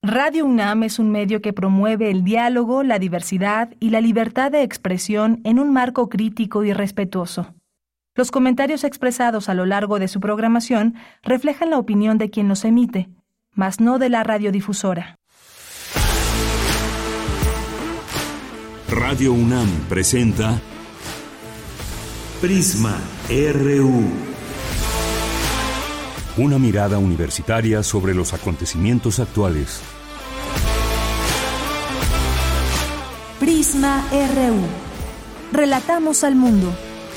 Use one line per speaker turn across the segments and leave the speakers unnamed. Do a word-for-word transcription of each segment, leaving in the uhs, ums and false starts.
Radio UNAM es un medio que promueve el diálogo, la diversidad y la libertad de expresión en un marco crítico y respetuoso. Los comentarios expresados a lo largo de su programación reflejan la opinión de quien los emite, mas no de la radiodifusora.
Radio UNAM presenta Prisma R U. Una mirada universitaria sobre los acontecimientos actuales.
Prisma R U. Relatamos al mundo.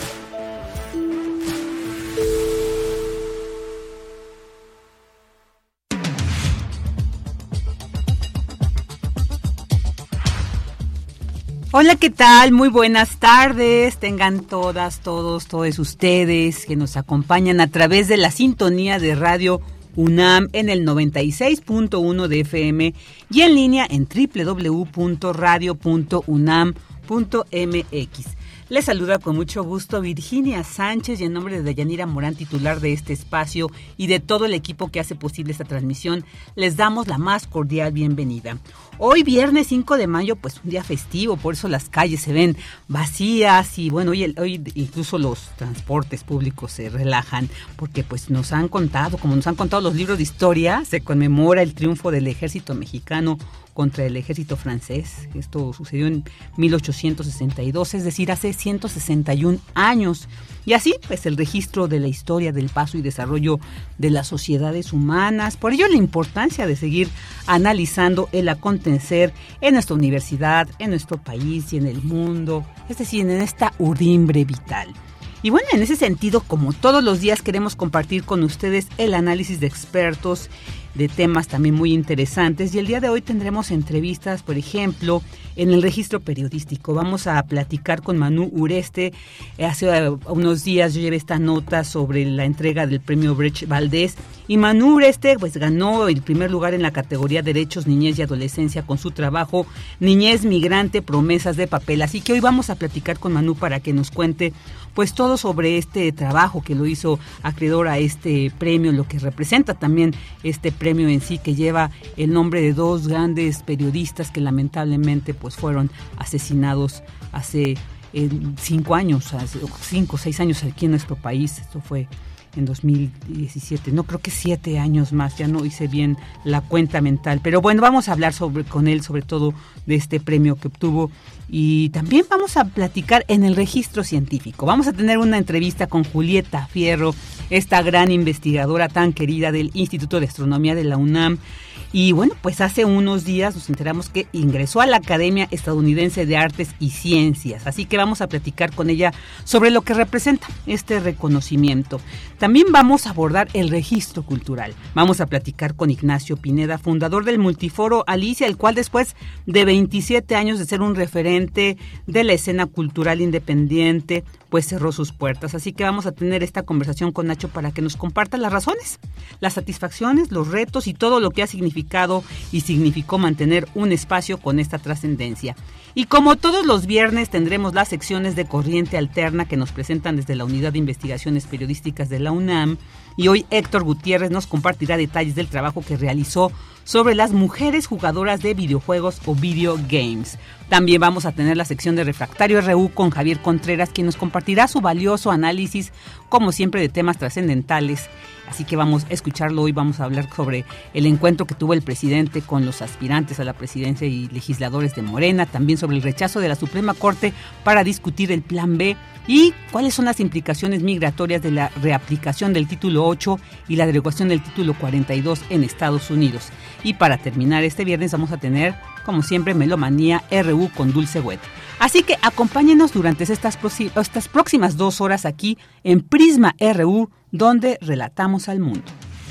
Hola, ¿qué tal? Muy buenas tardes. Tengan todas, todos, todos ustedes que nos acompañan a través de la sintonía de Radio UNAM en el noventa y seis punto uno de F M y en línea en doble u doble u doble u punto radio punto unam punto m x. Les saluda con mucho gusto Virginia Sánchez y en nombre de Deyanira Morán, titular de este espacio y de todo el equipo que hace posible esta transmisión, les damos la más cordial bienvenida. Hoy viernes cinco de mayo, pues un día festivo, por eso las calles se ven vacías y bueno, hoy, hoy incluso los transportes públicos se relajan porque pues nos han contado, como nos han contado los libros de historia, se conmemora el triunfo del ejército mexicano contra el ejército francés. Esto sucedió en mil ochocientos sesenta y dos, es decir, hace ciento sesenta y un años. Y así, pues el registro de la historia del paso y desarrollo de las sociedades humanas. Por ello, la importancia de seguir analizando el acontecer en nuestra universidad, en nuestro país y en el mundo, es decir, en esta urdimbre vital. Y bueno, en ese sentido, como todos los días, queremos compartir con ustedes el análisis de expertos de temas también muy interesantes. Y el día de hoy tendremos entrevistas, por ejemplo, en el registro periodístico. Vamos a platicar con Manu Ureste. Hace unos días yo llevé esta nota sobre la entrega del premio Brecht Valdés. Y Manu Ureste pues ganó el primer lugar en la categoría Derechos, Niñez y Adolescencia con su trabajo Niñez Migrante, Promesas de Papel. Así que hoy vamos a platicar con Manu para que nos cuente pues todo sobre este trabajo que lo hizo acreedor a este premio, lo que representa también este premio en sí, que lleva el nombre de dos grandes periodistas que lamentablemente pues fueron asesinados hace eh, cinco años, hace cinco o seis años aquí en nuestro país. Esto fue en dos mil diecisiete, no creo que siete años más, ya no hice bien la cuenta mental, pero bueno, vamos a hablar sobre con él, sobre todo de este premio que obtuvo, y también vamos a platicar en el registro científico. Vamos a tener una entrevista con Julieta Fierro, esta gran investigadora tan querida del Instituto de Astronomía de la UNAM. Y bueno, pues hace unos días nos enteramos que ingresó a la Academia Estadounidense de Artes y Ciencias, así que vamos a platicar con ella sobre lo que representa este reconocimiento. También vamos a abordar el registro cultural. Vamos a platicar con Ignacio Pineda, fundador del Multiforo Alicia, el cual después de veintisiete años de ser un referente de la escena cultural independiente, pues cerró sus puertas. Así que vamos a tener esta conversación con Nacho para que nos comparta las razones, las satisfacciones, los retos y todo lo que ha significado y significó mantener un espacio con esta trascendencia. Y como todos los viernes tendremos las secciones de Corriente Alterna que nos presentan desde la Unidad de Investigaciones Periodísticas de la UNAM. Y hoy Héctor Gutiérrez nos compartirá detalles del trabajo que realizó sobre las mujeres jugadoras de videojuegos o video games. También vamos a tener la sección de Refractario R U con Javier Contreras, quien nos compartirá su valioso análisis, como siempre, de temas trascendentales. Así que vamos a escucharlo hoy. Vamos a hablar sobre el encuentro que tuvo el presidente con los aspirantes a la presidencia y legisladores de Morena, también sobre el rechazo de la Suprema Corte para discutir el Plan B y cuáles son las implicaciones migratorias de la reaplicación del título ocho y la derogación del título cuarenta y dos en Estados Unidos. Y para terminar este viernes vamos a tener, como siempre, Melomanía R U con Dulce Wet. Así que acompáñenos durante estas, estas próximas dos horas aquí en Prisma R U, donde relatamos al mundo.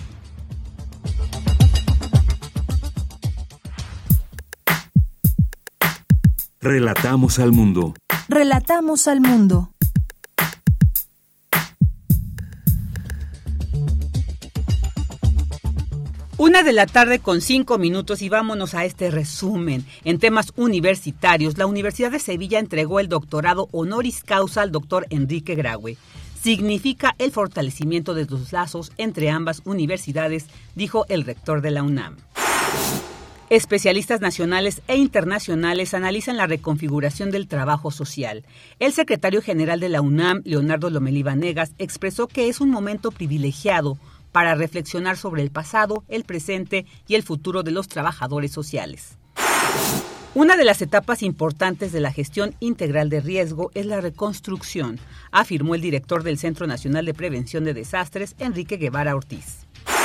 Relatamos al mundo.
Relatamos al mundo.
Una de la tarde con cinco minutos y vámonos a este resumen. En temas universitarios, la Universidad de Sevilla entregó el doctorado honoris causa al doctor Enrique Graue. Significa el fortalecimiento de los lazos entre ambas universidades, dijo el rector de la UNAM. Especialistas nacionales e internacionales analizan la reconfiguración del trabajo social. El secretario general de la UNAM, Leonardo Lomelí Vanegas, expresó que es un momento privilegiado para reflexionar sobre el pasado, el presente y el futuro de los trabajadores sociales. Una de las etapas importantes de la gestión integral de riesgo es la reconstrucción, afirmó el director del Centro Nacional de Prevención de Desastres, Enrique Guevara Ortiz.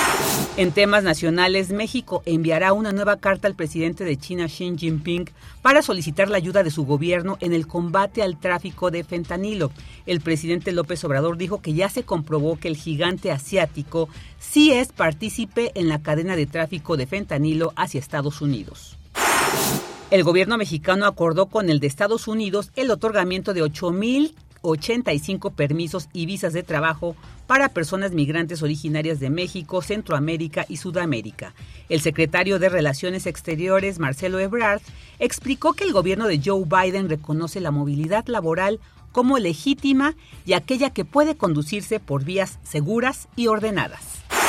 En temas nacionales, México enviará una nueva carta al presidente de China, Xi Jinping, para solicitar la ayuda de su gobierno en el combate al tráfico de fentanilo. El presidente López Obrador dijo que ya se comprobó que el gigante asiático sí es partícipe en la cadena de tráfico de fentanilo hacia Estados Unidos. El gobierno mexicano acordó con el de Estados Unidos el otorgamiento de ocho mil ochenta y cinco permisos y visas de trabajo para personas migrantes originarias de México, Centroamérica y Sudamérica. El secretario de Relaciones Exteriores, Marcelo Ebrard, explicó que el gobierno de Joe Biden reconoce la movilidad laboral como legítima y aquella que puede conducirse por vías seguras y ordenadas.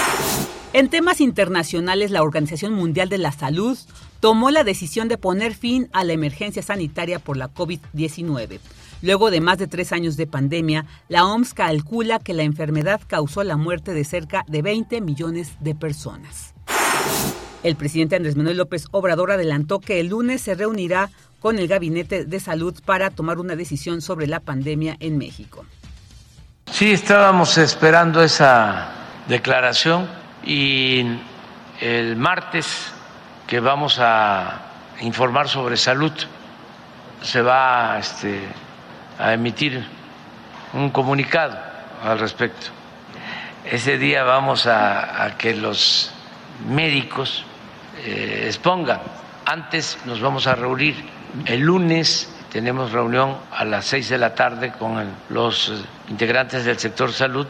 En temas internacionales, la Organización Mundial de la Salud tomó la decisión de poner fin a la emergencia sanitaria por la covid diecinueve. Luego de más de tres años de pandemia, la O M S calcula que la enfermedad causó la muerte de cerca de veinte millones de personas. El presidente Andrés Manuel López Obrador adelantó que el lunes se reunirá con el Gabinete de Salud para tomar una decisión sobre la pandemia en México.
Sí, estábamos esperando esa declaración y el martes que vamos a informar sobre salud se va este, a emitir un comunicado al respecto. Ese día vamos a, a que los médicos eh, expongan. Antes nos vamos a reunir el lunes, tenemos reunión a las seis de la tarde con el, los integrantes del sector salud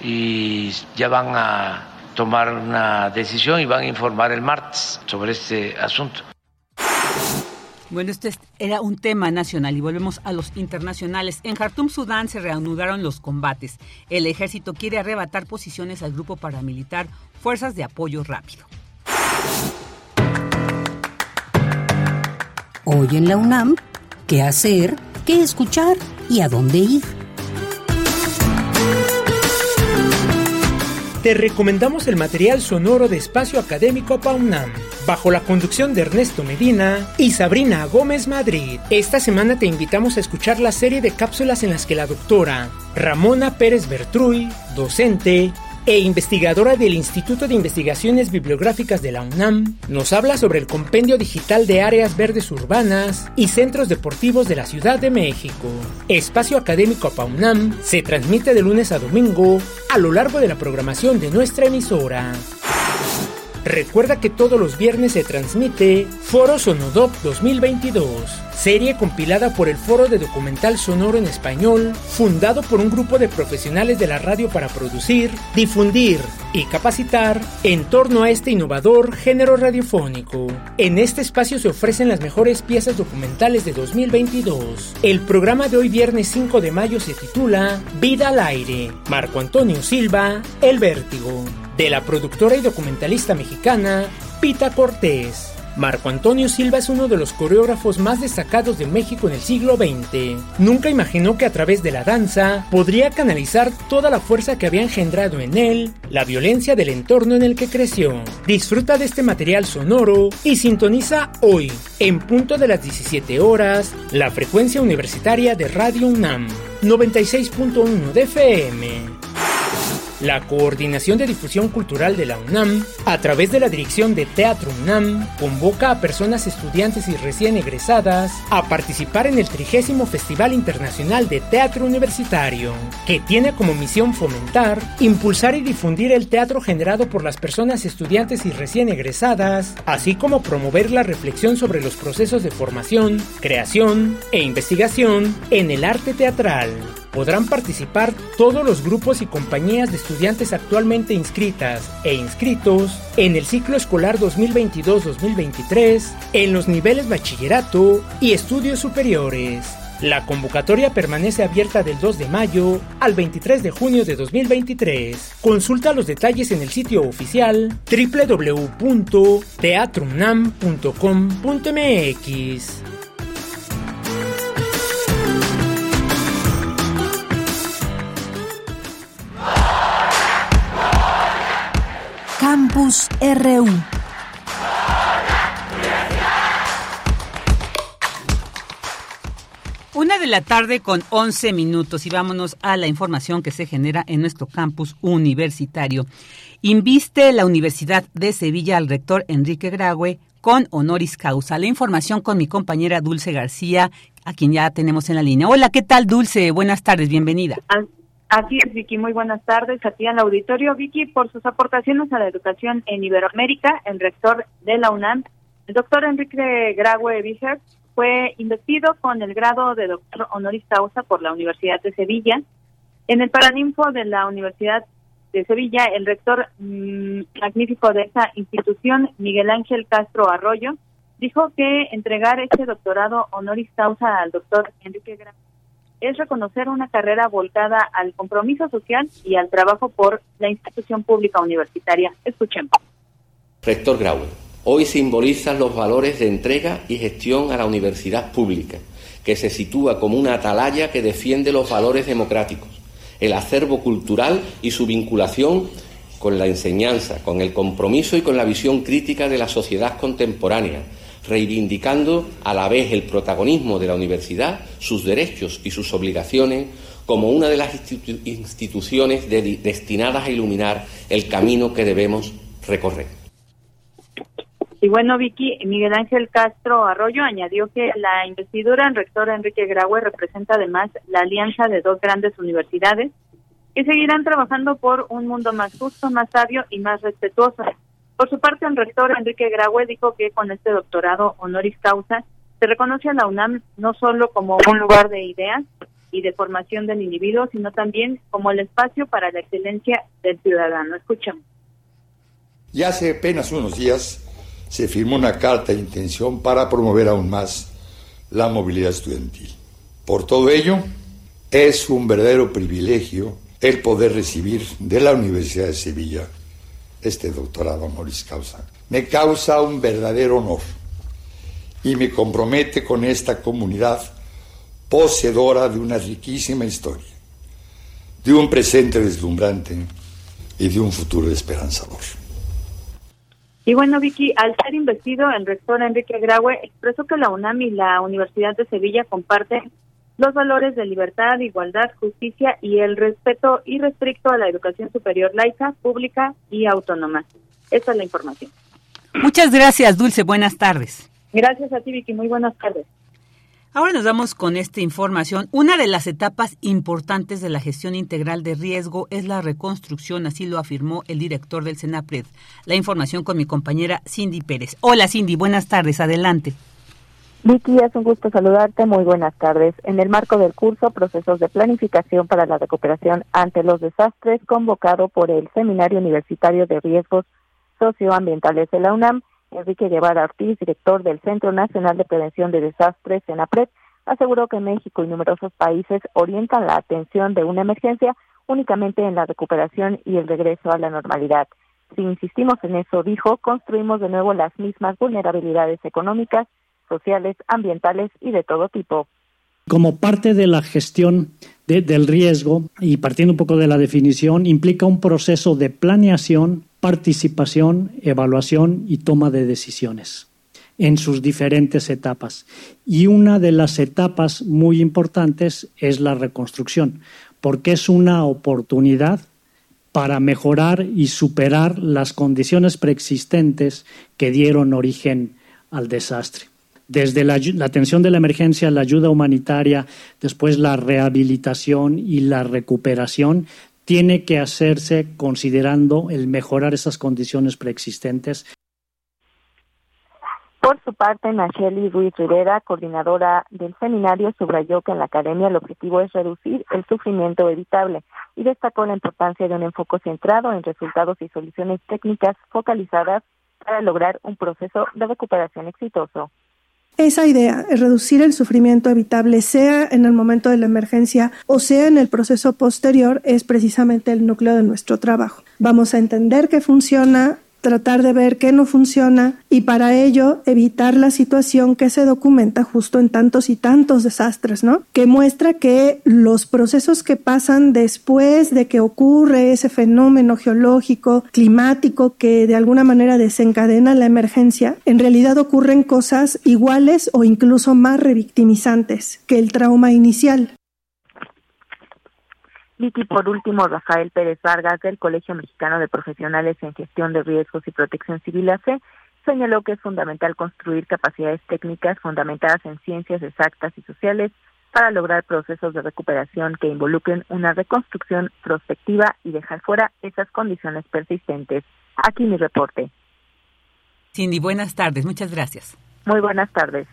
y ya van a tomar una decisión y van a informar el martes sobre este asunto.
Bueno, este era un tema nacional y volvemos a los internacionales. En Jartum, Sudán, se reanudaron los combates. El ejército quiere arrebatar posiciones al grupo paramilitar Fuerzas de Apoyo Rápido.
Hoy en la UNAM, ¿qué hacer, qué escuchar y a dónde ir?
Te recomendamos el material sonoro de Espacio Académico APAUNAM, bajo la conducción de Ernesto Medina y Sabrina Gómez Madrid. Esta semana te invitamos a escuchar la serie de cápsulas en las que la doctora Ramona Pérez Bertruy, docente e investigadora del Instituto de Investigaciones Bibliográficas de la UNAM, nos habla sobre el compendio digital de áreas verdes urbanas y centros deportivos de la Ciudad de México. Espacio Académico APAUNAM se transmite de lunes a domingo a lo largo de la programación de nuestra emisora. Recuerda que todos los viernes se transmite Foro Sonodoc dos mil veintidós, serie compilada por el Foro de Documental Sonoro en Español, fundado por un grupo de profesionales de la radio para producir, difundir y capacitar en torno a este innovador género radiofónico. En este espacio se ofrecen las mejores piezas documentales de dos mil veintidós. El programa de hoy viernes cinco de mayo se titula Vida al aire, Marco Antonio Silva, El Vértigo, de la productora y documentalista mexicana Pita Cortés. Marco Antonio Silva es uno de los coreógrafos más destacados de México en el siglo veinte. Nunca imaginó que a través de la danza podría canalizar toda la fuerza que había engendrado en él la violencia del entorno en el que creció. Disfruta de este material sonoro y sintoniza hoy, en punto de las diecisiete horas, la frecuencia universitaria de Radio UNAM, noventa y seis punto uno de F M. La Coordinación de Difusión Cultural de la UNAM, a través de la Dirección de Teatro UNAM, convoca a personas estudiantes y recién egresadas a participar en el trigésimo Festival Internacional de Teatro Universitario, que tiene como misión fomentar, impulsar y difundir el teatro generado por las personas estudiantes y recién egresadas, así como promover la reflexión sobre los procesos de formación, creación e investigación en el arte teatral. Podrán participar todos los grupos y compañías de estudiantes actualmente inscritas e inscritos en el ciclo escolar dos mil veintidós dos mil veintitrés en los niveles bachillerato y estudios superiores. La convocatoria permanece abierta del dos de mayo al veintitrés de junio de dos mil veintitrés. Consulta los detalles en el sitio oficial doble u doble u doble u punto teatro unam punto com punto m x.
Campus R U.
Una de la tarde con once minutos y vámonos a la información que se genera en nuestro campus universitario. Inviste la Universidad de Sevilla al rector Enrique Graue con honoris causa. La información con mi compañera Dulce García, a quien ya tenemos en la línea. Hola, ¿qué tal, Dulce? Buenas tardes, bienvenida.
Así es, Vicky, muy buenas tardes a ti en el auditorio. Vicky, por sus aportaciones a la educación en Iberoamérica, el rector de la UNAM, el doctor Enrique Graue Víger, fue investido con el grado de doctor honoris causa por la Universidad de Sevilla. En el Paraninfo de la Universidad de Sevilla, el rector mmm, magnífico de esa institución, Miguel Ángel Castro Arroyo, dijo que entregar este doctorado honoris causa al doctor Enrique Graue es reconocer una carrera volcada al compromiso social y al trabajo por la institución pública universitaria. Escuchemos.
Rector Graue, hoy simbolizan los valores de entrega y gestión a la universidad pública, que se sitúa como una atalaya que defiende los valores democráticos, el acervo cultural y su vinculación con la enseñanza, con el compromiso y con la visión crítica de la sociedad contemporánea, reivindicando a la vez el protagonismo de la universidad, sus derechos y sus obligaciones, como una de las institu- instituciones de- destinadas a iluminar el camino que debemos recorrer.
Y bueno, Vicky, Miguel Ángel Castro Arroyo añadió que la investidura en rector Enrique Graue representa además la alianza de dos grandes universidades que seguirán trabajando por un mundo más justo, más sabio y más respetuoso. Por su parte, el rector Enrique Graue dijo que con este doctorado honoris causa se reconoce a la UNAM no solo como un lugar de ideas y de formación del individuo, sino también como el espacio para la excelencia del ciudadano. Escuchamos.
Y hace apenas unos días se firmó una carta de intención para promover aún más la movilidad estudiantil. Por todo ello, es un verdadero privilegio el poder recibir de la Universidad de Sevilla este doctorado honoris causa. Me causa un verdadero honor y me compromete con esta comunidad poseedora de una riquísima historia, de un presente deslumbrante y de un futuro esperanzador.
Y bueno, Vicky, al ser investido, el rector Enrique Graue expresó que la UNAM y la Universidad de Sevilla comparten los valores de libertad, igualdad, justicia y el respeto irrestricto a la educación superior laica, pública y autónoma. Esta es la información.
Muchas gracias, Dulce. Buenas tardes.
Gracias a ti, Vicky. Muy buenas tardes.
Ahora nos vamos con esta información. Una de las etapas importantes de la gestión integral de riesgo es la reconstrucción, así lo afirmó el director del CENAPRED. La información con mi compañera Cindy Pérez. Hola, Cindy. Buenas tardes. Adelante.
Vicky, es un gusto saludarte. Muy buenas tardes. En el marco del curso Procesos de Planificación para la Recuperación ante los Desastres, convocado por el Seminario Universitario de Riesgos Socioambientales de la UNAM, Enrique Guevara Ortiz, director del Centro Nacional de Prevención de Desastres, CENAPRED, aseguró que México y numerosos países orientan la atención de una emergencia únicamente en la recuperación y el regreso a la normalidad. Si insistimos en eso, dijo, construimos de nuevo las mismas vulnerabilidades económicas, sociales, ambientales y de todo tipo.
Como parte de la gestión de, del riesgo, y partiendo un poco de la definición, implica un proceso de planeación, participación, evaluación y toma de decisiones en sus diferentes etapas. Y una de las etapas muy importantes es la reconstrucción, porque es una oportunidad para mejorar y superar las condiciones preexistentes que dieron origen al desastre. Desde la, la atención de la emergencia, la ayuda humanitaria, después la rehabilitación y la recuperación, tiene que hacerse considerando el mejorar esas condiciones preexistentes.
Por su parte, Nacheli Ruiz Rivera, coordinadora del seminario, subrayó que en la academia el objetivo es reducir el sufrimiento evitable y destacó la importancia de un enfoque centrado en resultados y soluciones técnicas focalizadas para lograr un proceso de recuperación exitoso.
esa idea, es reducir el sufrimiento evitable, sea en el momento de la emergencia o sea en el proceso posterior, es precisamente el núcleo de nuestro trabajo. Vamos a entender qué funciona, tratar de ver qué no funciona y para ello evitar la situación que se documenta justo en tantos y tantos desastres, ¿no? Que muestra que los procesos que pasan después de que ocurre ese fenómeno geológico, climático que de alguna manera desencadena la emergencia, en realidad ocurren cosas iguales o incluso más revictimizantes que el trauma inicial.
Vicky, por último, Rafael Pérez Vargas, del Colegio Mexicano de Profesionales en Gestión de Riesgos y Protección Civil A C E, señaló que es fundamental construir capacidades técnicas fundamentadas en ciencias exactas y sociales para lograr procesos de recuperación que involucren una reconstrucción prospectiva y dejar fuera esas condiciones persistentes. Aquí mi reporte.
Cindy, buenas tardes, muchas gracias.
Muy buenas tardes.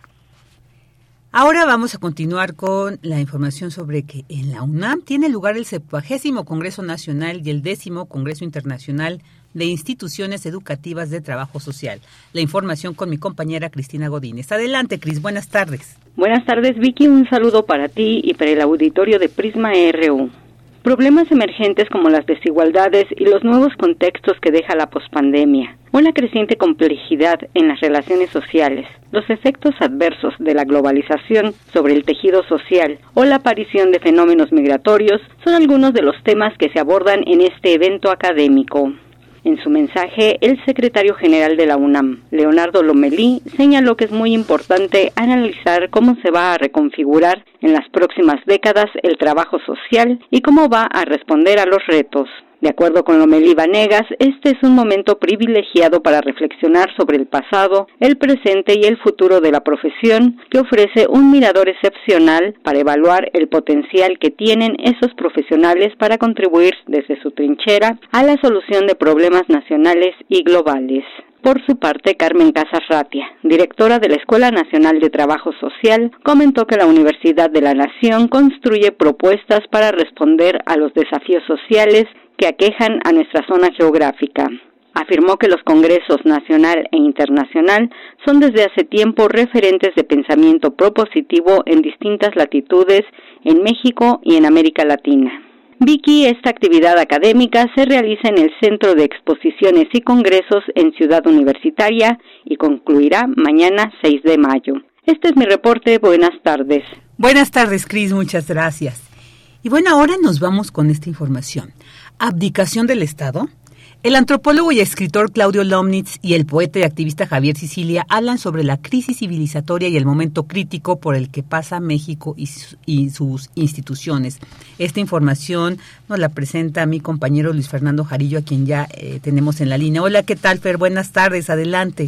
Ahora vamos a continuar con la información sobre que en la UNAM tiene lugar el septuagésimo Congreso Nacional y el décimo Congreso Internacional de Instituciones Educativas de Trabajo Social. La información con mi compañera Cristina Godínez. Adelante, Cris, buenas tardes.
Buenas tardes, Vicky. Un saludo para ti y para el auditorio de Prisma R U. Problemas emergentes como las desigualdades y los nuevos contextos que deja la pospandemia, o la creciente complejidad en las relaciones sociales, los efectos adversos de la globalización sobre el tejido social o la aparición de fenómenos migratorios son algunos de los temas que se abordan en este evento académico. En su mensaje, el secretario general de la UNAM, Leonardo Lomelí, señaló que es muy importante analizar cómo se va a reconfigurar en las próximas décadas el trabajo social y cómo va a responder a los retos. De acuerdo con Lomelí Vanegas, este es un momento privilegiado para reflexionar sobre el pasado, el presente y el futuro de la profesión, que ofrece un mirador excepcional para evaluar el potencial que tienen esos profesionales para contribuir desde su trinchera a la solución de problemas nacionales y globales. Por su parte, Carmen Casas Ratia, directora de la Escuela Nacional de Trabajo Social, comentó que la Universidad de la Nación construye propuestas para responder a los desafíos sociales que aquejan a nuestra zona geográfica. Afirmó que los congresos nacional e internacional son desde hace tiempo referentes de pensamiento propositivo en distintas latitudes en México y en América Latina. Vicky, esta actividad académica se realiza en el Centro de Exposiciones y Congresos en Ciudad Universitaria y concluirá mañana seis de mayo. Este es mi reporte. Buenas tardes.
Buenas tardes, Cris. Muchas gracias. Y bueno, ahora nos vamos con esta información. ¿Abdicación del Estado? El antropólogo y escritor Claudio Lomnitz y el poeta y activista Javier Sicilia hablan sobre la crisis civilizatoria y el momento crítico por el que pasa México y, su, y sus instituciones. Esta información nos la presenta mi compañero Luis Fernando Jarillo, a quien ya eh, tenemos en la línea. Hola, ¿qué tal, Fer? Buenas tardes, adelante.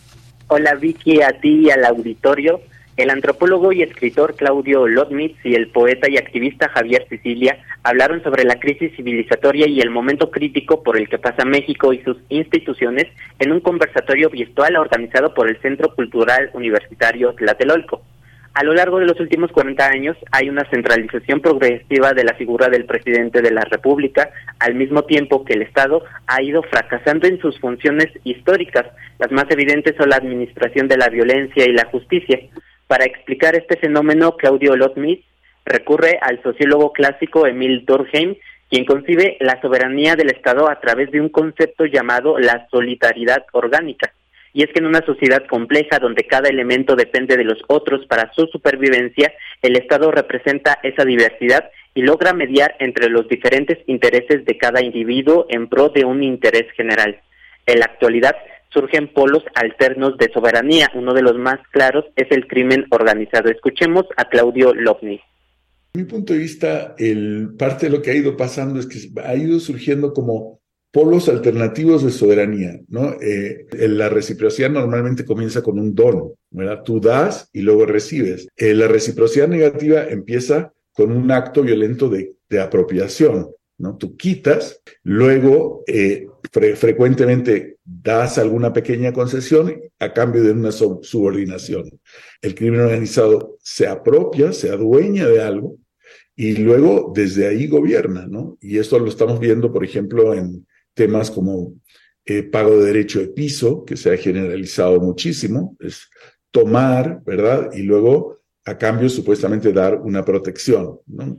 Hola, Vicky, a ti y al auditorio. El antropólogo y escritor Claudio Lomnitz y el poeta y activista Javier Sicilia hablaron sobre la crisis civilizatoria y el momento crítico por el que pasa México y sus instituciones en un conversatorio virtual organizado por el Centro Cultural Universitario Tlatelolco. A lo largo de los últimos cuarenta años hay una centralización progresiva de la figura del presidente de la República, al mismo tiempo que el Estado ha ido fracasando en sus funciones históricas. Las más evidentes son la administración de la violencia y la justicia. Para explicar este fenómeno, Claudio Lomnitz recurre al sociólogo clásico Emil Durkheim, quien concibe la soberanía del Estado a través de un concepto llamado la solidaridad orgánica. Y es que en una sociedad compleja donde cada elemento depende de los otros para su supervivencia, el Estado representa esa diversidad y logra mediar entre los diferentes intereses de cada individuo en pro de un interés general. En la actualidad, surgen polos alternos de soberanía. Uno de los más claros es el crimen organizado. Escuchemos a Claudio Lomnitz.
Desde mi punto de vista, el, parte de lo que ha ido pasando es que ha ido surgiendo como polos alternativos de soberanía, ¿no? Eh, la reciprocidad normalmente comienza con un don, ¿verdad? Tú das y luego recibes. Eh, la reciprocidad negativa empieza con un acto violento de, de apropiación, ¿no? Tú quitas, luego eh, fre- frecuentemente das alguna pequeña concesión a cambio de una sub- subordinación. El crimen organizado se apropia, se adueña de algo y luego desde ahí gobierna, ¿no? Y esto lo estamos viendo, por ejemplo, en temas como eh, pago de derecho de piso, que se ha generalizado muchísimo. Es, tomar, ¿verdad? Y luego, a cambio, supuestamente dar una protección, ¿no?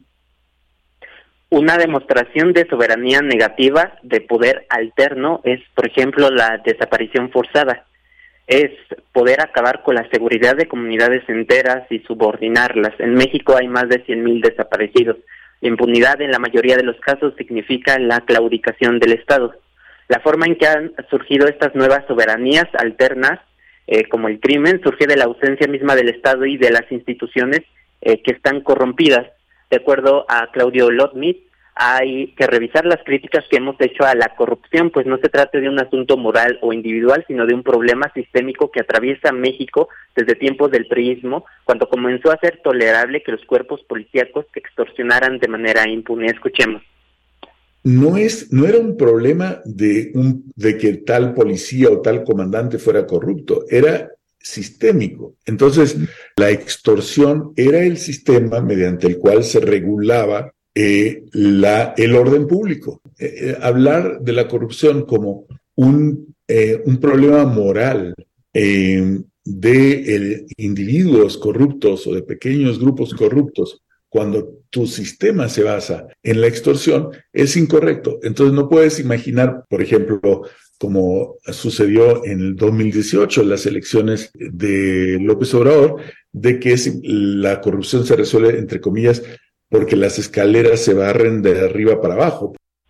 Una demostración de soberanía negativa, de poder alterno, es, por ejemplo, la desaparición forzada. Es poder acabar con la seguridad de comunidades enteras y subordinarlas. En México hay más de cien mil desaparecidos. La impunidad en la mayoría de los casos significa la claudicación del Estado. La forma en que han surgido estas nuevas soberanías alternas, eh, como el crimen, surge de la ausencia misma del Estado y de las instituciones eh, que están corrompidas. De acuerdo a Claudio Lotmit, hay que revisar las críticas que hemos hecho a la corrupción, pues no se trata de un asunto moral o individual, sino de un problema sistémico que atraviesa México desde tiempos del priismo, cuando comenzó a ser tolerable que los cuerpos policíacos extorsionaran de manera impune. Escuchemos.
No es, no era un problema de un, de que tal policía o tal comandante fuera corrupto, era sistémico. Entonces, la extorsión era el sistema mediante el cual se regulaba eh, la, el orden público. Eh, eh, hablar de la corrupción como un, eh, un problema moral eh, de eh, individuos corruptos o de pequeños grupos corruptos, cuando tu sistema se basa en la extorsión, es incorrecto. Entonces no puedes imaginar, por ejemplo, como sucedió en el dos mil dieciocho, en las elecciones de López Obrador, de que la corrupción se resuelve, entre comillas, porque las escaleras se barren de arriba para abajo.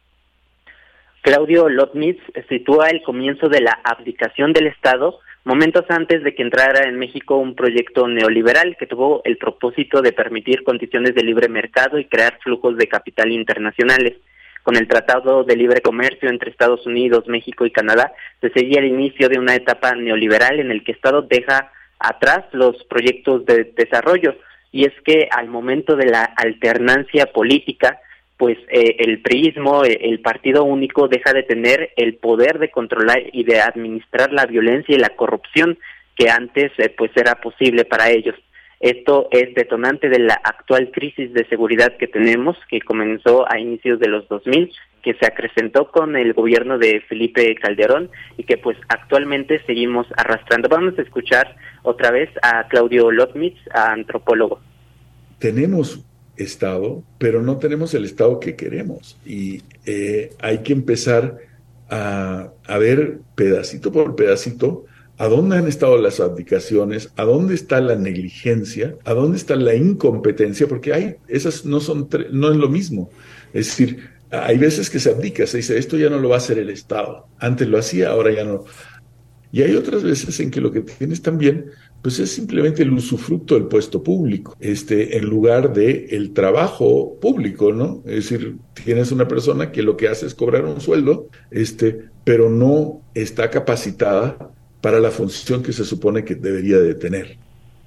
Claudio Lotmit sitúa el comienzo de la abdicación del Estado momentos antes de que entrara en México un proyecto neoliberal que tuvo el propósito de permitir condiciones de libre mercado y crear flujos de capital internacionales. Con el Tratado de Libre Comercio entre Estados Unidos, México y Canadá, se seguía el inicio de una etapa neoliberal en el que el Estado deja atrás los proyectos de desarrollo. Y es que al momento de la alternancia política, pues eh, el priismo, eh, el partido único, deja de tener el poder de controlar y de administrar la violencia y la corrupción que antes eh, pues era posible para ellos. Esto es detonante de la actual crisis de seguridad que tenemos, que comenzó a inicios de los dos mil, que se acrecentó con el gobierno de Felipe Calderón y que pues actualmente seguimos arrastrando. Vamos a escuchar otra vez a Claudio Lotmit, a antropólogo.
Tenemos Estado, pero no tenemos el Estado que queremos y eh, hay que empezar a, a ver pedacito por pedacito a dónde han estado las abdicaciones, a dónde está la negligencia, a dónde está la incompetencia, porque hay, esas no son, no es lo mismo. Es decir, hay veces que se abdica, se dice, esto ya no lo va a hacer el Estado, antes lo hacía, ahora ya no. Y hay otras veces en que lo que tienes también, pues es simplemente el usufructo del puesto público, este, en lugar de el trabajo público, ¿no? Es decir, tienes una persona que lo que hace es cobrar un sueldo, este, pero no está capacitada para la función que se supone que debería de tener.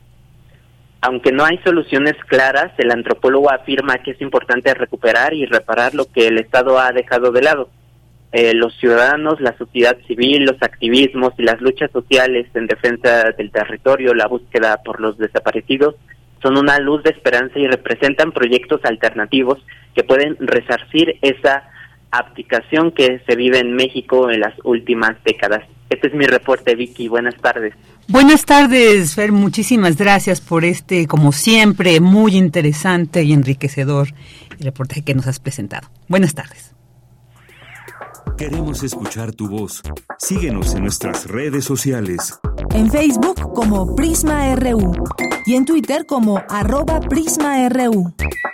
Aunque no hay soluciones claras, el antropólogo afirma que es importante recuperar y reparar lo que el Estado ha dejado de lado. Eh, los ciudadanos, la sociedad civil, los activismos y las luchas sociales en defensa del territorio, la búsqueda por los desaparecidos, son una luz de esperanza y representan proyectos alternativos que pueden resarcir esa abdicación que se vive en México en las últimas décadas. Este es mi reporte, Vicky. Buenas tardes.
Buenas tardes, Fer. Muchísimas gracias por este, como siempre, muy interesante y enriquecedor reportaje que nos has presentado. Buenas tardes.
Queremos escuchar tu voz. Síguenos en nuestras redes sociales.
En Facebook como Prisma R U y en Twitter como arroba Prisma R U.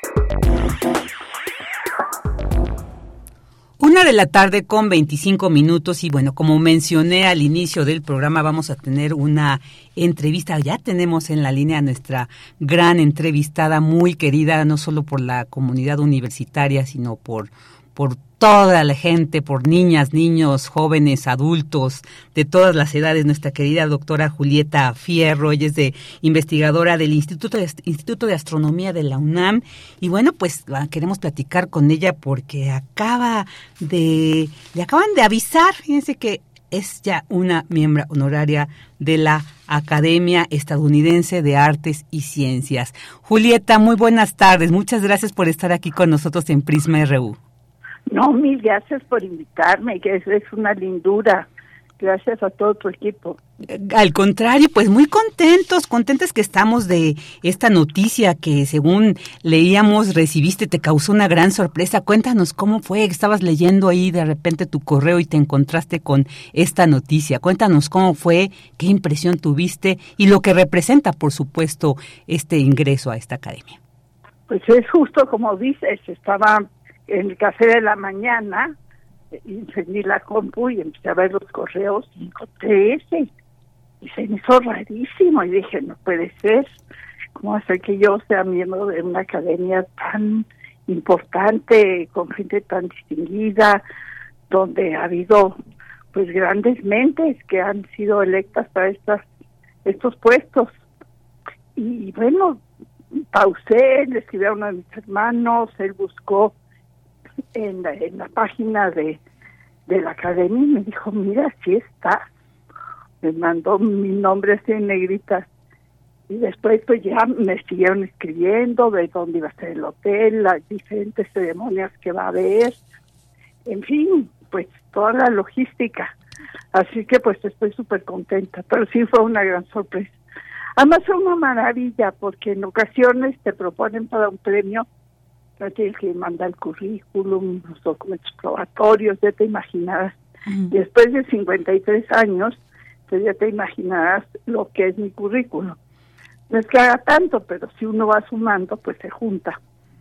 Una de la tarde con veinticinco minutos y bueno, como mencioné al inicio del programa, vamos a tener una entrevista. Ya tenemos en la línea a nuestra gran entrevistada, muy querida, no solo por la comunidad universitaria, sino por, por toda la gente, por niñas, niños, jóvenes, adultos, de todas las edades, nuestra querida doctora Julieta Fierro. Ella es de investigadora del Instituto de, Instituto de Astronomía de la UNAM. Y bueno, pues queremos platicar con ella porque acaba de, le acaban de avisar, fíjense que es ya una miembro honoraria de la Academia Estadounidense de Artes y Ciencias. Julieta, muy buenas tardes. Muchas gracias por estar aquí con nosotros en Prisma R U.
No, mil gracias por invitarme, que eso es una lindura Gracias a todo tu equipo.
Al contrario, pues muy contentos, contentos que estamos de esta noticia que según leíamos recibiste, te causó una gran sorpresa. Cuéntanos cómo fue, estabas leyendo ahí de repente tu correo y te encontraste con esta noticia. Cuéntanos cómo fue, qué impresión tuviste y lo que representa, por supuesto, este ingreso a esta academia.
Pues es justo como dices, estaba en el café de la mañana, encendí la compu y empecé a ver los correos y encontré ese. Y se me hizo rarísimo y dije, no puede ser. ¿Cómo hacer que yo sea miembro de una academia tan importante, con gente tan distinguida, donde ha habido pues grandes mentes que han sido electas para estas estos puestos? Y bueno, pausé, le escribí a uno de mis hermanos, él buscó en la, en la página de, de la academia y me dijo, mira, sí está. Me mandó mi nombre así en negritas. Y después pues ya me siguieron escribiendo de dónde iba a ser el hotel, las diferentes ceremonias que va a haber. En fin, pues toda la logística. Así que pues estoy súper contenta, pero sí fue una gran sorpresa. Además es una maravilla porque en ocasiones te proponen para un premio, no tienes que mandar el currículum, los documentos probatorios, ya te imaginarás. Mm. Después de cincuenta y tres años, pues ya te imaginarás lo que es mi currículum. No es que haga tanto, pero si uno va sumando, pues se junta.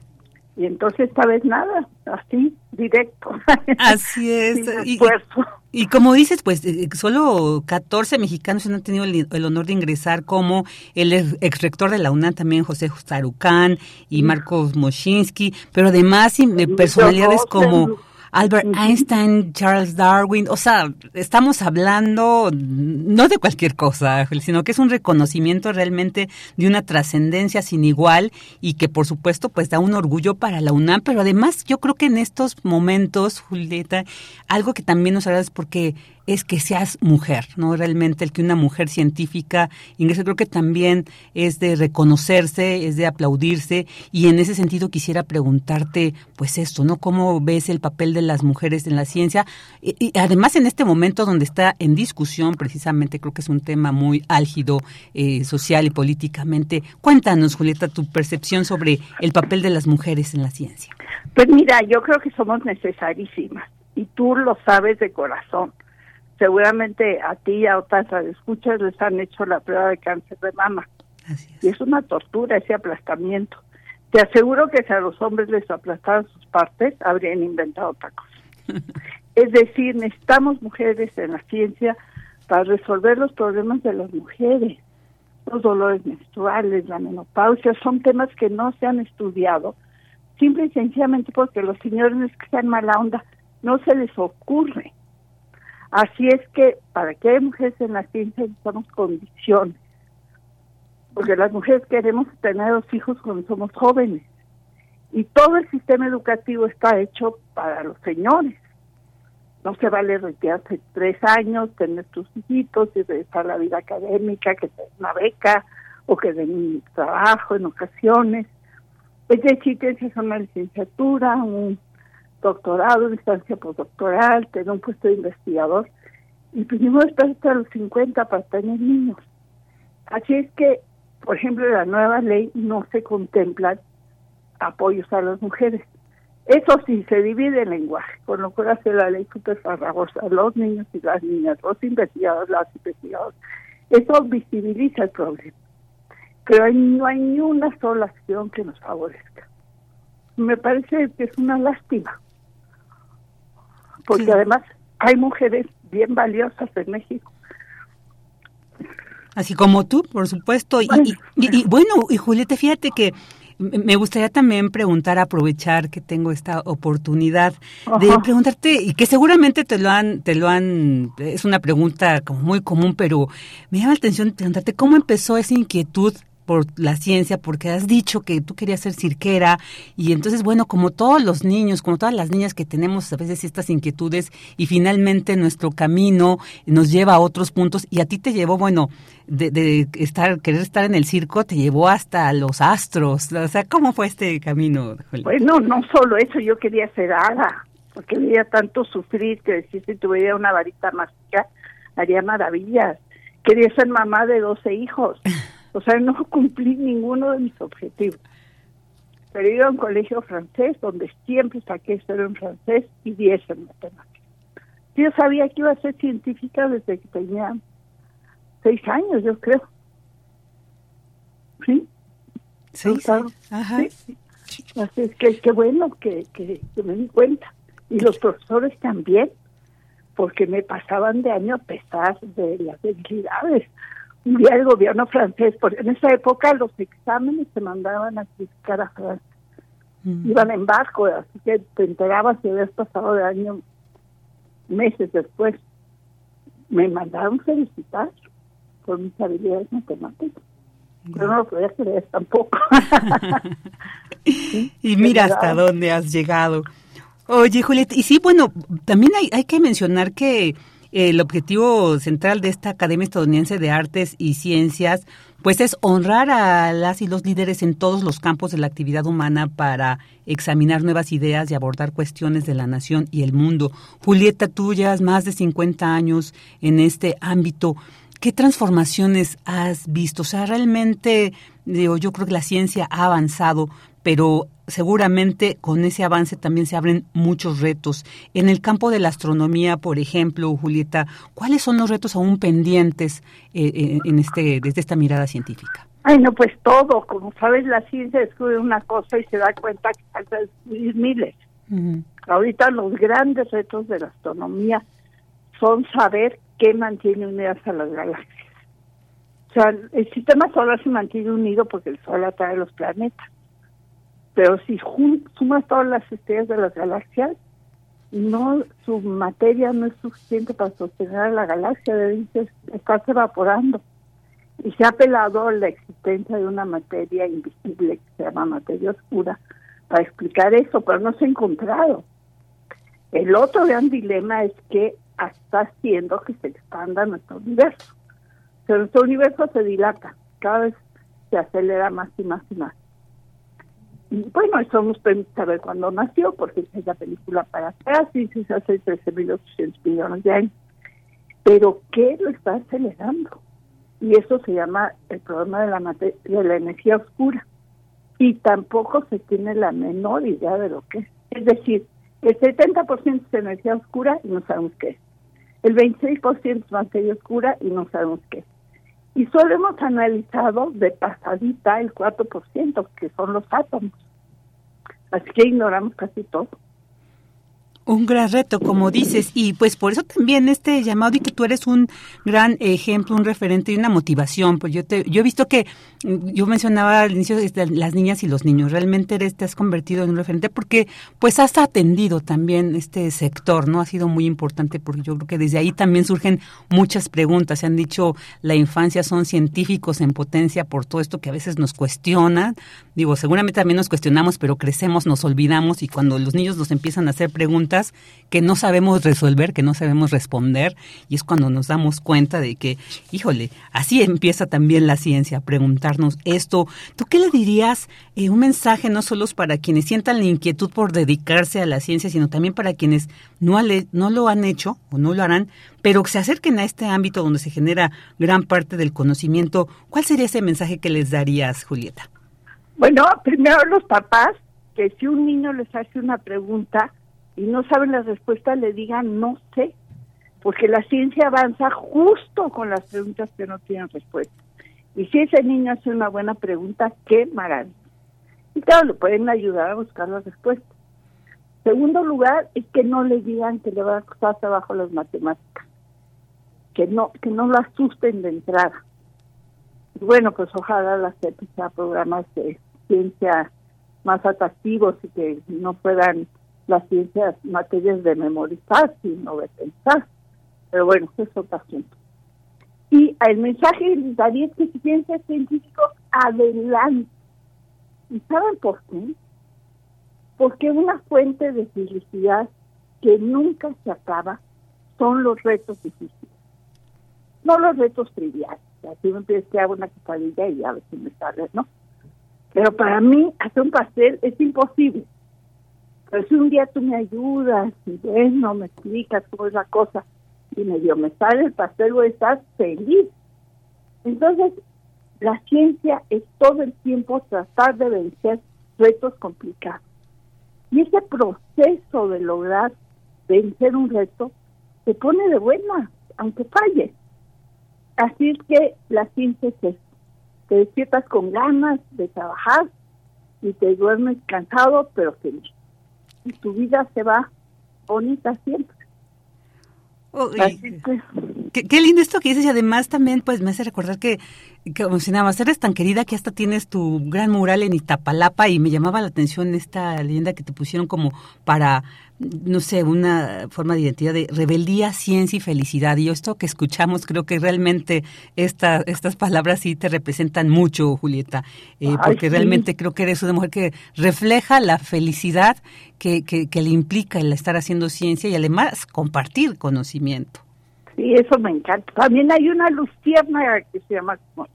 Y entonces esta vez nada, así, directo.
Así es.
Sin
y,
esfuerzo.
Y, y como dices, pues eh, solo catorce mexicanos han tenido el, el honor de ingresar, como el ex rector de la UNAM también, José Sarucán y Marcos Moschinsky, pero además eh, personalidades como Albert Einstein, Charles Darwin, o sea, estamos hablando no de cualquier cosa, sino que es un reconocimiento realmente de una trascendencia sin igual y que por supuesto pues da un orgullo para la UNAM, pero además yo creo que en estos momentos, Julieta, algo que también nos agrada es porque es que seas mujer, ¿no? Realmente el que una mujer científica ingrese, creo que también es de reconocerse, es de aplaudirse, y en ese sentido quisiera preguntarte, pues esto, ¿no? ¿Cómo ves el papel de las mujeres en la ciencia? Y, y además en este momento donde está en discusión, precisamente creo que es un tema muy álgido eh, social y políticamente. Cuéntanos, Julieta, tu percepción sobre el papel de las mujeres en la ciencia.
Pues mira, yo creo que somos necesarísimas, y tú lo sabes de corazón. Seguramente a ti y a otras escuchas les han hecho la prueba de cáncer de mama.
Así es.
Y es una tortura ese aplastamiento. Te aseguro que si a los hombres les aplastaran sus partes, habrían inventado otra cosa. Es decir, necesitamos mujeres en la ciencia para resolver los problemas de las mujeres. Los dolores menstruales, la menopausia, son temas que no se han estudiado, simple y sencillamente porque los señores que están mala onda, no se les ocurre. Así es que para que haya mujeres en la ciencia necesitamos condiciones, porque las mujeres queremos tener los hijos cuando somos jóvenes, y todo el sistema educativo está hecho para los señores. No se vale retirarse tres años, tener tus hijitos y regresar a la vida académica, que te den una beca o que den un trabajo en ocasiones. Es decir, que es una licenciatura, un doctorado, distancia postdoctoral, tener un puesto de investigador, y primero estar hasta los cincuenta para tener niños. Así es que, por ejemplo, en la nueva ley no se contemplan apoyos a las mujeres. Eso sí, se divide el lenguaje, con lo cual hace la ley súper farragosa. Los niños y las niñas, los investigadores, las investigadoras. Eso visibiliza el problema. Pero hay, no hay ni una sola acción que nos favorezca. Me parece que es una lástima. Porque sí, además hay mujeres bien valiosas en México.
Así como tú, por supuesto. Y, bueno, y, y, y bueno, y Julieta, fíjate que me gustaría también preguntar, aprovechar que tengo esta oportunidad de Ajá. preguntarte, y que seguramente te lo han, te lo han, es una pregunta como muy común, pero me llama la atención preguntarte cómo empezó esa inquietud por la ciencia, porque has dicho que tú querías ser cirquera, y entonces, bueno, como todos los niños, como todas las niñas que tenemos a veces estas inquietudes, y finalmente nuestro camino nos lleva a otros puntos, y a ti te llevó, bueno, de, de estar, querer estar en el circo, te llevó hasta los astros. O sea, ¿cómo fue este camino, Julieta?
Bueno, no solo eso, yo quería ser hada, porque veía tanto sufrir que decir, si tuviera una varita mágica, haría maravillas. Quería ser mamá de doce hijos. O sea, no cumplí ninguno de mis objetivos. Pero iba a un colegio francés donde siempre saqué cero en francés y diez en matemáticas. Yo sabía que iba a ser científica desde que tenía seis años, yo creo. ¿Sí?
Seis años. Ajá.
Sí. Así es que qué bueno que, que, que me di cuenta. Y los profesores también, porque me pasaban de año a pesar de las debilidades. Un día el gobierno francés, porque en esa época los exámenes se mandaban a criticar a Francia. Mm. Iban en barco, así que te enterabas si habías pasado de año meses después. Me mandaron felicitar por mis habilidades matemáticas. Pero no lo podía creer tampoco.
¿Sí? Y mira hasta dónde has llegado. Oye, Julieta, y sí, bueno, también hay, hay que mencionar que el objetivo central de esta Academia Estadounidense de Artes y Ciencias, pues es honrar a las y los líderes en todos los campos de la actividad humana para examinar nuevas ideas y abordar cuestiones de la nación y el mundo. Julieta, tú llevas más de cincuenta años en este ámbito. ¿Qué transformaciones has visto? O sea, realmente, digo, yo creo que la ciencia ha avanzado, pero seguramente con ese avance también se abren muchos retos. En el campo de la astronomía, por ejemplo, Julieta, ¿cuáles son los retos aún pendientes eh, en este desde esta mirada científica?
Ay, no, pues todo. Como sabes, la ciencia descubre una cosa y se da cuenta que falta descubrir miles. Uh-huh. Ahorita los grandes retos de la astronomía son saber qué mantiene unidas a las galaxias. O sea, el sistema solar se mantiene unido porque el Sol atrae los planetas. Pero si jun- sumas todas las estrellas de las galaxias, no, su materia no es suficiente para sostener a la galaxia, debe estarse evaporando. Y se ha apelado a la existencia de una materia invisible que se llama materia oscura para explicar eso, pero no se ha encontrado. El otro gran dilema es que está haciendo que se expanda nuestro universo. O sea, nuestro universo se dilata, cada vez se acelera más y más y más. Y bueno, eso nos permite saber cuándo nació, porque es la película para atrás y se hace trece mil ochocientos millones de años. Pero ¿qué lo está acelerando? Y eso se llama el problema de la, mate- de la energía oscura. Y tampoco se tiene la menor idea de lo que es. Es decir, el setenta por ciento es energía oscura y no sabemos qué es. El veintiséis por ciento es materia oscura y no sabemos qué es. Y solo hemos analizado de pasadita el cuatro por ciento, que son los átomos. Así que ignoramos casi todo.
Un gran reto, como dices, y pues por eso también este llamado y que tú eres un gran ejemplo, un referente y una motivación. Pues yo te, yo he visto que, yo mencionaba al inicio de las niñas y los niños, realmente eres, te has convertido en un referente porque pues has atendido también este sector, ¿no? Ha sido muy importante porque yo creo que desde ahí también surgen muchas preguntas. Se han dicho, la infancia son científicos en potencia por todo esto que a veces nos cuestionan. Digo, seguramente también nos cuestionamos, pero crecemos, nos olvidamos y cuando los niños nos empiezan a hacer preguntas que no sabemos resolver, que no sabemos responder, y es cuando nos damos cuenta de que, híjole, así empieza también la ciencia, a preguntarnos esto. ¿Tú qué le dirías? Eh, un mensaje no solo para quienes sientan la inquietud por dedicarse a la ciencia, sino también para quienes no, ale, no lo han hecho o no lo harán, pero que se acerquen a este ámbito donde se genera gran parte del conocimiento. ¿Cuál sería ese mensaje que les darías, Julieta?
Bueno, primero los papás, que si un niño les hace una pregunta y no saben la respuesta, le digan no sé, porque la ciencia avanza justo con las preguntas que no tienen respuesta. Y si ese niño hace una buena pregunta, qué maravilla. Y claro, le pueden ayudar a buscar las respuestas. Segundo lugar, es que no le digan que le va a costar trabajo las matemáticas, que no, que no lo asusten de entrada. Y bueno, pues ojalá la C E P sea programas de ciencia más atractivos y que no fueran las ciencias materias de memorizar, sino de pensar. Pero bueno, eso es otro asunto. Y el mensaje que les daría es que si quieren ser científicos, adelante. ¿Y saben por qué? Porque una fuente de felicidad que nunca se acaba son los retos difíciles. No los retos triviales. Así me pides que hago una quesadilla y a ver si me sale, ¿no? Pero para mí, hacer un pastel es imposible. Pero si un día tú me ayudas, y bueno, me explicas cómo es la cosa, y medio me sale el pastel, voy a estar feliz. Entonces, la ciencia es todo el tiempo tratar de vencer retos complicados. Y ese proceso de lograr vencer un reto se pone de buena, aunque falle. Así es que la ciencia es eso. Te despiertas con ganas de trabajar y te duermes cansado pero feliz. Y tu vida se va bonita siempre.
Oh, Así que... qué, qué lindo esto que dices, y además también pues me hace recordar que, que como si nada más eres tan querida que hasta tienes tu gran mural en Iztapalapa, y me llamaba la atención esta leyenda que te pusieron como para, no sé, una forma de identidad de rebeldía, ciencia y felicidad. Y esto que escuchamos, creo que realmente esta, estas palabras sí te representan mucho, Julieta, eh, Ay, porque sí. realmente creo que eres una mujer que refleja la felicidad que, que, que le implica el estar haciendo ciencia y además compartir conocimiento.
Sí, eso me encanta. También hay una luciérnaga que se llama Mocho.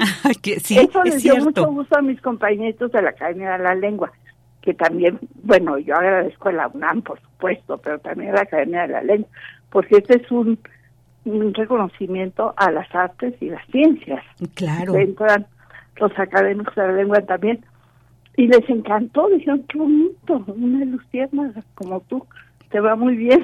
que sí,
eso
es
les
cierto.
dio mucho gusto a mis compañeros de la Academia de la Lengua, que también, bueno, yo agradezco a la UNAM, por supuesto, pero también a la Academia de la Lengua, porque este es un, un reconocimiento a las artes y las ciencias.
Claro.
Entran los académicos de la lengua también, y les encantó, dijeron, qué bonito, una luciérnaga como tú. Te va muy bien.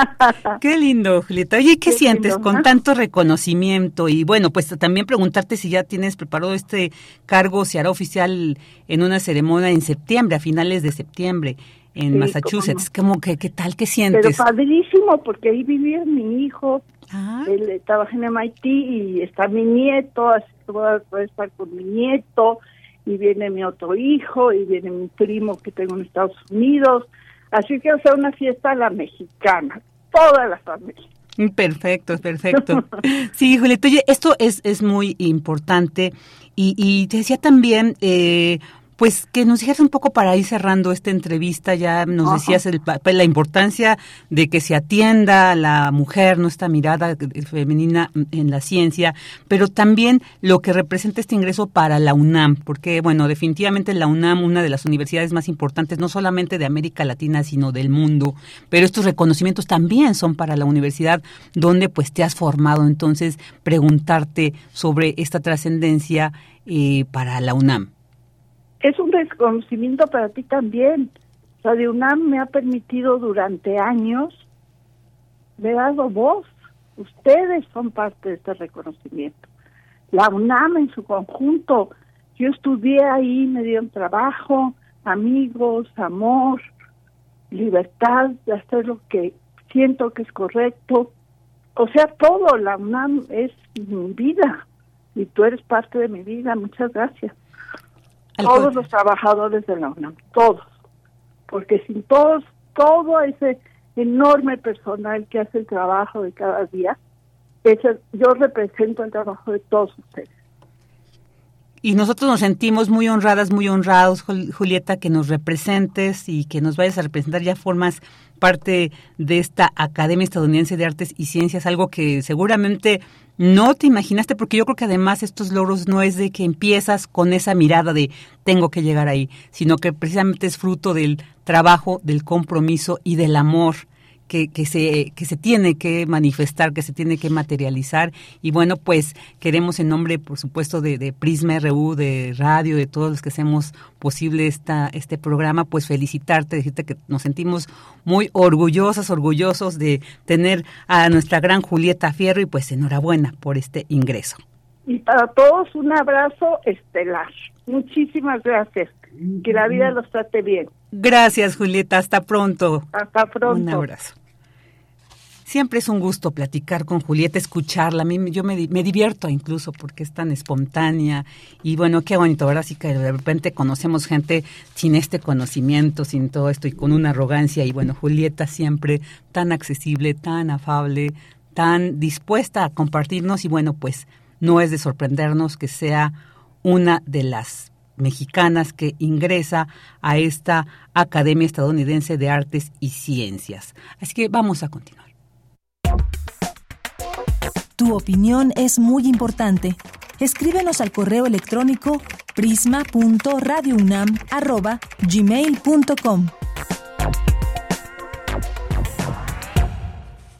Qué lindo, Julieta. Oye, ¿qué, ¿Qué sientes lindo, con ¿no? tanto reconocimiento? Y bueno, pues también preguntarte si ya tienes preparado este cargo, se hará oficial en una ceremonia en septiembre, a finales de septiembre, en sí, Massachusetts. ¿Cómo, no? ¿Qué, ¿Qué tal? ¿Qué sientes?
Pero padrísimo, porque ahí vivía mi hijo, ah. él trabaja en M I T y está mi nieto, así que voy a poder estar con mi nieto, y viene mi otro hijo, y viene mi primo que tengo en Estados Unidos. Así que hacer una fiesta a la mexicana, toda la familia.
Perfecto, perfecto. Sí, Julieta, oye, esto es, es muy importante, y, y te decía también, eh, pues que nos dijeras un poco para ir cerrando esta entrevista, ya nos Ajá. decías el, la importancia de que se atienda a la mujer, nuestra mirada femenina en la ciencia, pero también lo que representa este ingreso para la UNAM, porque bueno, definitivamente la UNAM, una de las universidades más importantes, no solamente de América Latina, sino del mundo, pero estos reconocimientos también son para la universidad donde pues te has formado. Entonces, preguntarte sobre esta trascendencia eh, para la UNAM.
Es un reconocimiento para ti también. Radio UNAM me ha permitido durante años, me ha dado voz. Ustedes son parte de este reconocimiento. La UNAM en su conjunto. Yo estudié ahí, me dieron trabajo, amigos, amor, libertad de hacer lo que siento que es correcto. O sea, todo. La UNAM es mi vida y tú eres parte de mi vida. Muchas gracias. Todos los trabajadores de la UNAM, todos, porque sin todos, todo ese enorme personal que hace el trabajo de cada día, ese, yo represento el trabajo de todos ustedes.
Y nosotros nos sentimos muy honradas, muy honrados, Julieta, que nos representes y que nos vayas a representar. Ya formas parte de esta Academia Estadounidense de Artes y Ciencias, algo que seguramente no te imaginaste, porque yo creo que además estos logros no es de que empiezas con esa mirada de tengo que llegar ahí, sino que precisamente es fruto del trabajo, del compromiso y del amor que, que se que se tiene que manifestar, que se tiene que materializar. Y bueno, pues queremos en nombre, por supuesto, de, de Prisma R U, de radio, de todos los que hacemos posible esta este programa, pues felicitarte, decirte que nos sentimos muy orgullosas, orgullosos de tener a nuestra gran Julieta Fierro, y pues enhorabuena por este ingreso.
Y para todos un abrazo estelar. Muchísimas gracias. Que la vida los trate bien.
Gracias, Julieta. Hasta pronto.
Hasta pronto.
Un abrazo. Siempre es un gusto platicar con Julieta, escucharla. A mí yo me, me divierto incluso porque es tan espontánea. Y bueno, qué bonito, ¿verdad? Así que de repente conocemos gente sin este conocimiento, sin todo esto y con una arrogancia. Y bueno, Julieta siempre tan accesible, tan afable, tan dispuesta a compartirnos. Y bueno, pues no es de sorprendernos que sea una de las mexicanas que ingresa a esta Academia Estadounidense de Artes y Ciencias. Así que vamos a continuar.
Tu opinión es muy importante. Escríbenos al correo electrónico prisma punto radio unam arroba gmail punto com.
Un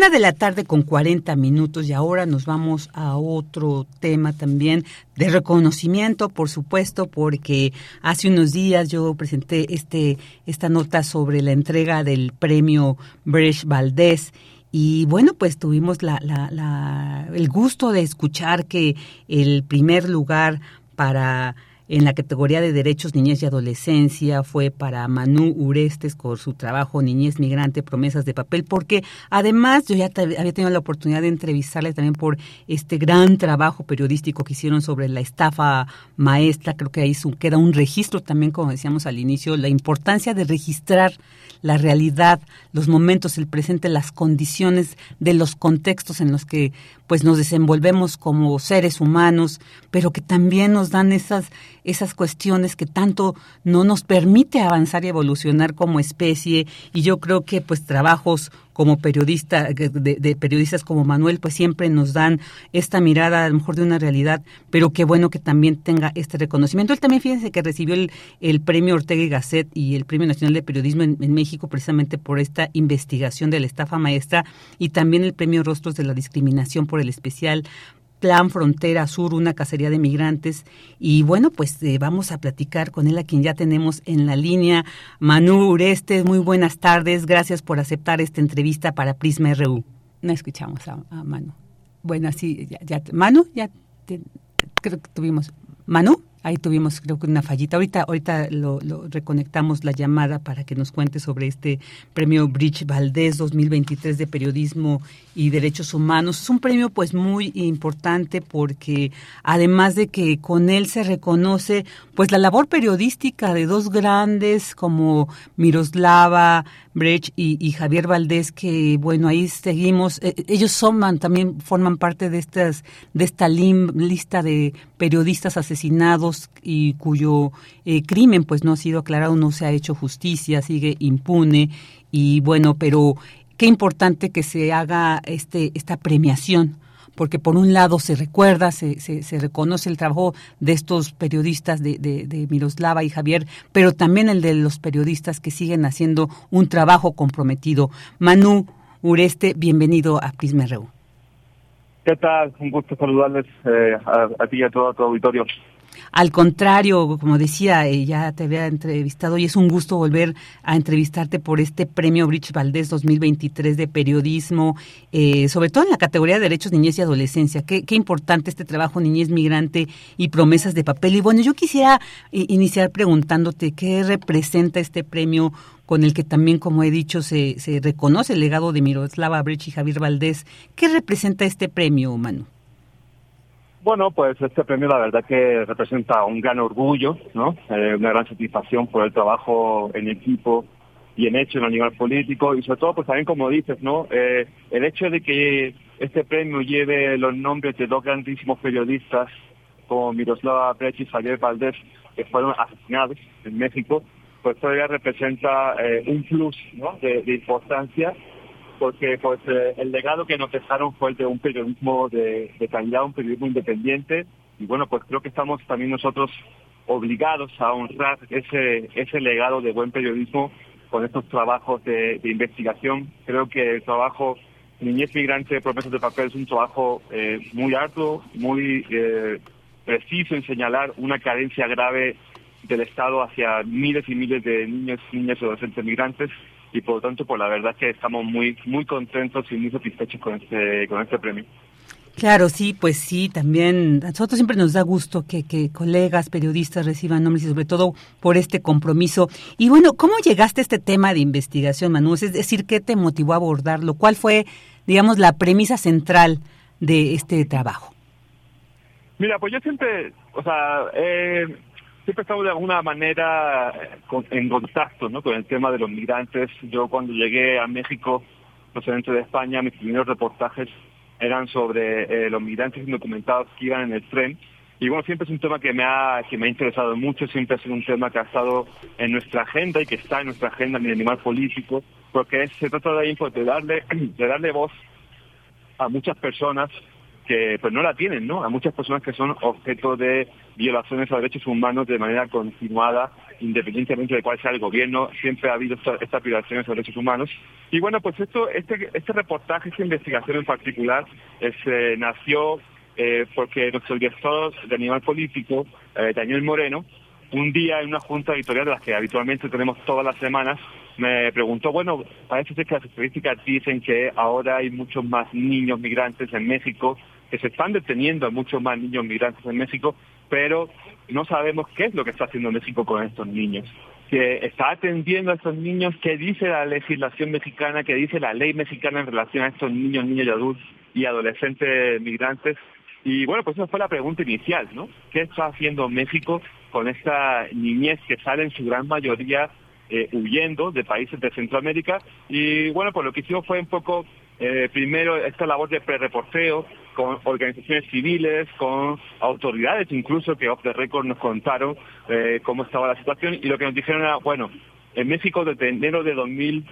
Una de la tarde con cuarenta minutos y ahora nos vamos a otro tema también de reconocimiento, por supuesto, porque hace unos días yo presenté este esta nota sobre la entrega del premio Brecht Valdés. Y bueno, pues tuvimos la, la, la, el gusto de escuchar que el primer lugar para en la categoría de Derechos, Niñez y Adolescencia fue para Manu Urestes con su trabajo Niñez Migrante, Promesas de Papel, porque además yo ya te, había tenido la oportunidad de entrevistarle también por este gran trabajo periodístico que hicieron sobre la estafa maestra. Creo que ahí su, queda un registro también, como decíamos al inicio, la importancia de registrar la realidad, los momentos, el presente, las condiciones de los contextos en los que pues nos desenvolvemos como seres humanos, pero que también nos dan esas esas cuestiones que tanto no nos permite avanzar y evolucionar como especie. Y yo creo que pues trabajos como periodista, de, de periodistas como Manuel, pues siempre nos dan esta mirada a lo mejor de una realidad, pero qué bueno que también tenga este reconocimiento. Él también, fíjense que recibió el, el premio Ortega y Gasset y el Premio Nacional de Periodismo en, en México precisamente por esta investigación de la estafa maestra, y también el premio Rostros de la Discriminación por el especial Plan Frontera Sur, una cacería de migrantes. Y bueno, pues eh, vamos a platicar con él, a quien ya tenemos en la línea. Manu Urestes, muy buenas tardes, gracias por aceptar esta entrevista para Prisma R U. No escuchamos a, a Manu. Bueno, sí, ya, ya Manu, ya te, creo que tuvimos. Manu, ahí tuvimos creo que una fallita. Ahorita, ahorita lo, lo reconectamos la llamada para que nos cuente sobre este premio Brecht Valdés dos mil veintitrés de Periodismo y Derechos Humanos. Es un premio pues muy importante porque además de que con él se reconoce pues la labor periodística de dos grandes como Miroslava Brecht y, y Javier Valdés, que bueno, ahí seguimos. Eh, ellos son, también forman parte de estas de esta lim, lista de periodistas asesinados y cuyo eh, crimen pues no ha sido aclarado, no se ha hecho justicia, sigue impune. Y bueno, pero qué importante que se haga este esta premiación, porque por un lado se recuerda, se, se, se reconoce el trabajo de estos periodistas de, de, de Miroslava y Javier, pero también el de los periodistas que siguen haciendo un trabajo comprometido. Manu Ureste, bienvenido a Prisma R U.
¿Qué tal? Un gusto saludarles eh, a, a ti y a todo tu auditorio.
Al contrario, como decía, eh, ya te había entrevistado y es un gusto volver a entrevistarte por este premio Brecht Valdés dos mil veintitrés de periodismo, eh, sobre todo en la categoría de Derechos, Niñez y Adolescencia. Qué, qué importante este trabajo, Niñez Migrante y Promesas de Papel. Y bueno, yo quisiera eh, iniciar preguntándote qué representa este premio con el que también, como he dicho, se, se reconoce el legado de Miroslava Brecht y Javier Valdés. ¿Qué representa este premio, Manu?
Bueno, pues este premio la verdad que representa un gran orgullo, ¿no? Eh, una gran satisfacción por el trabajo en equipo bien hecho en el nivel político y sobre todo pues también como dices, ¿no? Eh, el hecho de que este premio lleve los nombres de dos grandísimos periodistas como Miroslava Brecht y Javier Valdés, que fueron asesinados en México, pues todavía representa eh, un plus, ¿no? de, de importancia, porque pues eh, el legado que nos dejaron fue el de un periodismo de, de calidad, un periodismo independiente, y bueno, pues creo que estamos también nosotros obligados a honrar ese ese legado de buen periodismo con estos trabajos de, de investigación. Creo que el trabajo Niñez Migrante, Promesas de Papel es un trabajo eh, muy arduo, muy eh, preciso en señalar una carencia grave del Estado hacia miles y miles de niños, niñas y adolescentes migrantes, y por lo tanto, pues la verdad es que estamos muy muy contentos y muy satisfechos con este con este premio.
Claro, sí, pues sí, también a nosotros siempre nos da gusto que, que colegas periodistas reciban nombres y sobre todo por este compromiso. Y bueno, ¿cómo llegaste a este tema de investigación, Manu? Es decir, ¿qué te motivó a abordarlo? ¿Cuál fue, digamos, la premisa central de este trabajo?
Mira, pues yo siempre, o sea, eh, siempre he estado de alguna manera con, en contacto, ¿no? con el tema de los migrantes. Yo cuando llegué a México, procedente de España, mis primeros reportajes eran sobre eh, los migrantes indocumentados que iban en el tren. Y bueno, siempre es un tema que me ha que me ha interesado mucho, siempre ha sido un tema que ha estado en nuestra agenda y que está en nuestra agenda en el animal político, porque se trata de, de, darle, de darle voz a muchas personas que pues no la tienen, ¿no? A muchas personas que son objeto de violaciones a derechos humanos de manera continuada, independientemente de cuál sea el gobierno, siempre ha habido esta, estas violaciones a derechos humanos. Y bueno, pues esto, este, este reportaje, esta investigación en particular, es, eh, nació eh, porque nuestro director de Animal Político, eh, Daniel Moreno, un día en una junta editorial de las que habitualmente tenemos todas las semanas, me preguntó, bueno, parece ser que las estadísticas dicen que ahora hay muchos más niños migrantes en México, que se están deteniendo a muchos más niños migrantes en México, pero no sabemos qué es lo que está haciendo México con estos niños. Que está atendiendo a estos niños, qué dice la legislación mexicana, qué dice la ley mexicana en relación a estos niños, niños y adultos y adolescentes migrantes. Y bueno, pues esa fue la pregunta inicial, ¿no? ¿Qué está haciendo México con esta niñez que sale en su gran mayoría eh, huyendo de países de Centroamérica? Y bueno, pues lo que hicimos fue un poco, eh, primero, esta labor de pre-reporteo con organizaciones civiles, con autoridades incluso que off the record nos contaron eh, cómo estaba la situación, y lo que nos dijeron era, bueno, en México desde enero de dos mil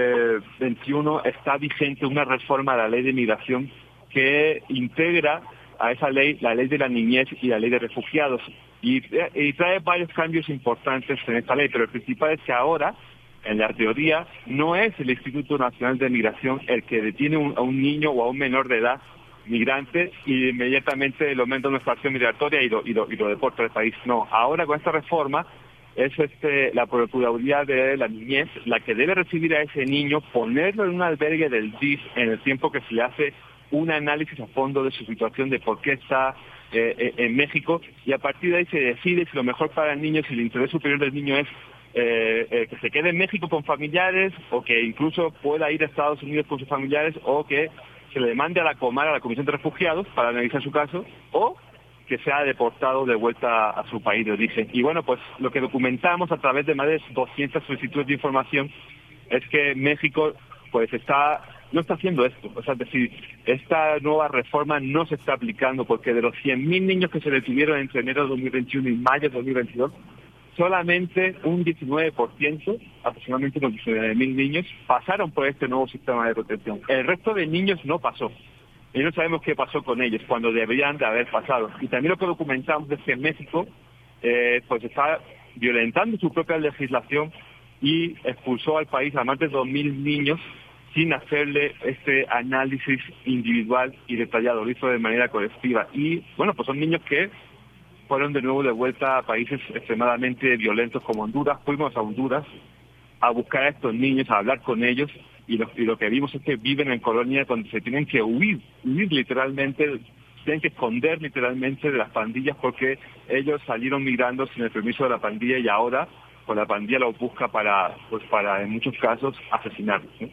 veintiuno está vigente una reforma a la ley de migración que integra a esa ley la ley de la niñez y la ley de refugiados, y, y trae varios cambios importantes en esta ley, pero el principal es que ahora, en la teoría, no es el Instituto Nacional de Migración el que detiene un, a un niño o a un menor de edad migrante y inmediatamente lo manda a una estación migratoria y lo, y lo, y lo deporta del país. No, ahora con esta reforma es este la Procuraduría de la Niñez la que debe recibir a ese niño, ponerlo en un albergue del D I F en el tiempo que se le hace un análisis a fondo de su situación, de por qué está eh, en México, y a partir de ahí se decide si lo mejor para el niño, si el interés superior del niño es eh, eh, que se quede en México con familiares, o que incluso pueda ir a Estados Unidos con sus familiares, o que se le mande a la Comar, a la Comisión de Refugiados, para analizar su caso, o que sea deportado de vuelta a su país de origen. Y bueno, pues lo que documentamos a través de más de doscientas solicitudes de información es que México pues está no está haciendo esto. O sea, es decir, esta nueva reforma no se está aplicando, porque de los cien mil niños que se detuvieron entre enero de dos mil veintiuno y mayo de dos mil veintidós, solamente un diecinueve por ciento, aproximadamente unos diecinueve mil niños, pasaron por este nuevo sistema de protección. El resto de niños no pasó. Y no sabemos qué pasó con ellos, cuando deberían de haber pasado. Y también lo que documentamos es que México eh, pues está violentando su propia legislación y expulsó al país a más de dos mil niños sin hacerle este análisis individual y detallado. Lo hizo de manera colectiva. Y bueno, pues son niños que fueron de nuevo de vuelta a países extremadamente violentos como Honduras. Fuimos a Honduras a buscar a estos niños, a hablar con ellos, y lo, y lo que vimos es que viven en colonias donde se tienen que huir, huir literalmente, tienen que esconder literalmente de las pandillas, porque ellos salieron migrando sin el permiso de la pandilla y ahora pues la pandilla los busca para, pues para en muchos casos asesinarlos, ¿no?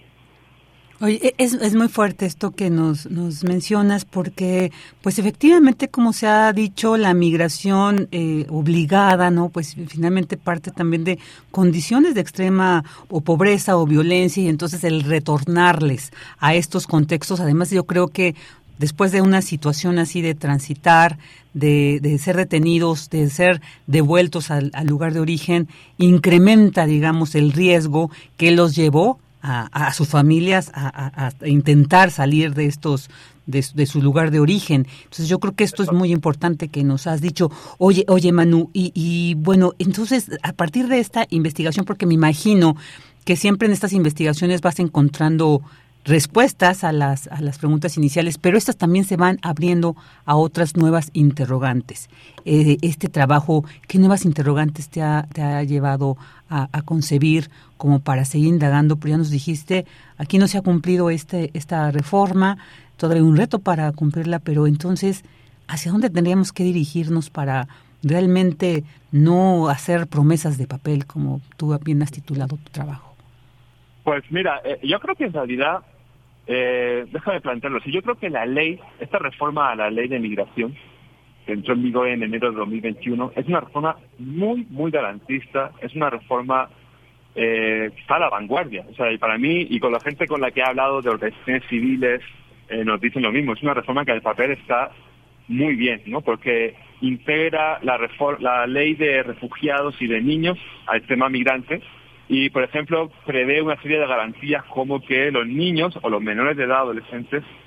Oye, es, es muy fuerte esto que nos, nos mencionas, porque pues efectivamente, como se ha dicho, la migración eh, obligada, ¿no? Pues finalmente parte también de condiciones de extrema o pobreza o violencia, y entonces el retornarles a estos contextos, además yo creo que después de una situación así de transitar, de, de ser detenidos, de ser devueltos al, al lugar de origen, incrementa, digamos, el riesgo que los llevó A, a sus familias a, a, a intentar salir de estos de, de su lugar de origen. Entonces yo creo que esto es muy importante que nos has dicho. Oye, oye Manu, y, y bueno, entonces a partir de esta investigación, porque me imagino que siempre en estas investigaciones vas encontrando respuestas a las a las preguntas iniciales, pero estas también se van abriendo a otras nuevas interrogantes. Eh, este trabajo, ¿qué nuevas interrogantes te ha, te ha llevado a, a concebir como para seguir indagando? Pero ya nos dijiste, aquí no se ha cumplido este esta reforma, todavía hay un reto para cumplirla, pero entonces, ¿hacia dónde tendríamos que dirigirnos para realmente no hacer promesas de papel, como tú bien has titulado tu trabajo?
Pues mira, eh, yo creo que en realidad, eh, déjame plantearlo así, yo creo que la ley, esta reforma a la ley de migración, que entró en vigor en enero de dos mil veintiuno, es una reforma muy, muy garantista, es una reforma eh, que está a la vanguardia. O sea, y para mí, y con la gente con la que he hablado de organizaciones civiles, eh, nos dicen lo mismo, es una reforma que en el papel está muy bien, ¿no? Porque integra la, reforma, la ley de refugiados y de niños al tema migrante, y, por ejemplo, prevé una serie de garantías como que los niños o los menores de edad, adolescentes,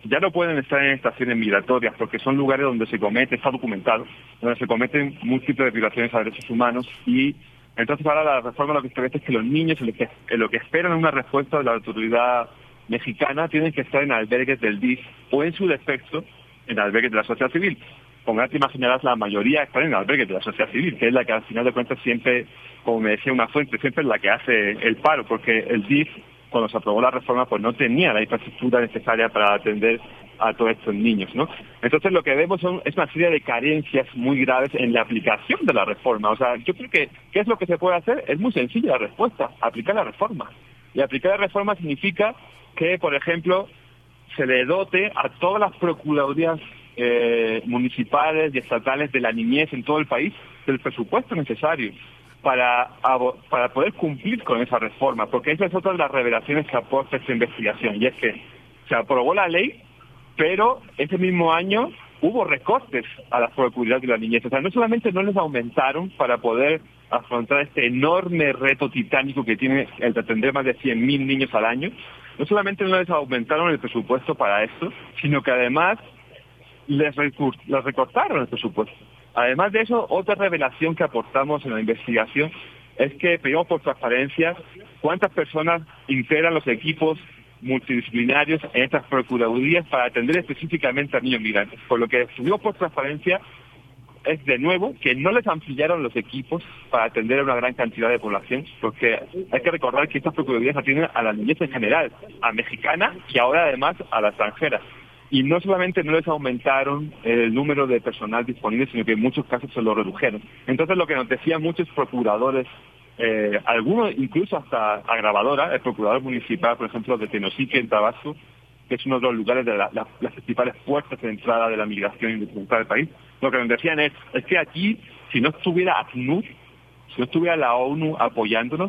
ya no pueden estar en estaciones migratorias porque son lugares donde se comete, está documentado, donde se cometen múltiples violaciones a derechos humanos. Y entonces ahora la reforma lo que establece es que los niños en lo que, en lo que esperan una respuesta de la autoridad mexicana tienen que estar en albergues del D I F o en su defecto en albergues de la sociedad civil. Como ya te imaginarás, la mayoría están en albergues de la sociedad civil, que es la que al final de cuentas siempre, como me decía una fuente, siempre es la que hace el paro, porque el D I F, cuando se aprobó la reforma, pues no tenía la infraestructura necesaria para atender a todos estos niños, ¿no? Entonces lo que vemos son, es una serie de carencias muy graves en la aplicación de la reforma. O sea, yo creo que, ¿qué es lo que se puede hacer? Es muy sencilla la respuesta, aplicar la reforma. Y aplicar la reforma significa que, por ejemplo, se le dote a todas las procuradurías eh, municipales y estatales de la niñez en todo el país del presupuesto necesario para, para poder cumplir con esa reforma, porque esa es otra de las revelaciones que aporta esta investigación, y es que se aprobó la ley, pero ese mismo año hubo recortes a las procuradurías de la niñez. O sea, no solamente no les aumentaron para poder afrontar este enorme reto titánico que tiene el de atender más de cien mil niños al año, no solamente no les aumentaron el presupuesto para esto, sino que además les, recur- les recortaron el presupuesto. Además de eso, otra revelación que aportamos en la investigación es que pedimos por transparencia cuántas personas integran los equipos multidisciplinarios en estas procuradurías para atender específicamente a niños migrantes. Por lo que pedimos por transparencia es, de nuevo, que no les ampliaron los equipos para atender a una gran cantidad de población, porque hay que recordar que estas procuradurías atienden a la niñez en general, a mexicana y ahora además a la extranjera. Y no solamente no les aumentaron el número de personal disponible, sino que en muchos casos se lo redujeron. Entonces lo que nos decían muchos procuradores, eh, algunos incluso hasta agravadora, el procurador municipal, por ejemplo, de Tenosique, en Tabasco, que es uno de los lugares de la, la, las principales puertas de entrada de la migración indocumentada del país, lo que nos decían es, es que aquí, si no estuviera ACNUR, si no estuviera la ONU apoyándonos,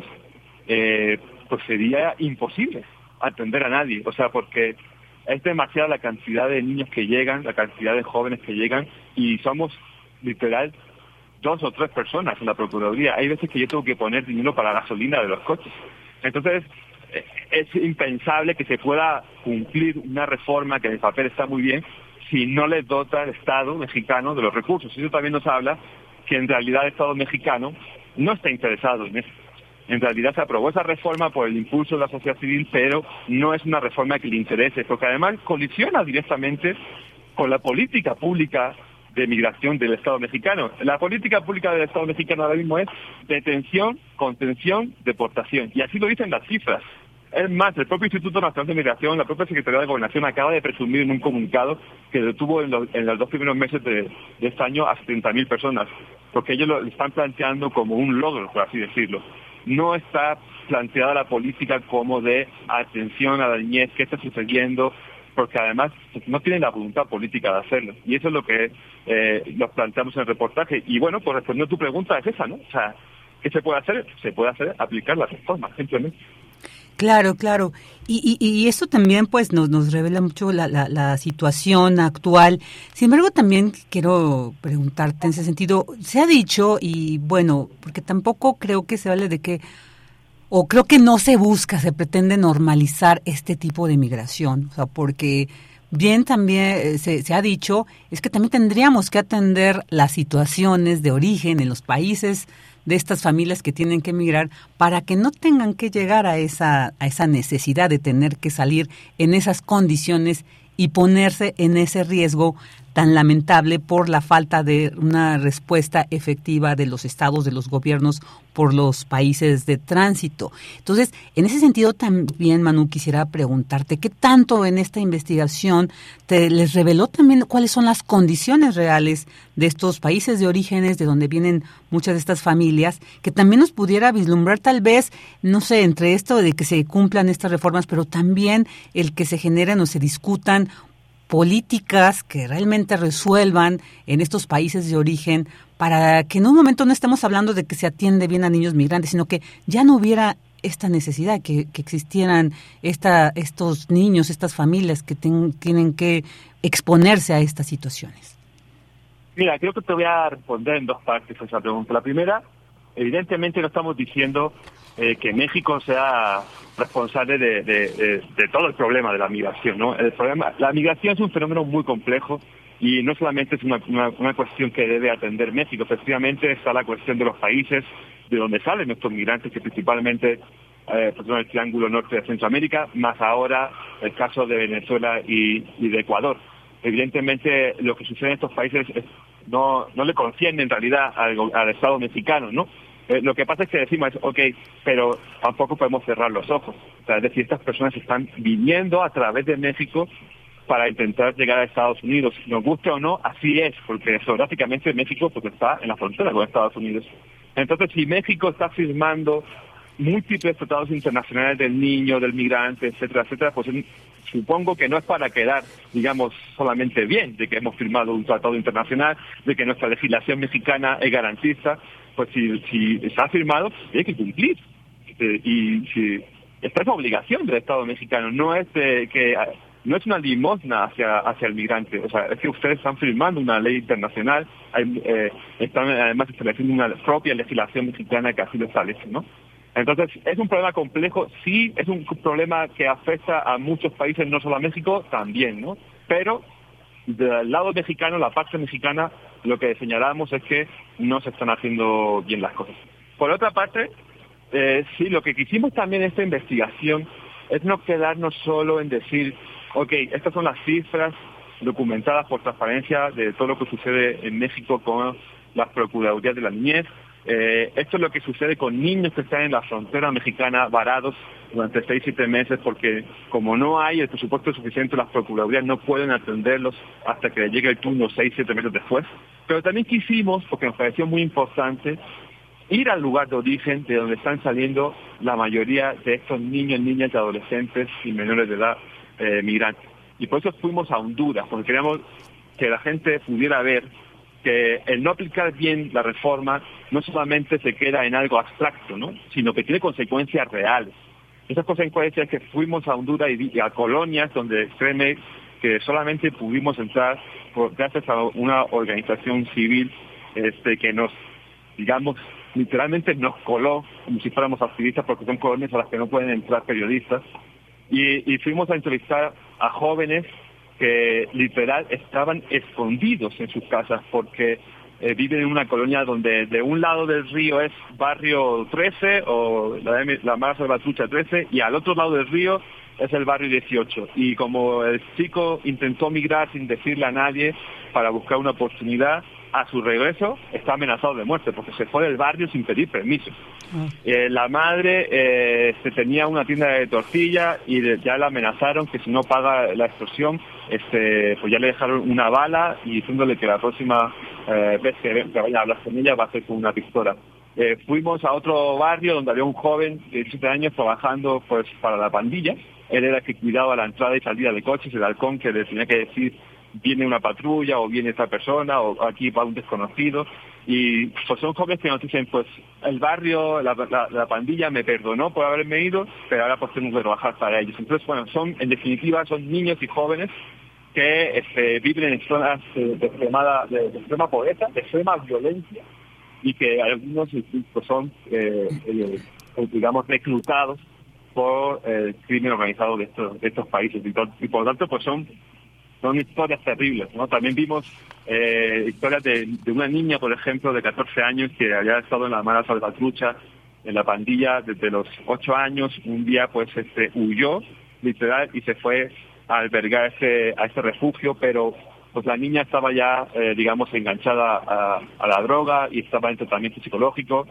eh, pues sería imposible atender a nadie. O sea, porque es demasiada la cantidad de niños que llegan, la cantidad de jóvenes que llegan, y somos, literal, dos o tres personas en la Procuraduría. Hay veces que yo tengo que poner dinero para la gasolina de los coches. Entonces, es impensable que se pueda cumplir una reforma que en el papel está muy bien si no le dota al Estado mexicano de los recursos. Eso también nos habla que en realidad el Estado mexicano no está interesado en eso. En realidad se aprobó esa reforma por el impulso de la sociedad civil, pero no es una reforma que le interese, porque además colisiona directamente con la política pública de migración del Estado mexicano. La política pública del Estado mexicano ahora mismo es detención, contención, deportación. Y así lo dicen las cifras. Es más, el propio Instituto Nacional de Migración, la propia Secretaría de Gobernación acaba de presumir en un comunicado que detuvo en los, en los dos primeros meses de, de este año a setenta mil personas, porque ellos lo están planteando como un logro, por así decirlo. No está planteada la política como de atención a la niñez, qué está sucediendo, porque además no tienen la voluntad política de hacerlo. Y eso es lo que eh, nos planteamos en el reportaje. Y bueno, pues respondiendo a tu pregunta es esa, ¿no? O sea, ¿qué se puede hacer? Se puede hacer aplicar las reformas, simplemente.
Claro, claro. Y, y, y esto también pues nos, nos revela mucho la, la, la situación actual. Sin embargo, también quiero preguntarte en ese sentido, se ha dicho, y bueno, porque tampoco creo que se hable de que, o creo que no se busca, se pretende normalizar este tipo de migración, o sea, porque bien también se, se ha dicho, es que también tendríamos que atender las situaciones de origen en los países de estas familias que tienen que emigrar para que no tengan que llegar a esa, a esa necesidad de tener que salir en esas condiciones y ponerse en ese riesgo tan lamentable por la falta de una respuesta efectiva de los estados, de los gobiernos por los países de tránsito. Entonces, en ese sentido también, Manu, quisiera preguntarte, ¿qué tanto en esta investigación te les reveló también cuáles son las condiciones reales de estos países de orígenes, de donde vienen muchas de estas familias, que también nos pudiera vislumbrar tal vez, no sé, entre esto de que se cumplan estas reformas, pero también el que se generen o se discutan políticas que realmente resuelvan en estos países de origen para que en un momento no estemos hablando de que se atiende bien a niños migrantes, sino que ya no hubiera esta necesidad, que, que existieran esta, estos niños, estas familias que ten, tienen que exponerse a estas situaciones.
Mira, creo que te voy a responder en dos partes a esa pregunta. La primera, evidentemente no estamos diciendo eh, que México sea responsable de, de, de, de todo el problema de la migración, ¿no? El problema, la migración es un fenómeno muy complejo y no solamente es una, una, una cuestión que debe atender México, efectivamente está la cuestión de los países de donde salen nuestros migrantes, que principalmente eh, pues son el Triángulo Norte de Centroamérica, más ahora el caso de Venezuela y, y de Ecuador. Evidentemente lo que sucede en estos países es, no, no le concierne en realidad al, al Estado mexicano, ¿no? Eh, lo que pasa es que decimos, ok, pero tampoco podemos cerrar los ojos. O sea, es decir, estas personas están viniendo a través de México para intentar llegar a Estados Unidos. Nos guste o no, así es, porque geográficamente México pues, está en la frontera con Estados Unidos. Entonces, si México está firmando múltiples tratados internacionales del niño, del migrante, etcétera, etcétera, pues supongo que no es para quedar, digamos, solamente bien de que hemos firmado un tratado internacional, de que nuestra legislación mexicana es garantista. Pues si, si está firmado, hay que cumplir. Eh, y si esta es la obligación del Estado mexicano, no es de que no es una limosna hacia hacia el migrante. O sea, es que ustedes están firmando una ley internacional, hay, eh, están además estableciendo una propia legislación mexicana que así lo establece, ¿no? Entonces, es un problema complejo, sí, es un problema que afecta a muchos países, no solo a México, también, ¿no? Pero del lado mexicano, la parte mexicana, lo que señalamos es que no se están haciendo bien las cosas. Por otra parte, eh, sí, lo que quisimos también en esta investigación es no quedarnos solo en decir, ok, estas son las cifras documentadas por transparencia de todo lo que sucede en México con las Procuradurías de la Niñez. Eh, esto es lo que sucede con niños que están en la frontera mexicana varados durante seis, siete meses porque como no hay el presupuesto suficiente, las procuradurías no pueden atenderlos hasta que llegue el turno seis, siete meses después. Pero también quisimos, porque nos pareció muy importante, ir al lugar de origen de donde están saliendo la mayoría de estos niños, niñas y adolescentes y menores de edad eh, migrantes. Y por eso fuimos a Honduras, porque queríamos que la gente pudiera ver que el no aplicar bien la reforma no solamente se queda en algo abstracto, ¿no? Sino que tiene consecuencias reales. Esas consecuencias que fuimos a Honduras y a colonias donde, créeme, que solamente pudimos entrar por, gracias a una organización civil este, que nos, digamos, literalmente nos coló como si fuéramos activistas porque son colonias a las que no pueden entrar periodistas. Y, y fuimos a entrevistar a jóvenes que literal estaban escondidos en sus casas porque eh, viven en una colonia donde de un lado del río es barrio trece o la, la Marza de la Trucha trece y al otro lado del río es el barrio dieciocho. Y como el chico intentó migrar sin decirle a nadie para buscar una oportunidad, a su regreso está amenazado de muerte porque se fue del barrio sin pedir permiso. Oh. Eh, la madre eh, se tenía una tienda de tortilla y de, ya la amenazaron que si no paga la extorsión, este, pues ya le dejaron una bala y diciéndole que la próxima eh, vez que, que vaya a hablar con ella va a ser con una pistola. Eh, fuimos a otro barrio donde había un joven de diecisiete años trabajando pues para la pandilla. Él era el que cuidaba la entrada y salida de coches, el halcón que le tenía que decir viene una patrulla o viene esta persona o aquí va un desconocido y pues son jóvenes que nos dicen pues el barrio, la, la, la pandilla me perdonó por haberme ido, pero ahora pues tengo que trabajar para ellos. Entonces bueno, son en definitiva son niños y jóvenes que este, viven en zonas de, de, extremada, de, de extrema pobreza, de extrema violencia y que algunos pues, son eh, eh, digamos reclutados por el crimen organizado de estos, de estos países y, todo, y por lo tanto pues son son historias terribles, ¿no? También vimos eh, historias de, de una niña, por ejemplo, de catorce años que había estado en la Mara Salvatrucha, en la pandilla desde los ocho años. Un día, pues, este huyó, literal, y se fue a albergarse a ese refugio, pero pues la niña estaba ya, eh, digamos, enganchada a, a la droga y estaba en tratamiento psicológico.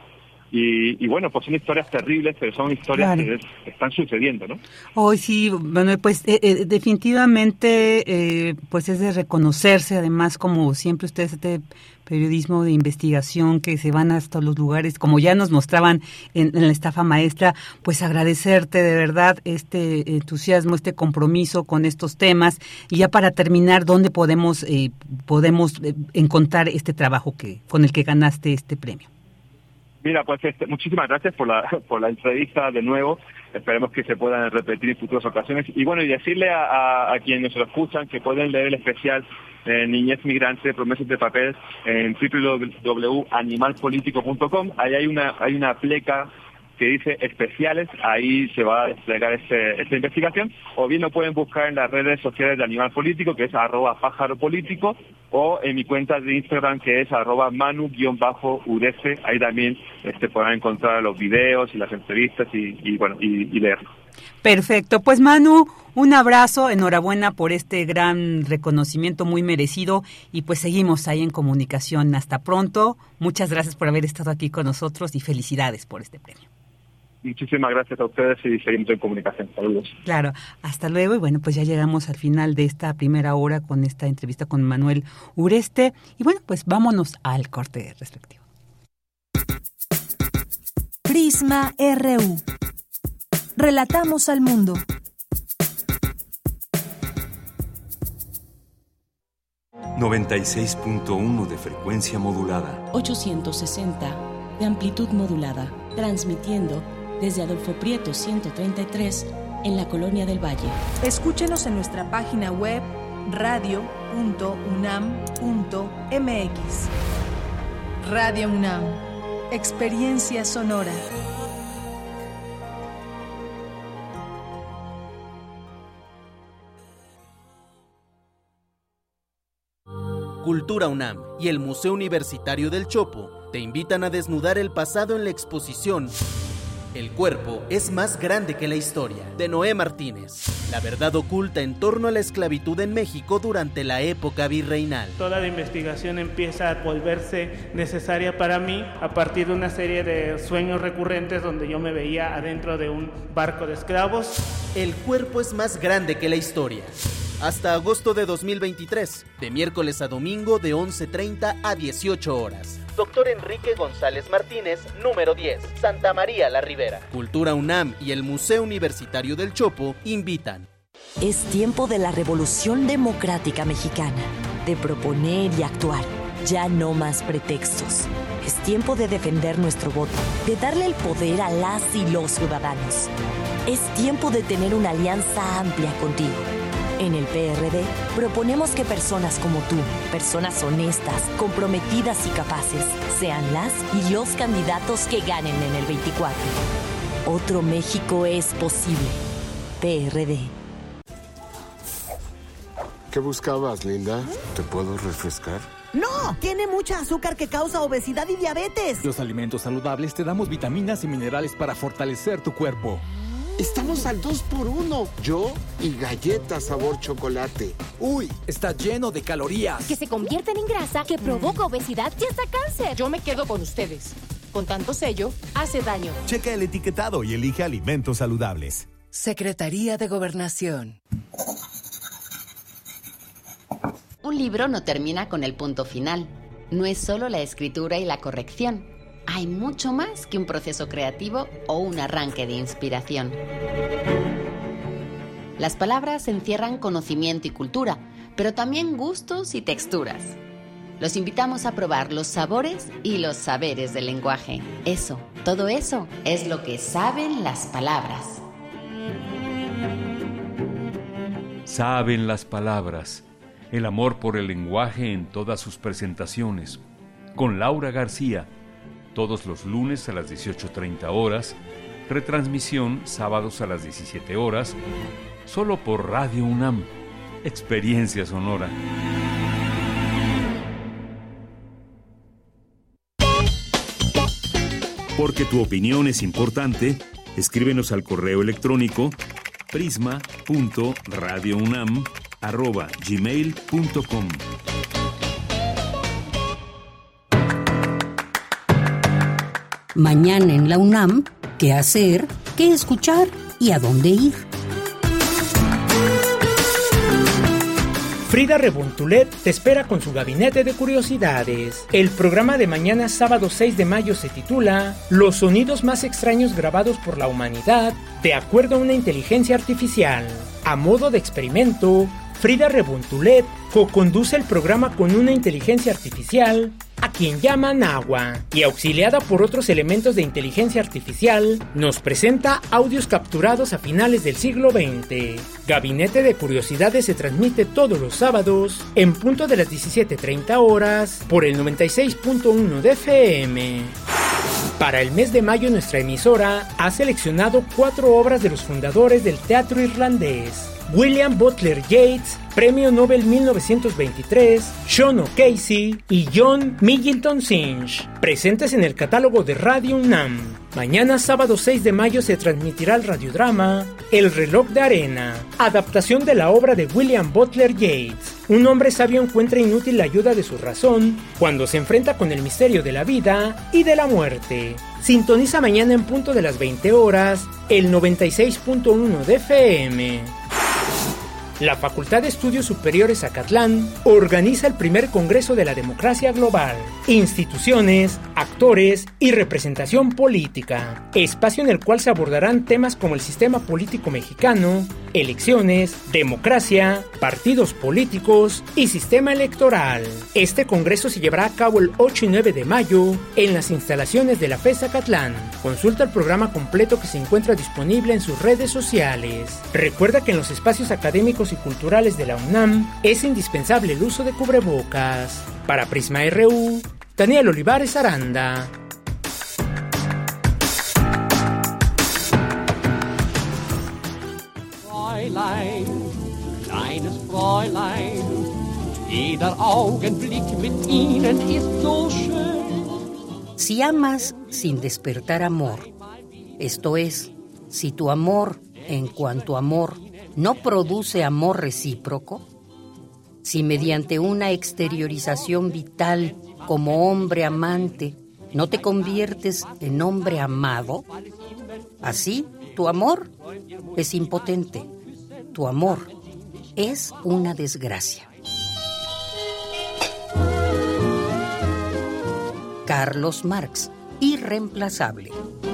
Y, y bueno, pues son historias terribles, pero son historias claro. que es, están sucediendo, ¿no?
Hoy sí, bueno, pues eh, eh, definitivamente eh, pues es de reconocerse, además, como siempre ustedes, este periodismo de investigación que se van hasta los lugares, como ya nos mostraban en, en la estafa maestra, pues agradecerte de verdad este entusiasmo, este compromiso con estos temas. Y ya para terminar, ¿dónde podemos, eh, podemos eh, encontrar este trabajo que con el que ganaste este premio?
Mira, pues este, muchísimas gracias por la por la entrevista de nuevo. Esperemos que se puedan repetir en futuras ocasiones. Y bueno, y decirle a, a, a quienes nos escuchan que pueden leer el especial eh, Niñez Migrante, Promesas de Papel en doble u doble u doble u punto animal político punto com. Ahí hay una hay una pleca que dice especiales, ahí se va a desplegar este, esta investigación, o bien lo pueden buscar en las redes sociales de Animal Político, que es arroba pájaro político, o en mi cuenta de Instagram, que es arroba manu-urece, ahí también este, podrán encontrar los videos y las entrevistas y, y bueno, y, y leerlo.
Perfecto, pues Manu, un abrazo, enhorabuena por este gran reconocimiento muy merecido y pues seguimos ahí en comunicación. Hasta pronto, muchas gracias por haber estado aquí con nosotros y felicidades por este premio.
Muchísimas gracias a ustedes y seguimos en comunicación. Saludos.
Claro, hasta luego y bueno, pues ya llegamos al final de esta primera hora con esta entrevista con Manuel Ureste y bueno, pues vámonos al corte respectivo.
Prisma R U. Relatamos al mundo.
noventa y seis punto uno de frecuencia modulada.
ochocientos sesenta de amplitud modulada. Transmitiendo desde Adolfo Prieto ciento treinta y tres en la Colonia del Valle.
Escúchenos en nuestra página web radio punto unam punto m x. Radio UNAM. Experiencia sonora.
Cultura UNAM y el Museo Universitario del Chopo te invitan a desnudar el pasado en la exposición El cuerpo es más grande que la historia, de Noé Martínez. La verdad oculta en torno a la esclavitud en México durante la época virreinal.
Toda la investigación empieza a volverse necesaria para mí a partir de una serie de sueños recurrentes donde yo me veía adentro de un barco de esclavos.
El cuerpo es más grande que la historia. Hasta agosto de dos mil veintitrés, de miércoles a domingo de once treinta a dieciocho horas. Doctor Enrique González Martínez, número diez, Santa María la Ribera. Cultura UNAM y el Museo Universitario del Chopo invitan.
Es tiempo de la Revolución Democrática Mexicana, de proponer y actuar. Ya no más pretextos. Es tiempo de defender nuestro voto, de darle el poder a las y los ciudadanos. Es tiempo de tener una alianza amplia contigo. En el P R D proponemos que personas como tú, personas honestas, comprometidas y capaces, sean las y los candidatos que ganen en el veinticuatro. Otro México es posible. P R D.
¿Qué buscabas, Linda? ¿Te puedo refrescar?
¡No! Tiene mucha azúcar que causa obesidad y diabetes.
Los alimentos saludables te damos vitaminas y minerales para fortalecer tu cuerpo.
Estamos al dos por uno. Yo y galletas sabor chocolate.
Uy, está lleno de calorías.
Que se convierten en grasa, que provoca obesidad y hasta cáncer. Yo me quedo con ustedes. Con tanto sello, hace daño.
Checa el etiquetado y elige alimentos saludables.
Secretaría de Gobernación.
Un libro no termina con el punto final. No es solo la escritura y la corrección. Hay mucho más que un proceso creativo o un arranque de inspiración. Las palabras encierran conocimiento y cultura, pero también gustos y texturas. Los invitamos a probar los sabores y los saberes del lenguaje. Eso, todo eso, es lo que saben las palabras.
Saben las palabras. El amor por el lenguaje en todas sus presentaciones. Con Laura García. Todos los lunes a las dieciocho treinta horas, retransmisión sábados a las diecisiete horas, solo por Radio UNAM, Experiencia Sonora. Porque tu opinión es importante, escríbenos al correo electrónico prisma punto radio unam arroba gmail punto com.
Mañana en la UNAM, ¿qué hacer, qué escuchar y a dónde ir?
Frida Rebontulet te espera con su gabinete de curiosidades. El programa de mañana sábado seis de mayo se titula Los sonidos más extraños grabados por la humanidad de acuerdo a una inteligencia artificial. A modo de experimento, Frida Rebontulet co-conduce el programa con una inteligencia artificial a quien llaman Agua, y auxiliada por otros elementos de inteligencia artificial, nos presenta audios capturados a finales del siglo veinte. Gabinete de Curiosidades se transmite todos los sábados, en punto de las diecisiete treinta horas, por el noventa y seis punto uno de F M. Para el mes de mayo, nuestra emisora ha seleccionado cuatro obras de los fundadores del teatro irlandés: William Butler Yeats, Premio Nobel mil novecientos veintitrés, Sean O'Casey y John Millington Synge, presentes en el catálogo de Radio UNAM. Mañana, sábado seis de mayo, se transmitirá el radiodrama El reloj de arena, adaptación de la obra de William Butler Yeats. Un hombre sabio encuentra inútil la ayuda de su razón cuando se enfrenta con el misterio de la vida y de la muerte. Sintoniza mañana en punto de las veinte horas el noventa y seis punto uno de F M. La Facultad de Estudios Superiores Acatlán organiza el primer Congreso de la Democracia Global, Instituciones, Actores y Representación Política, espacio en el cual se abordarán temas como el sistema político mexicano, elecciones, democracia, partidos políticos y sistema electoral. Este congreso se llevará a cabo el ocho y nueve de mayo en las instalaciones de la FES Acatlán. Consulta el programa completo que se encuentra disponible en sus redes sociales. Recuerda que en los espacios académicos y culturales de la UNAM es indispensable el uso de cubrebocas. Para Prisma R U, Daniel Olivares Aranda.
Fräulein, kleines Fräulein, jeder Augenblick mit Ihnen ist so schön.
Si amas sin despertar amor, esto es, si tu amor, en cuanto amor, no produce amor recíproco, si mediante una exteriorización vital como hombre amante no te conviertes en hombre amado, así tu amor es impotente, tu amor es una desgracia. Carlos Marx, irreemplazable.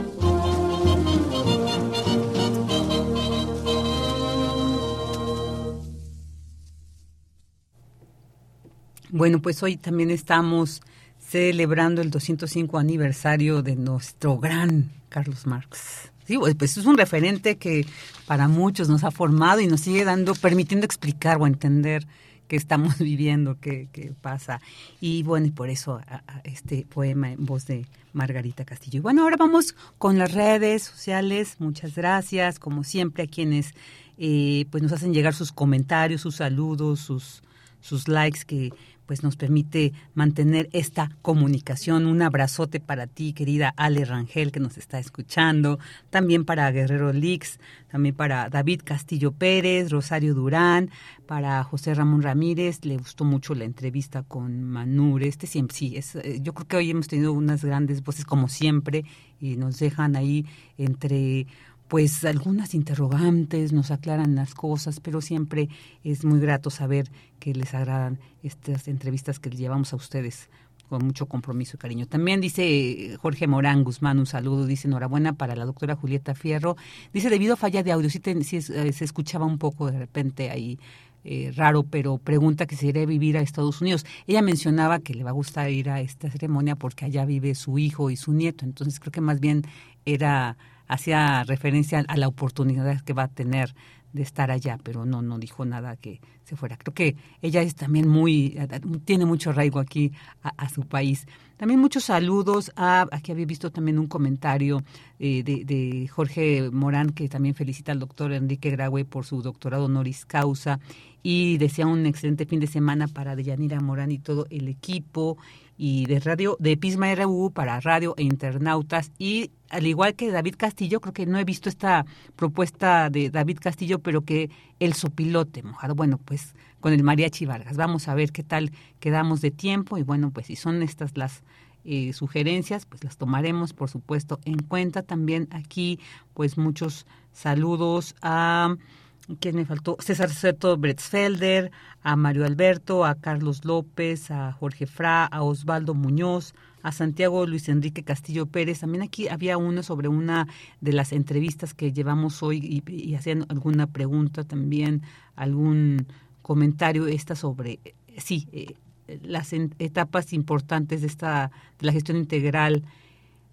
Bueno, pues hoy también estamos celebrando el doscientos cinco aniversario de nuestro gran Carlos Marx. Sí, pues es un referente que para muchos nos ha formado y nos sigue dando, permitiendo explicar o entender qué estamos viviendo, qué, qué pasa. Y bueno, y por eso a, a este poema en voz de Margarita Castillo. Y bueno, ahora vamos con las redes sociales. Muchas gracias, como siempre, a quienes eh, pues nos hacen llegar sus comentarios, sus saludos, sus, sus likes que pues nos permite mantener esta comunicación. Un abrazote para ti, querida Ale Rangel, que nos está escuchando, también para Guerrero Lix, también para David Castillo Pérez, Rosario Durán, para José Ramón Ramírez. Le gustó mucho la entrevista con Manure. Este siempre, sí, es, yo creo que hoy hemos tenido unas grandes voces como siempre y nos dejan ahí entre pues algunas interrogantes, nos aclaran las cosas, pero siempre es muy grato saber que les agradan estas entrevistas que les llevamos a ustedes con mucho compromiso y cariño. También dice Jorge Morán Guzmán, un saludo, dice enhorabuena para la doctora Julieta Fierro. Dice, debido a falla de audio, sí, te, sí eh, se escuchaba un poco de repente ahí eh, raro, pero pregunta que si irá a vivir a Estados Unidos. Ella mencionaba que le va a gustar ir a esta ceremonia porque allá vive su hijo y su nieto, entonces creo que más bien era... hacía referencia a la oportunidad que va a tener de estar allá, pero no no dijo nada que se fuera. Creo que ella es también muy, tiene mucho arraigo aquí a, a su país. También muchos saludos a, aquí había visto también un comentario eh, de, de Jorge Morán, que también felicita al doctor Enrique Graue por su doctorado honoris causa y desea un excelente fin de semana para Deyanira Morán y todo el equipo, y de radio, de Pisma R U para radio e internautas. Y al igual que David Castillo, creo que no he visto esta propuesta de David Castillo, pero que el sopilote mojado, bueno, pues con el Mariachi Vargas. Vamos a ver qué tal quedamos de tiempo, y bueno, pues si son estas las eh, sugerencias, pues las tomaremos, por supuesto, en cuenta. También aquí, pues muchos saludos a... ¿Quién me faltó? César Certo Bretzfelder, a Mario Alberto, a Carlos López, a Jorge Fra, a Osvaldo Muñoz, a Santiago Luis Enrique Castillo Pérez. También aquí había uno sobre una de las entrevistas que llevamos hoy y, y hacían alguna pregunta también, algún comentario esta sobre, sí, eh, las en, etapas importantes de esta de la gestión integral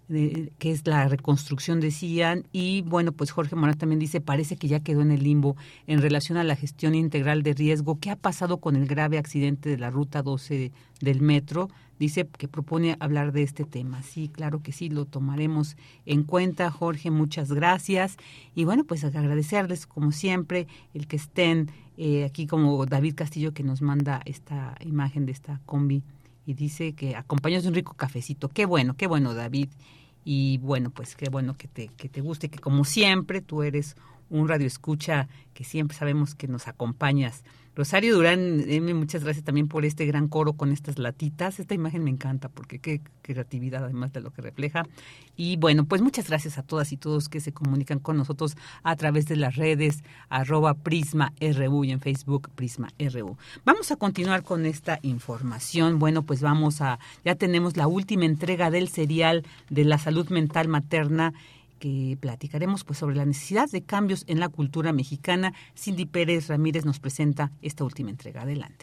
de, que es la reconstrucción, decían. Y bueno, pues Jorge Morán también dice, parece que ya quedó en el limbo en relación a la gestión integral de riesgo. ¿Qué ha pasado con el grave accidente de la ruta doce del metro? Dice que propone hablar de este tema. Sí, claro que sí, lo tomaremos en cuenta, Jorge, muchas gracias. Y bueno, pues agradecerles, como siempre, el que estén eh, aquí, como David Castillo, que nos manda esta imagen de esta combi y dice que acompañados de un rico cafecito. Qué bueno, qué bueno, David. Y bueno, pues qué bueno que te, que te guste, que como siempre tú eres un radioescucha que siempre sabemos que nos acompañas. Rosario Durán, Emi, muchas gracias también por este gran coro con estas latitas. Esta imagen me encanta porque qué creatividad, además de lo que refleja. Y bueno, pues muchas gracias a todas y todos que se comunican con nosotros a través de las redes, arroba Prisma R U y en Facebook Prisma R U. Vamos a continuar con esta información. Bueno, pues vamos a, ya tenemos la última entrega del serial de la salud mental materna, que platicaremos pues sobre la necesidad de cambios en la cultura mexicana. Cindy Pérez Ramírez nos presenta esta última entrega. Adelante.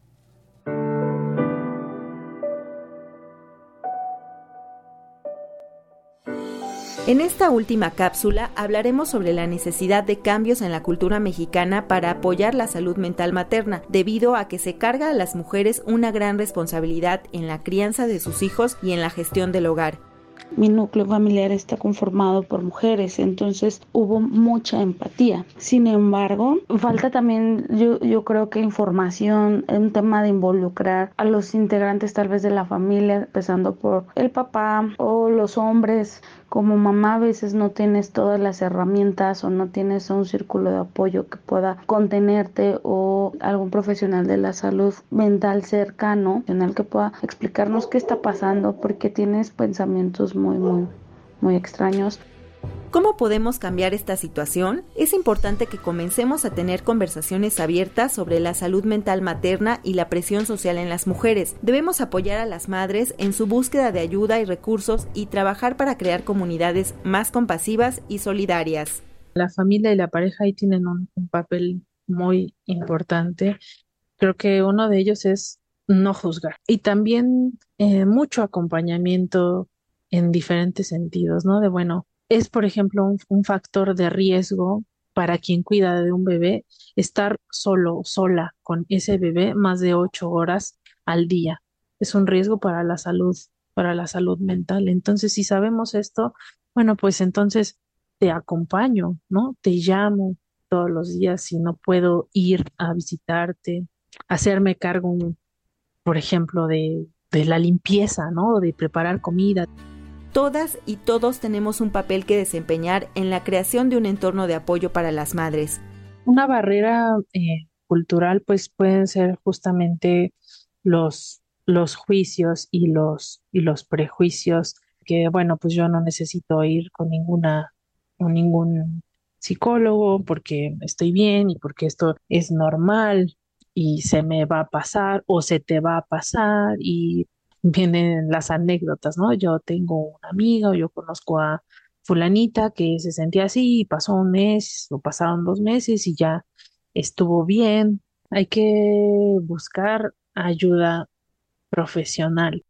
En esta última cápsula hablaremos sobre la necesidad de cambios en la cultura mexicana para apoyar la salud mental materna, debido a que se carga a las mujeres una gran responsabilidad en la crianza de sus hijos y en la gestión del hogar.
Mi núcleo familiar está conformado por mujeres, entonces hubo mucha empatía. Sin embargo, falta también, yo, yo creo que información, un tema de involucrar a los integrantes tal vez de la familia, empezando por el papá o los hombres. Como mamá a veces no tienes todas las herramientas o no tienes un círculo de apoyo que pueda contenerte o algún profesional de la salud mental cercano en el que pueda explicarnos qué está pasando, porque tienes pensamientos muy, muy, muy extraños.
¿Cómo podemos cambiar esta situación? Es importante que comencemos a tener conversaciones abiertas sobre la salud mental materna y la presión social en las mujeres. Debemos apoyar a las madres en su búsqueda de ayuda y recursos y trabajar para crear comunidades más compasivas y solidarias.
La familia y la pareja ahí tienen un, un papel muy importante. Creo que uno de ellos es no juzgar y también eh, mucho acompañamiento en diferentes sentidos, ¿no? De bueno, es, por ejemplo, un, un factor de riesgo para quien cuida de un bebé estar solo, sola con ese bebé más de ocho horas al día. Es un riesgo para la salud, para la salud mental. Entonces, si sabemos esto, bueno, pues entonces te acompaño, ¿no? Te llamo todos los días si no puedo ir a visitarte, hacerme cargo, por ejemplo, de, de la limpieza, ¿no? De preparar comida.
Todas y todos tenemos un papel que desempeñar en la creación de un entorno de apoyo para las madres.
Una barrera eh, cultural pues pueden ser justamente los, los juicios y los, y los prejuicios, que bueno, pues yo no necesito ir con ninguna, con ningún psicólogo porque estoy bien y porque esto es normal y se me va a pasar o se te va a pasar. Y vienen las anécdotas, ¿no? Yo tengo una amiga o yo conozco a fulanita que se sentía así y pasó un mes o pasaron dos meses y ya estuvo bien. Hay que buscar ayuda profesional.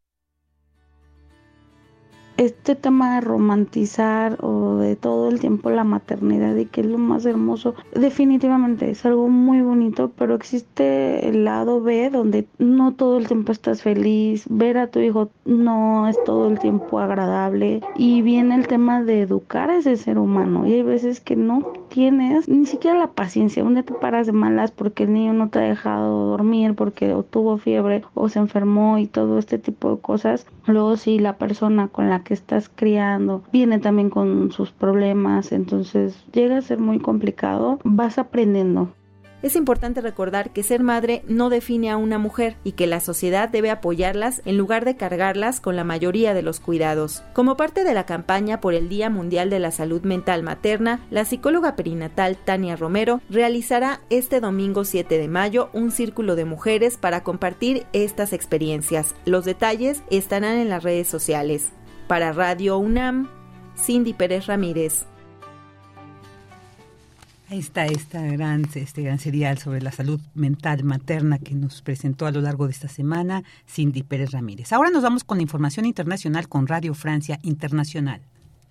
Este tema de romantizar o de todo el tiempo la maternidad y que es lo más hermoso, definitivamente es algo muy bonito, pero existe el lado B donde no todo el tiempo estás feliz, ver a tu hijo no es todo el tiempo agradable y viene el tema de educar a ese ser humano y hay veces que no tienes ni siquiera la paciencia, un día te paras de malas porque el niño no te ha dejado dormir, porque o tuvo fiebre o se enfermó y todo este tipo de cosas. Luego si la persona con la que estás criando viene también con sus problemas, entonces llega a ser muy complicado, vas aprendiendo.
Es importante recordar que ser madre no define a una mujer y que la sociedad debe apoyarlas en lugar de cargarlas con la mayoría de los cuidados. Como parte de la campaña por el Día Mundial de la Salud Mental Materna, la psicóloga perinatal Tania Romero realizará este domingo siete de mayo un círculo de mujeres para compartir estas experiencias. Los detalles estarán en las redes sociales. Para Radio UNAM, Cindy Pérez Ramírez.
Ahí está esta gran, este gran serial sobre la salud mental materna que nos presentó a lo largo de esta semana Cindy Pérez Ramírez. Ahora nos vamos con la información internacional con Radio Francia Internacional.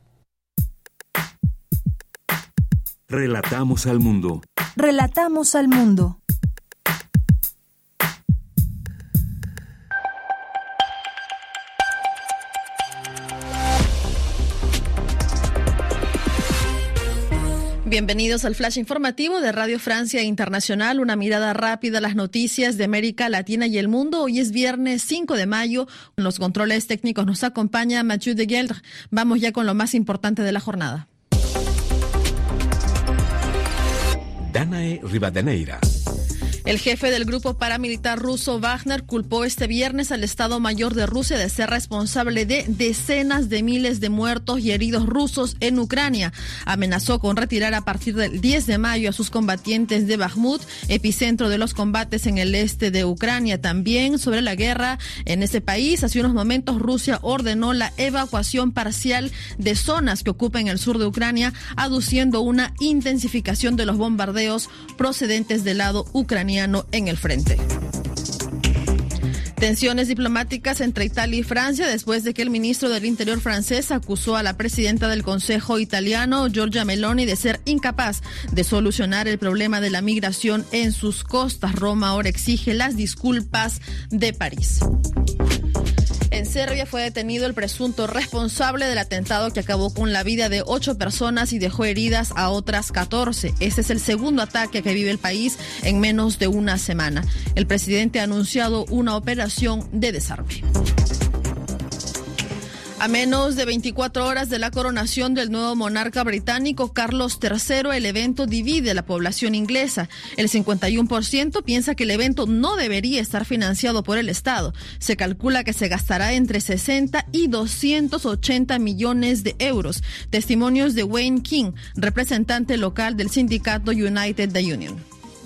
Relatamos al mundo.
Relatamos al mundo.
Bienvenidos al flash informativo de Radio Francia Internacional, una mirada rápida a las noticias de América Latina y el mundo. Hoy es viernes cinco de mayo. En los controles técnicos nos acompaña Mathieu de Gueldre. Vamos ya con lo más importante de la jornada.
Danae Rivadeneira.
El jefe del grupo paramilitar ruso Wagner culpó este viernes al Estado Mayor de Rusia de ser responsable de decenas de miles de muertos y heridos rusos en Ucrania. Amenazó con retirar a partir del diez de mayo a sus combatientes de Bakhmut, epicentro de los combates en el este de Ucrania. También sobre la guerra en ese país, hace unos momentos Rusia ordenó la evacuación parcial de zonas que ocupan el sur de Ucrania, aduciendo una intensificación de los bombardeos procedentes del lado ucraniano en el frente. Tensiones diplomáticas entre Italia y Francia después de que el ministro del Interior francés acusó a la presidenta del Consejo italiano, Giorgia Meloni, de ser incapaz de solucionar el problema de la migración en sus costas. Roma ahora exige las disculpas de París. En Serbia fue detenido el presunto responsable del atentado que acabó con la vida de ocho personas y dejó heridas a otras catorce. Este es el segundo ataque que vive el país en menos de una semana. El presidente ha anunciado una operación de desarme. A menos de veinticuatro horas de la coronación del nuevo monarca británico Carlos tercero, el evento divide a la población inglesa. El cincuenta y uno por ciento piensa que el evento no debería estar financiado por el Estado. Se calcula que se gastará entre sesenta y doscientos ochenta millones de euros. Testimonios de Wayne King, representante local del sindicato United the Union.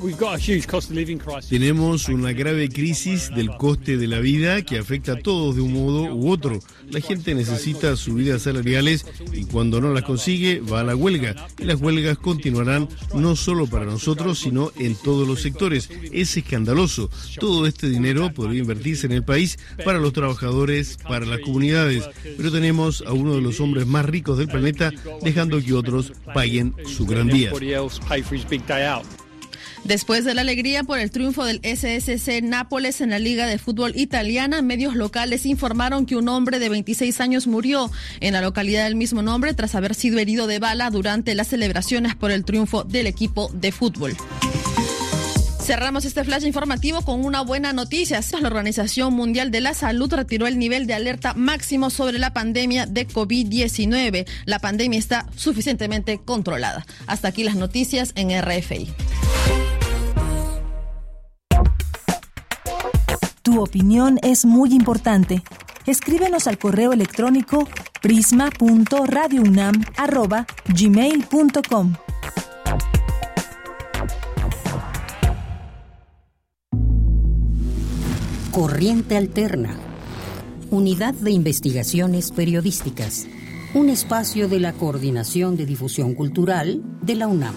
Tenemos una grave crisis del coste de la vida que afecta a todos de un modo u otro. La gente necesita subidas salariales y cuando no las consigue va a la huelga. Y las huelgas continuarán no solo para nosotros, sino en todos los sectores. Es escandaloso. Todo este dinero podría invertirse en el país para los trabajadores, para las comunidades. Pero tenemos a uno de los hombres más ricos del planeta dejando que otros paguen su gran día.
Después de la alegría por el triunfo del S S C Nápoles en la Liga de Fútbol Italiana, medios locales informaron que un hombre de veintiséis años murió en la localidad del mismo nombre tras haber sido herido de bala durante las celebraciones por el triunfo del equipo de fútbol. Cerramos este flash informativo con una buena noticia. La Organización Mundial de la Salud retiró el nivel de alerta máximo sobre la pandemia de COVID diecinueve. La pandemia está suficientemente controlada. Hasta aquí las noticias en R F I.
Tu opinión es muy importante. Escríbenos al correo electrónico prisma punto radio unam arroba gmail punto com.
Corriente Alterna, Unidad de Investigaciones Periodísticas, un espacio de la Coordinación de Difusión Cultural de la UNAM.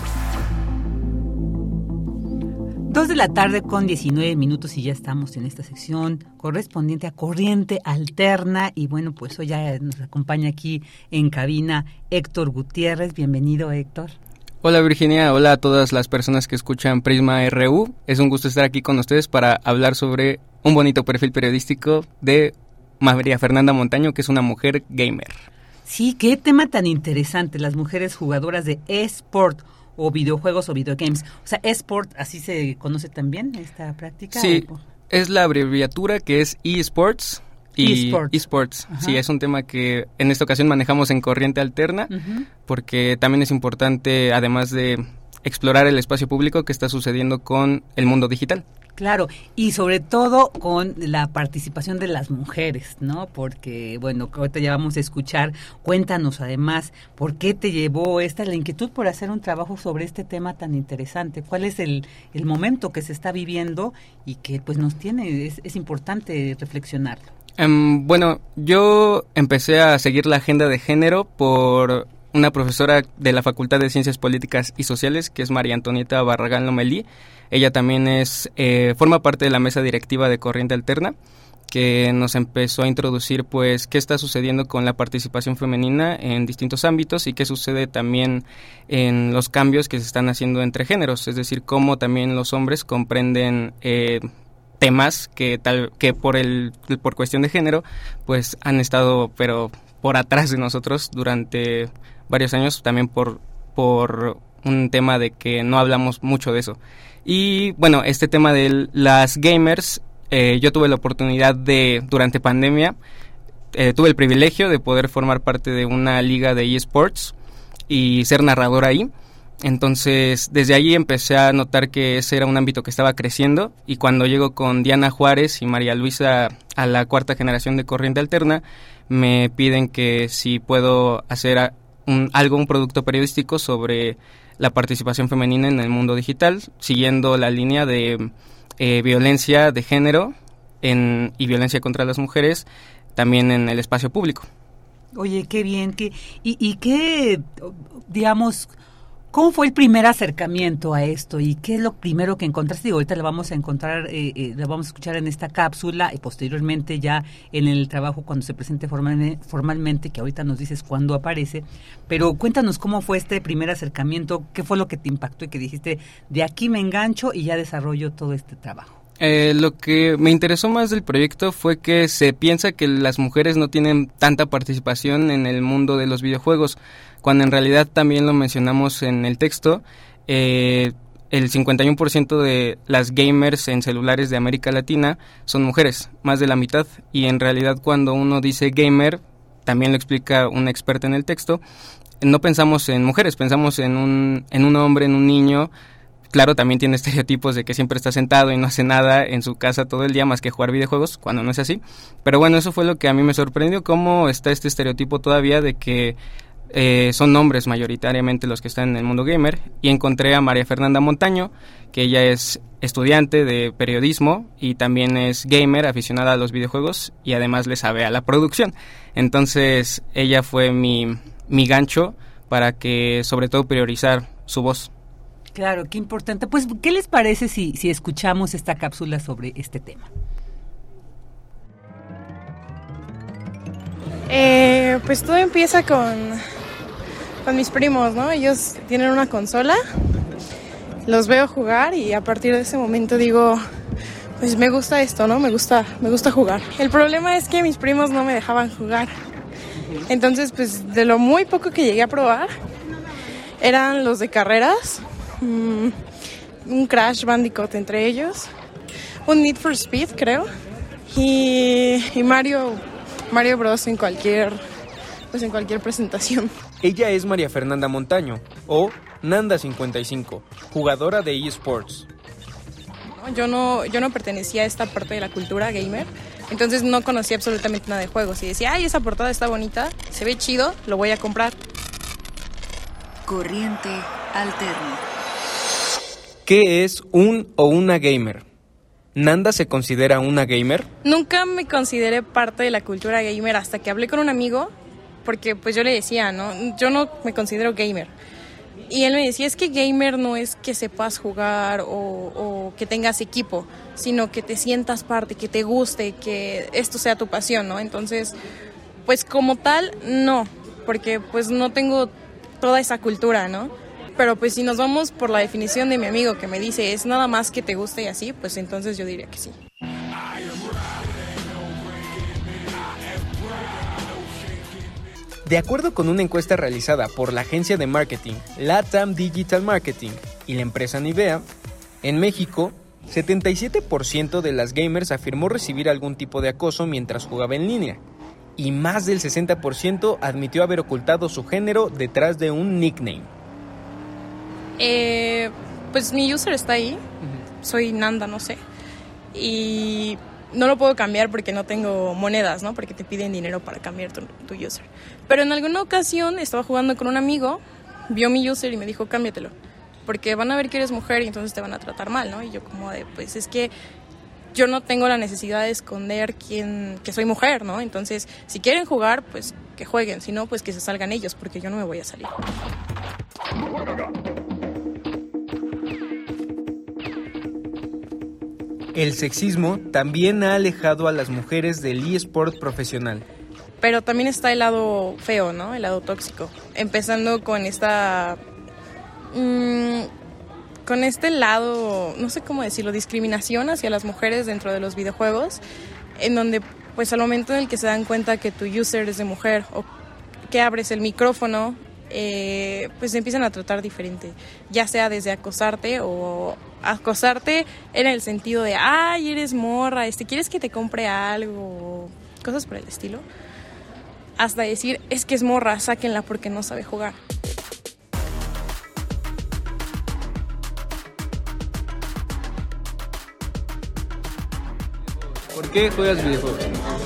Dos de la tarde con diecinueve minutos y ya estamos en esta sección correspondiente a Corriente Alterna. Y bueno, pues hoy ya nos acompaña aquí en cabina Héctor Gutiérrez. Bienvenido, Héctor.
Hola Virginia, hola a todas las personas que escuchan Prisma R U. Es un gusto estar aquí con ustedes para hablar sobre un bonito perfil periodístico de María Fernanda Montaño, que es una mujer gamer.
Sí, qué tema tan interesante, las mujeres jugadoras de eSport o videojuegos o videogames. O sea, eSport, ¿así se conoce también esta práctica?
Sí,
¿o?
Es la abreviatura que es eSports. Y eSports, eSports. Sí, es un tema que en esta ocasión manejamos en Corriente Alterna, uh-huh. porque también es importante, además de explorar el espacio público, que está sucediendo con el mundo digital.
Claro, y sobre todo con la participación de las mujeres, ¿no? Porque, bueno, ahorita ya vamos a escuchar. Cuéntanos, además, ¿por qué te llevó esta la inquietud por hacer un trabajo sobre este tema tan interesante? ¿Cuál es el, el momento que se está viviendo y que, pues, nos tiene, es, es importante reflexionarlo?
Um, bueno, yo empecé a seguir la agenda de género por una profesora de la Facultad de Ciencias Políticas y Sociales, que es María Antonieta Barragán Lomelí. Ella también es eh, forma parte de la mesa directiva de Corriente Alterna, que nos empezó a introducir pues qué está sucediendo con la participación femenina en distintos ámbitos y qué sucede también en los cambios que se están haciendo entre géneros, es decir, cómo también los hombres comprenden eh, temas que tal que por el por cuestión de género pues han estado pero por atrás de nosotros durante varios años, también por por un tema de que no hablamos mucho de eso. Y bueno, este tema de las gamers, eh, yo tuve la oportunidad de, durante pandemia, eh, tuve el privilegio de poder formar parte de una liga de eSports y ser narrador ahí. Entonces, desde allí empecé a notar que ese era un ámbito que estaba creciendo, y cuando llego con Diana Juárez y María Luisa a la cuarta generación de Corriente Alterna, me piden que si puedo hacer un, algo, un producto periodístico sobre la participación femenina en el mundo digital, siguiendo la línea de eh, violencia de género en, y violencia contra las mujeres, también en el espacio público.
Oye, qué bien, que y, y qué, digamos, ¿cómo fue el primer acercamiento a esto y qué es lo primero que encontraste? Digo, ahorita lo vamos a encontrar, eh, eh, lo vamos a escuchar en esta cápsula y posteriormente ya en el trabajo cuando se presente formal, formalmente, que ahorita nos dices cuándo aparece, pero cuéntanos cómo fue este primer acercamiento, qué fue lo que te impactó y que dijiste, de aquí me engancho y ya desarrollo todo este trabajo.
Eh, lo que me interesó más del proyecto fue que se piensa que las mujeres no tienen tanta participación en el mundo de los videojuegos, cuando en realidad también lo mencionamos en el texto. eh, el cincuenta y uno por ciento de las gamers en celulares de América Latina son mujeres, más de la mitad, y en realidad cuando uno dice gamer, también lo explica una experta en el texto, no pensamos en mujeres, pensamos en un, en un hombre, en un niño. Claro, también tiene estereotipos de que siempre está sentado y no hace nada en su casa todo el día más que jugar videojuegos, cuando no es así. Pero bueno, eso fue lo que a mí me sorprendió, cómo está este estereotipo todavía de que eh, son hombres mayoritariamente los que están en el mundo gamer. Y encontré a María Fernanda Montaño, que ella es estudiante de periodismo y también es gamer, aficionada a los videojuegos y además le sabe a la producción. Entonces ella fue mi, mi gancho para que sobre todo priorizar su voz.
Claro, qué importante. Pues, ¿qué les parece si, si escuchamos esta cápsula sobre este tema?
Eh, pues todo empieza con, con mis primos, ¿no? Ellos tienen una consola, los veo jugar y a partir de ese momento digo, pues me gusta esto, ¿no? Me gusta, me gusta jugar. El problema es que mis primos no me dejaban jugar. Entonces, pues de lo muy poco que llegué a probar, eran los de carreras, un Crash Bandicoot entre ellos, un Need for Speed creo, y, y Mario Mario Bros en cualquier pues en cualquier presentación.
Ella es María Fernanda Montaño, o Nanda cincuenta y cinco, jugadora de eSports.
Yo no yo no pertenecía a esta parte de la cultura gamer, entonces no conocía absolutamente nada de juegos y decía, ay, esa portada está bonita, se ve chido, lo voy a comprar.
Corriente Alterna.
¿Qué es un o una gamer? ¿Nanda se considera una gamer?
Nunca me consideré parte de la cultura gamer hasta que hablé con un amigo, porque pues yo le decía, ¿no? Yo no me considero gamer. Y él me decía, es que gamer no es que sepas jugar o, o que tengas equipo, sino que te sientas parte, que te guste, que esto sea tu pasión, ¿no? Entonces, pues como tal, no, porque pues no tengo toda esa cultura, ¿no? Pero pues si nos vamos por la definición de mi amigo que me dice es nada más que te guste y así, pues entonces yo diría que sí.
De acuerdo con una encuesta realizada por la agencia de marketing LATAM Digital Marketing y la empresa Nivea, en México, setenta y siete por ciento de las gamers afirmó recibir algún tipo de acoso mientras jugaba en línea, y más del sesenta por ciento admitió haber ocultado su género detrás de un nickname.
Eh, pues mi user está ahí, uh-huh. Soy Nanda, no sé, y no lo puedo cambiar porque no tengo monedas, ¿no? Porque te piden dinero para cambiar tu, tu user. Pero en alguna ocasión estaba jugando con un amigo, vio mi user y me dijo, cámbiatelo, porque van a ver que eres mujer y entonces te van a tratar mal, ¿no? Y yo como de, pues es que yo no tengo la necesidad de esconder quién, que soy mujer, ¿no? Entonces, si quieren jugar, pues que jueguen, si no, pues que se salgan ellos, porque yo no me voy a salir.
El sexismo también ha alejado a las mujeres del eSport profesional.
Pero también está el lado feo, ¿no? El lado tóxico. Empezando con esta... Mmm, con este lado, no sé cómo decirlo, discriminación hacia las mujeres dentro de los videojuegos, en donde pues al momento en el que se dan cuenta que tu user es de mujer o que abres el micrófono, eh, pues se empiezan a tratar diferente, ya sea desde acosarte o acosarte en el sentido de, ay, eres morra, este, ¿quieres que te compre algo? Cosas por el estilo. Hasta decir, es que es morra, sáquenla porque no sabe jugar.
¿Por qué juegas videojuegos?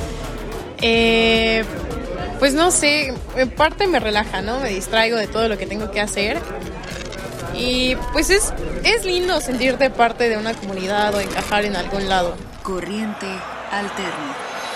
Eh, pues no sé, en parte me relaja, ¿no? Me distraigo de todo lo que tengo que hacer. Y pues es, es lindo sentirte parte de una comunidad o encajar en algún lado.
Corriente alterna.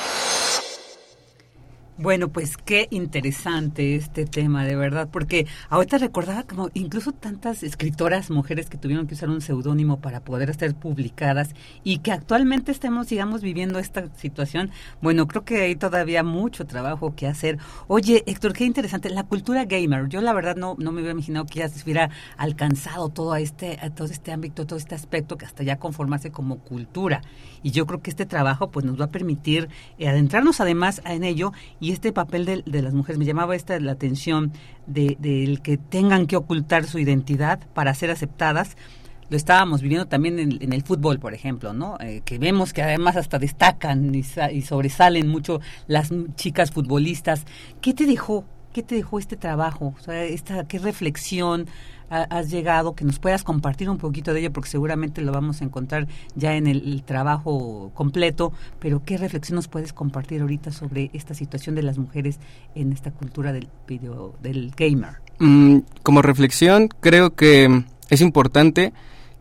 Bueno, pues qué interesante este tema, de verdad, porque ahorita recordaba como incluso tantas escritoras mujeres que tuvieron que usar un seudónimo para poder ser publicadas y que actualmente estemos, digamos, viviendo esta situación. Bueno, creo que hay todavía mucho trabajo que hacer. Oye, Héctor, qué interesante, la cultura gamer. Yo la verdad no, no me hubiera imaginado que ya se hubiera alcanzado todo este, todo este ámbito, todo este aspecto, que hasta ya conformarse como cultura. Y yo creo que este trabajo pues nos va a permitir eh, adentrarnos además en ello. Y este papel de, de las mujeres, me llamaba esta la atención de, de el que tengan que ocultar su identidad para ser aceptadas. Lo estábamos viviendo también en, en el fútbol, por ejemplo, ¿no? Eh, que vemos que además hasta destacan y, y sobresalen mucho las chicas futbolistas. ¿Qué te dejó? ¿Qué te dejó este trabajo? O sea, esta, ¿qué reflexión ha, has llegado? Que nos puedas compartir un poquito de ello, porque seguramente lo vamos a encontrar ya en el, el trabajo completo, pero ¿qué reflexión nos puedes compartir ahorita sobre esta situación de las mujeres en esta cultura del video, del gamer?
Mm, como reflexión, creo que es importante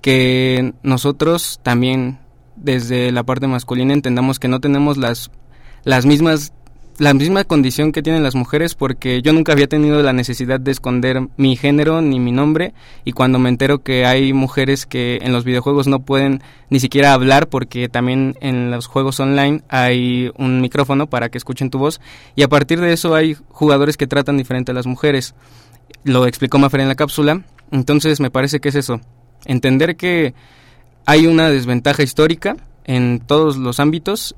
que nosotros también, desde la parte masculina, entendamos que no tenemos las, las mismas la misma condición que tienen las mujeres, porque yo nunca había tenido la necesidad de esconder mi género ni mi nombre, y cuando me entero que hay mujeres que en los videojuegos no pueden ni siquiera hablar, porque también en los juegos online hay un micrófono para que escuchen tu voz, y a partir de eso hay jugadores que tratan diferente a las mujeres. Lo explicó Mafer en la cápsula. Entonces me parece que es eso, entender que hay una desventaja histórica en todos los ámbitos,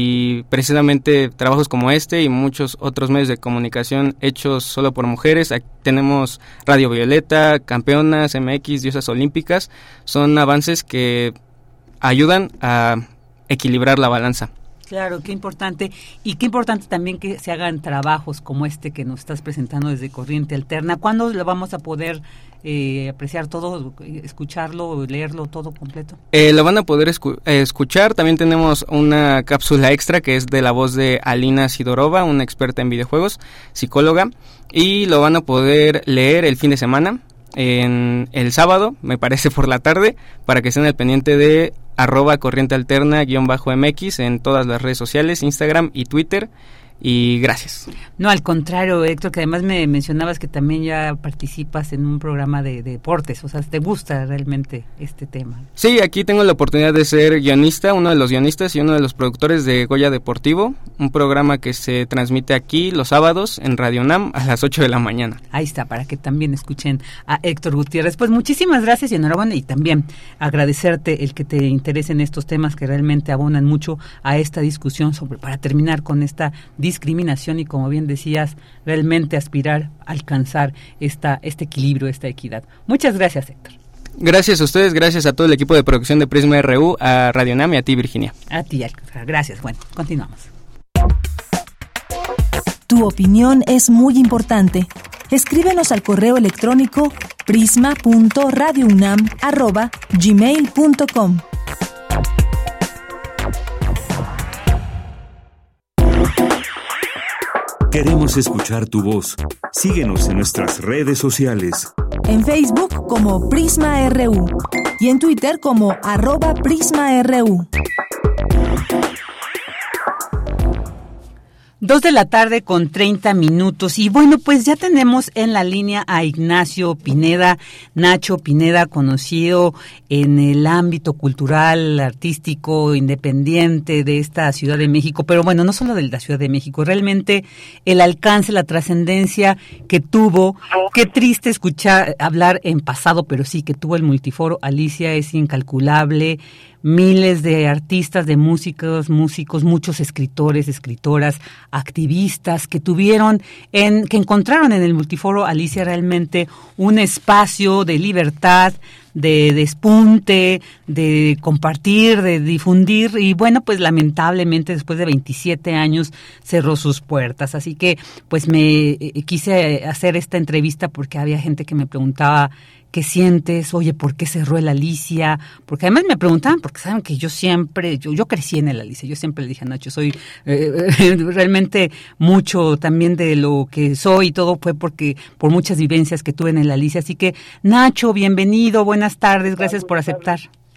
y precisamente trabajos como este y muchos otros medios de comunicación hechos solo por mujeres. Aquí tenemos Radio Violeta, Campeonas, M X, Diosas Olímpicas, son avances que ayudan a equilibrar la balanza.
Claro, qué importante, y qué importante también que se hagan trabajos como este que nos estás presentando desde Corriente Alterna. ¿Cuándo lo vamos a poder eh, apreciar todo, escucharlo, leerlo todo completo?
Eh, lo van a poder escu- eh, escuchar. También tenemos una cápsula extra que es de la voz de Alina Sidorova, una experta en videojuegos, psicóloga, y lo van a poder leer el fin de semana, en el sábado, me parece por la tarde, para que estén al pendiente de arroba corriente alterna guión bajo mx en todas las redes sociales, Instagram y Twitter. Y gracias.
No, al contrario, Héctor, que además me mencionabas que también ya participas en un programa de, de deportes, o sea, ¿te gusta realmente este tema?
Sí, aquí tengo la oportunidad de ser guionista, uno de los guionistas y uno de los productores de Goya Deportivo, un programa que se transmite aquí los sábados en Radio UNAM a las ocho de la mañana.
Ahí está, para que también escuchen a Héctor Gutiérrez. Pues muchísimas gracias y enhorabuena, y también agradecerte el que te interesen estos temas que realmente abonan mucho a esta discusión sobre, para terminar con esta discriminación y, como bien decías, realmente aspirar a alcanzar esta, este equilibrio, esta equidad. Muchas gracias, Héctor.
Gracias a ustedes, gracias a todo el equipo de producción de Prisma R U, a Radio UNAM y a ti, Virginia.
A ti, Héctor. Gracias. Bueno, continuamos.
Tu opinión es muy importante. Escríbenos al correo electrónico prisma punto radio unam arroba gmail punto com.
Queremos escuchar tu voz. Síguenos en nuestras redes sociales.
En Facebook como Prisma R U y en Twitter como arroba Prisma R U.
Dos de la tarde con treinta minutos. Y bueno, pues ya tenemos en la línea a Ignacio Pineda, Nacho Pineda, conocido en el ámbito cultural, artístico, independiente de esta Ciudad de México. Pero bueno, no solo de la Ciudad de México, realmente el alcance, la trascendencia que tuvo. Qué triste escuchar hablar en pasado, pero sí que tuvo el Multiforo Alicia, es incalculable. Miles de artistas, de músicos, músicos, muchos escritores, escritoras, activistas que tuvieron, en, que encontraron en el Multiforo Alicia realmente un espacio de libertad, de despunte, de compartir, de difundir, y bueno, pues lamentablemente después de veintisiete años cerró sus puertas. Así que pues me eh, quise hacer esta entrevista porque había gente que me preguntaba ¿qué sientes? Oye, ¿por qué cerró el Alicia? Porque además me preguntaban, porque saben que yo siempre, yo, yo crecí en el Alicia, yo siempre le dije a Nacho, soy eh, realmente mucho también de lo que soy y todo fue porque por muchas vivencias que tuve en el Alicia. Así que, Nacho, bienvenido, buenas tardes, gracias por aceptar.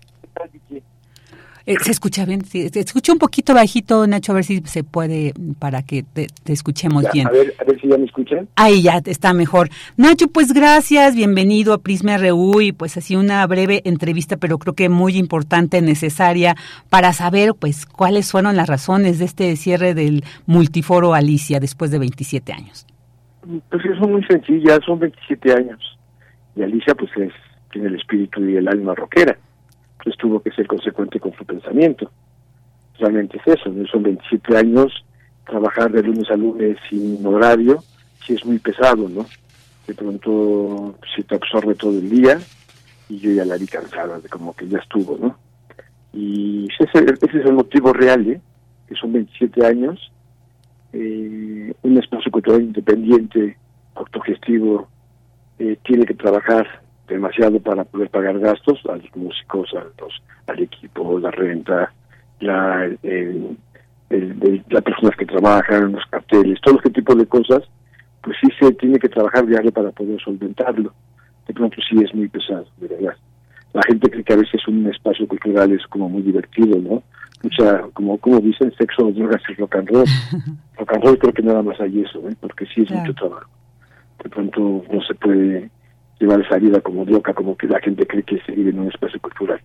Eh, ¿Se escucha bien? Sí, se escucha un poquito bajito, Nacho, a ver si se puede, para que te, te escuchemos
ya,
bien.
A ver, a ver si ya me escuchan.
Ahí ya está mejor. Nacho, pues gracias, bienvenido a Prisma R U y pues así una breve entrevista, pero creo que muy importante, necesaria, para saber pues cuáles fueron las razones de este cierre del Multiforo Alicia después de veintisiete años.
Pues son muy sencillas, son veintisiete años. Y Alicia pues es, tiene el espíritu y el alma rockera. Pues tuvo que ser consecuente con su pensamiento. Realmente es eso, ¿no? Son veintisiete años, trabajar de lunes a lunes sin horario, sí es muy pesado, ¿no? De pronto se te absorbe todo el día y yo ya la vi cansada, de como que ya estuvo, ¿no? Y ese, ese es el motivo real, ¿eh? Que son veintisiete años, eh, un espacio cultural independiente, autogestivo, eh, tiene que trabajar demasiado para poder pagar gastos a los músicos, a los, al equipo, la renta, la, el, el, el, las personas que trabajan, los carteles, todo este tipo de cosas, pues sí se tiene que trabajar diario para poder solventarlo. De pronto sí es muy pesado, de verdad. La gente cree que a veces un espacio cultural es como muy divertido, ¿no? Mucha, como como dicen, sexo, drogas y rock and roll. Rock and roll creo que nada más hay eso, ¿eh? Porque sí es claro. Mucho trabajo. De pronto no se puede llevar esa vida como loca, como que la gente cree que se vive en un espacio cultural.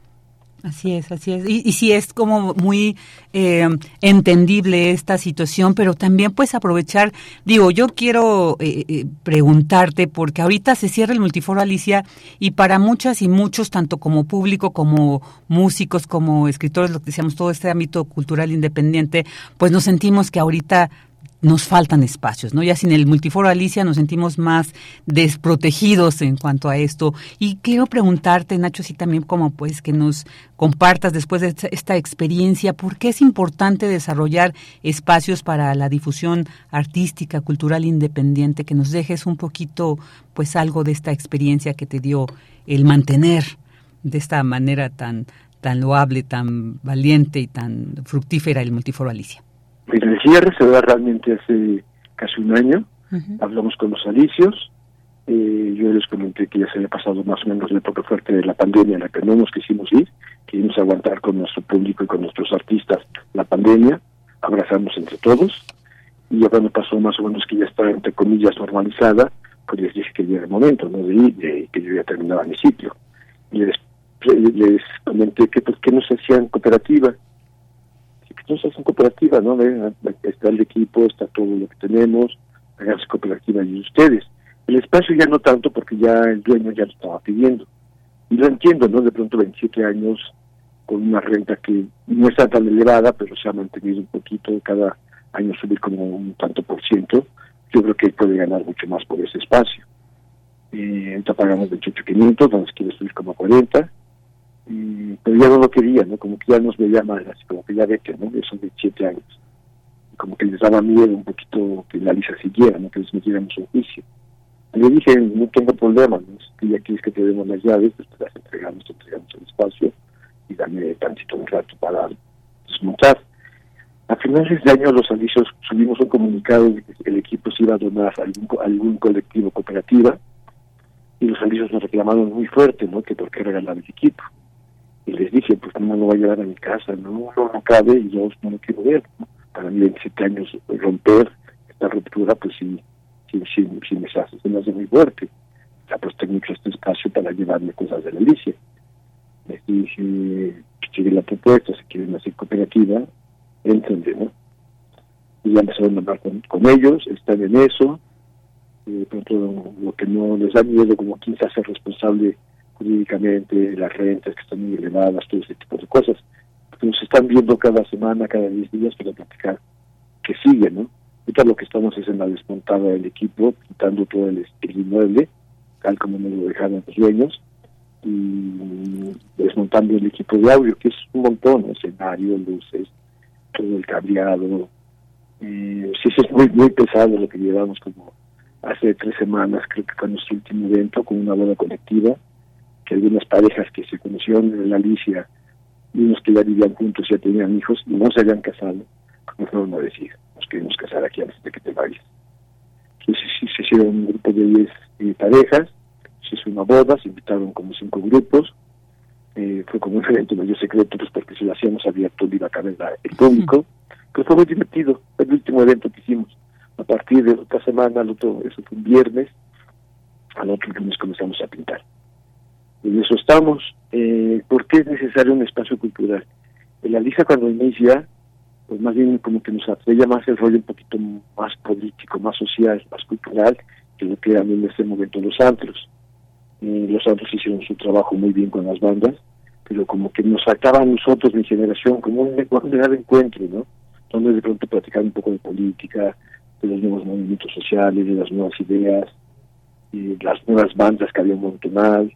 Así es, así es. Y, y sí es como muy eh, entendible esta situación, pero también pues aprovechar, digo, yo quiero eh, eh, preguntarte, porque ahorita se cierra el Multiforo Alicia y para muchas y muchos, tanto como público, como músicos, como escritores, lo que decíamos, todo este ámbito cultural independiente, pues nos sentimos que ahorita nos faltan espacios, ¿no? Ya sin el Multiforo Alicia nos sentimos más desprotegidos en cuanto a esto. Y quiero preguntarte, Nacho, si también como pues que nos compartas después de esta, esta experiencia, ¿por qué es importante desarrollar espacios para la difusión artística, cultural independiente? Que nos dejes un poquito, pues algo de esta experiencia que te dio el mantener de esta manera tan, tan loable, tan valiente y tan fructífera el Multiforo Alicia.
El cierre se da realmente hace casi un año. Uh-huh. Hablamos con los alicios. Eh, yo les comenté que ya se había pasado más o menos la época fuerte de la pandemia en la que no nos quisimos ir. Quisimos aguantar con nuestro público y con nuestros artistas la pandemia, abrazarnos entre todos. Y ya cuando pasó más o menos que ya estaba, entre comillas, normalizada, pues les dije que ya era el momento, ¿no? De ir, de, que yo ya terminaba mi ciclo. Y les, les comenté que pues que no se hacían cooperativas. Entonces son cooperativas, ¿no? Está el equipo, está todo lo que tenemos, haganse cooperativa y ustedes. El espacio ya no tanto porque ya el dueño ya lo estaba pidiendo. Y lo entiendo, ¿no? De pronto veintisiete años con una renta que no está tan elevada, pero se ha mantenido un poquito, cada año subir como un tanto por ciento. Yo creo que él puede ganar mucho más por ese espacio. Eh, ahorita pagamos veintiocho mil quinientos, donde se quiere subir como a cuarenta. Y, pero ya no lo quería, ¿no? Como que ya nos veía mal, así como que ya ve que, ¿no? Esos veintisiete años. Y como que les daba miedo un poquito que la Alicia siguiera, ¿no? Que les metiéramos un juicio. Y le dije, no tengo problema, ¿no? Si ya quieres que te demos las llaves, pues te las entregamos, te entregamos el espacio y dame tantito un rato para desmontar. A finales de año los alicios subimos un comunicado de que el equipo se iba a donar a algún, a algún colectivo cooperativa y los alicios nos reclamaron muy fuerte, ¿no? Que por qué regalar el equipo. Y les dije, pues no me lo va a llevar a mi casa, no, no, no cabe y yo no lo quiero ver, ¿no? para mí veintisiete años romper esta ruptura, pues sí, sí, sí, sí me hace, se me hace muy fuerte. Aposté mucho a este espacio para llevarme cosas de la Alicia. Les dije que llegue la propuesta, si quieren hacer cooperativa, entrenle, ¿no? Y ya empezaron a hablar con, con ellos, están en eso. Eh, pero todo lo que no les da miedo, como quién se hace responsable jurídicamente, las rentas que están muy elevadas, todo ese tipo de cosas. Porque nos están viendo cada semana, cada diez días para platicar que sigue, ¿no? Ahorita lo que estamos es en la desmontada del equipo, quitando todo el, el inmueble, tal como me lo dejaron los dueños, y desmontando el equipo de audio, que es un montón, escenario, luces, todo el cableado. Eh, sí, sí, es muy, muy pesado lo que llevamos como hace tres semanas, creo que cuando fue el último evento, con una boda colectiva, que algunas parejas que se conocieron en la Alicia, y unos que ya vivían juntos, ya tenían hijos, y no se habían casado, como fueron a decir, nos queremos casar aquí antes de que te vayas. Entonces sí, se hicieron un grupo de diez eh, parejas, se hizo una boda, se invitaron como cinco grupos, eh, fue como un evento medio secreto, pues porque si lo hacíamos abierto iba a caber la, el público, uh-huh. Pero fue muy divertido, fue el último evento que hicimos. A partir de otra semana, al otro, eso fue un viernes, al otro lunes comenzamos a pintar. Y en eso estamos. Eh, ¿Por qué es necesario un espacio cultural? La Alicia cuando inicia, pues más bien como que nos atraía más el rollo un poquito más político, más social, más cultural, que lo que eran en ese momento los antros. Eh, los antros hicieron su trabajo muy bien con las bandas, pero como que nos faltaba a nosotros, mi generación, como un lugar de encuentro, ¿no? Donde de pronto platicar un poco de política, de los nuevos movimientos sociales, de las nuevas ideas, y las nuevas bandas que había un montonal.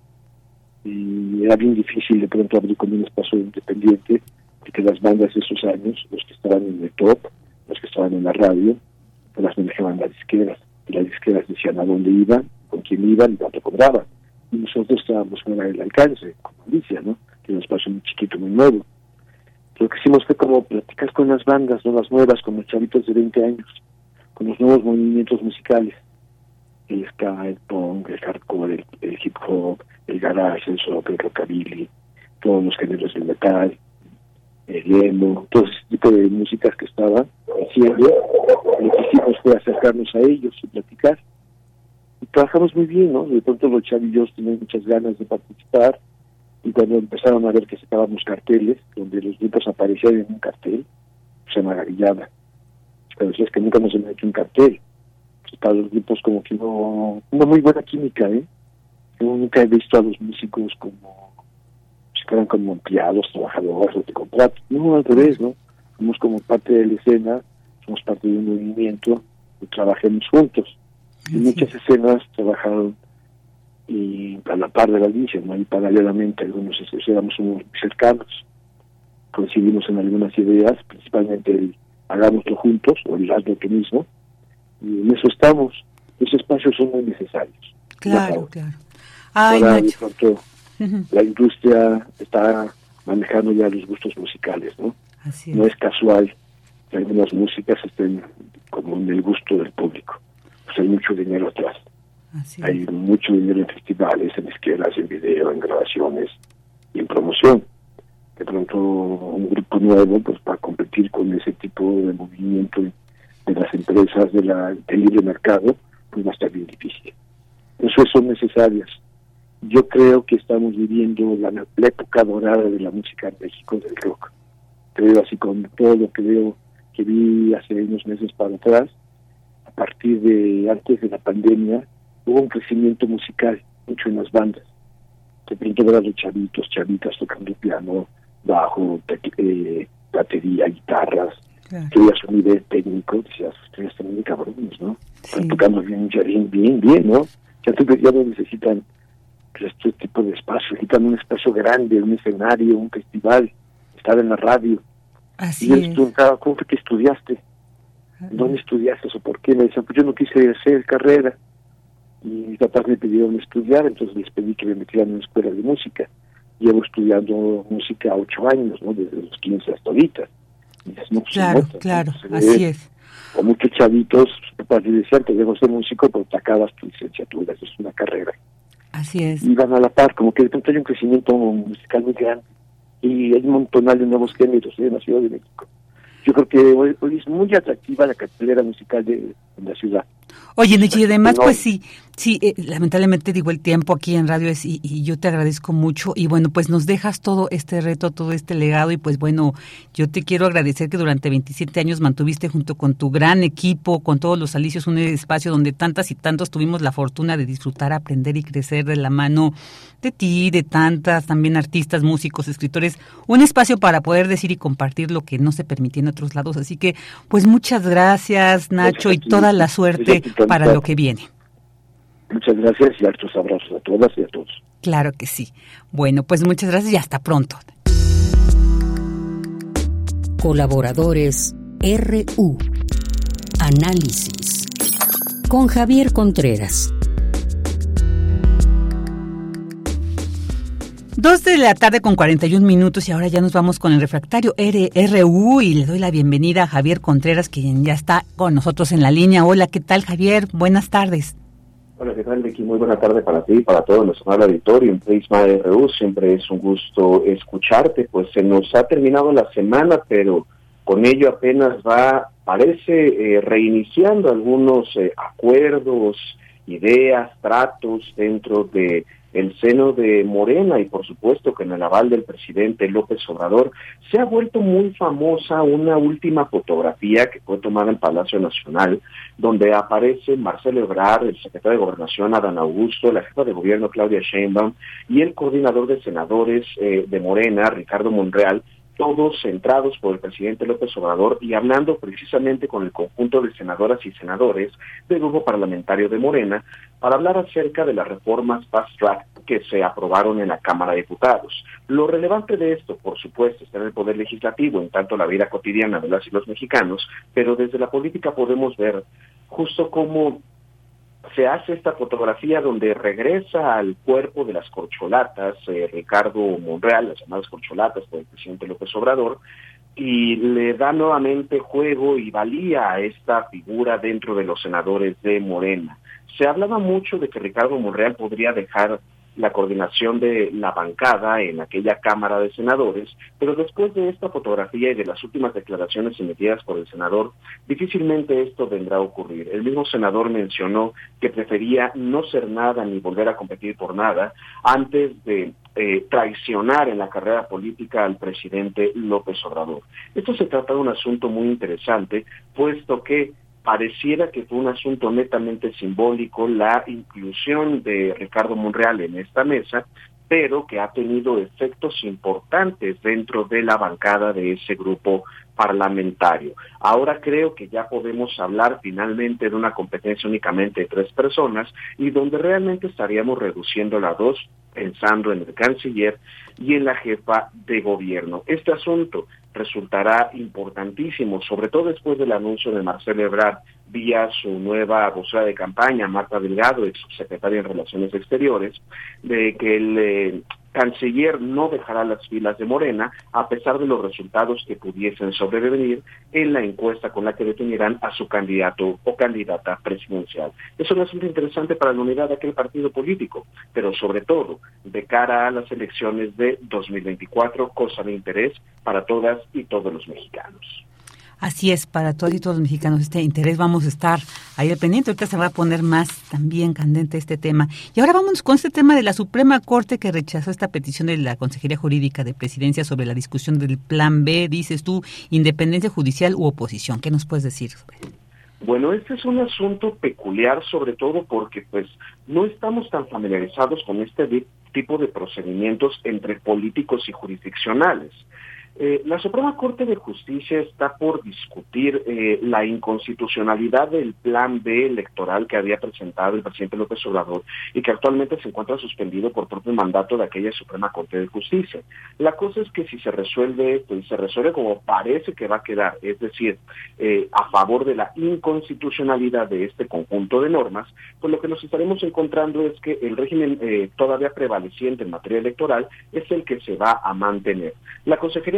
Y era bien difícil de pronto abrir como un espacio independiente, porque las bandas de esos años, los que estaban en el top, los que estaban en la radio, pues las manejaban las disqueras. Y las disqueras decían a dónde iban, con quién iban y cuánto cobraban. Y nosotros estábamos fuera del alcance, como Alicia, ¿no? Que era un espacio muy chiquito, muy nuevo. Lo que hicimos fue como platicar con las bandas, ¿no? Las nuevas, con los chavitos de veinte años, con los nuevos movimientos musicales, el ska, el punk, el hardcore, el, el hip hop, el garage, el soul, el rockabilly, todos los géneros del metal, el emo, todo ese tipo de músicas que estaban haciendo. Lo que hicimos fue acercarnos a ellos y platicar. Y trabajamos muy bien, ¿no? De pronto los chavillos tenían muchas ganas de participar, y cuando empezaron a ver que sacábamos carteles, donde los grupos aparecían en un cartel, se maravillaban. Pero es que nunca nos han hecho un cartel. Pues para los grupos como que no, una muy buena química, ¿eh? Yo nunca he visto a los músicos como si fueran como empleados, trabajadores de contrato. No, al revés, ¿no? Somos como parte de la escena, somos parte de un movimiento y trabajemos juntos. Y sí. Muchas escenas trabajaron y a la par de la Alicia, ¿no? Y paralelamente algunos éramos muy cercanos. Coincidimos en algunas ideas, principalmente el hagámoslo juntos, o el hazlo tú mismo, y en eso estamos. Los espacios son muy necesarios.
Claro, claro. Ay,
Ahora, de pronto, uh-huh. La industria está manejando ya los gustos musicales, ¿no?
Así es.
No es casual que algunas músicas estén como en el gusto del público. Pues hay mucho dinero atrás.
Así
hay
es.
mucho dinero en festivales, en esquelas, en video, en grabaciones y en promoción. De pronto un grupo nuevo, pues para competir con ese tipo de movimiento de las empresas de la, del libre mercado, pues va a estar bien difícil. Eso son necesarias. Yo creo que estamos viviendo la, la época dorada de la música en México, del rock. Creo así con todo lo que veo, que vi hace unos meses para atrás, a partir de antes de la pandemia, hubo un crecimiento musical, mucho en las bandas. De pronto ver a los chavitos, chavitas tocando piano, bajo, eh, batería, guitarras, claro. Que veías un nivel técnico, decías, ustedes están muy cabrones, ¿no? Sí. Están tocando bien, bien, bien, bien, ¿no? Ya, ya no necesitan pues, este tipo de espacio, necesitan un espacio grande, un escenario, un festival, estar en la radio.
Así
y yo les
es.
preguntaba, ¿cómo fue que estudiaste? ¿Dónde estudiaste o por qué? Me decían, pues yo no quise hacer carrera. Y mis papás me pidieron estudiar, entonces les pedí que me metieran en una escuela de música. Llevo estudiando música ocho años, ¿no? Desde los quince hasta ahorita. Y dices, no, pues
claro,
nota,
claro,
¿no?
así es.
O muchos chavitos, sus papás les decían, te dejo ser músico, pero te acabas tu licenciatura, eso es una carrera.
Así es.
Y van a la par, como que de pronto hay un crecimiento musical muy grande. Y hay un montonal de nuevos géneros, ¿eh? En la Ciudad de México. yo creo que hoy, hoy es muy atractiva la cartelera musical de, de la ciudad.
Oye, Nechi, y además, pues sí, sí, eh, lamentablemente digo, el tiempo aquí en radio es, y, y yo te agradezco mucho, y bueno, pues nos dejas todo este reto, todo este legado, y pues bueno, yo te quiero agradecer que durante veintisiete años mantuviste junto con tu gran equipo, con todos los alicios, un espacio donde tantas y tantos tuvimos la fortuna de disfrutar, aprender y crecer de la mano de ti, de tantas también artistas, músicos, escritores, un espacio para poder decir y compartir lo que no se permitía en otros lados, así que pues muchas gracias, Nacho, y toda la suerte para lo que viene.
Muchas gracias y hartos abrazos a todas y a todos.
Claro que sí. Bueno, pues muchas gracias y hasta pronto.
Colaboradores R U. Análisis. Con Javier Contreras.
Dos de la tarde con cuarenta y un minutos y ahora ya nos vamos con el refractario R U y le doy la bienvenida a Javier Contreras, quien ya está con nosotros en la línea. Hola, ¿qué tal, Javier? Buenas tardes.
Hola, ¿qué tal, Vicky? Muy buena tarde para ti y para todo nuestro auditorio en Prisma R U. Siempre es un gusto escucharte, pues se nos ha terminado la semana, pero con ello apenas va, parece, eh, reiniciando algunos eh, acuerdos, ideas, tratos dentro de el seno de Morena y por supuesto que en el aval del presidente López Obrador se ha vuelto muy famosa una última fotografía que fue tomada en Palacio Nacional, donde aparece Marcelo Ebrard, el secretario de Gobernación Adán Augusto, la jefa de gobierno Claudia Sheinbaum y el coordinador de senadores eh, de Morena, Ricardo Monreal, todos centrados por el presidente López Obrador y hablando precisamente con el conjunto de senadoras y senadores del grupo parlamentario de Morena para hablar acerca de las reformas Fast Track que se aprobaron en la Cámara de Diputados. Lo relevante de esto, por supuesto, está en el Poder Legislativo, en tanto la vida cotidiana de las y los mexicanos, pero desde la política podemos ver justo cómo se hace esta fotografía donde regresa al cuerpo de las corcholatas eh, Ricardo Monreal, las llamadas corcholatas por el presidente López Obrador, y le da nuevamente juego y valía a esta figura dentro de los senadores de Morena. Se hablaba mucho de que Ricardo Monreal podría dejar la coordinación de la bancada en aquella Cámara de Senadores, pero después de esta fotografía y de las últimas declaraciones emitidas por el senador, difícilmente esto vendrá a ocurrir. El mismo senador mencionó que prefería no ser nada ni volver a competir por nada antes de eh, traicionar en la carrera política al presidente López Obrador. Esto se trata de un asunto muy interesante, puesto que pareciera que fue un asunto netamente simbólico la inclusión de Ricardo Monreal en esta mesa, pero que ha tenido efectos importantes dentro de la bancada de ese grupo parlamentario. Ahora creo que ya podemos hablar finalmente de una competencia únicamente de tres personas y donde realmente estaríamos reduciéndola a dos, pensando en el canciller y en la jefa de gobierno. Este asunto resultará importantísimo, sobre todo después del anuncio de Marcelo Ebrard vía su nueva vocera de campaña, Marta Delgado, ex subsecretaria en Relaciones Exteriores, de que el eh, canciller no dejará las filas de Morena a pesar de los resultados que pudiesen sobrevenir en la encuesta con la que definirán a su candidato o candidata presidencial. Es un asunto interesante para la unidad de aquel partido político, pero sobre todo de cara a las elecciones de dos mil veinticuatro, cosa de interés para todas y todos los mexicanos.
Así es, para todos y todos los mexicanos este interés, vamos a estar ahí al pendiente. Ahorita se va a poner más también candente este tema. Y ahora vamos con este tema de la Suprema Corte que rechazó esta petición de la Consejería Jurídica de Presidencia sobre la discusión del Plan B, dices tú, independencia judicial u oposición. ¿Qué nos puedes decir sobre él?
Bueno, este es un asunto peculiar, sobre todo porque pues no estamos tan familiarizados con este tipo de procedimientos entre políticos y jurisdiccionales. Eh, la Suprema Corte de Justicia está por discutir eh, la inconstitucionalidad del Plan B electoral que había presentado el presidente López Obrador y que actualmente se encuentra suspendido por propio mandato de aquella Suprema Corte de Justicia. La cosa es que si se resuelve esto y se resuelve como parece que va a quedar, es decir, eh, a favor de la inconstitucionalidad de este conjunto de normas, pues lo que nos estaremos encontrando es que el régimen eh, todavía prevaleciente en materia electoral es el que se va a mantener. La Consejería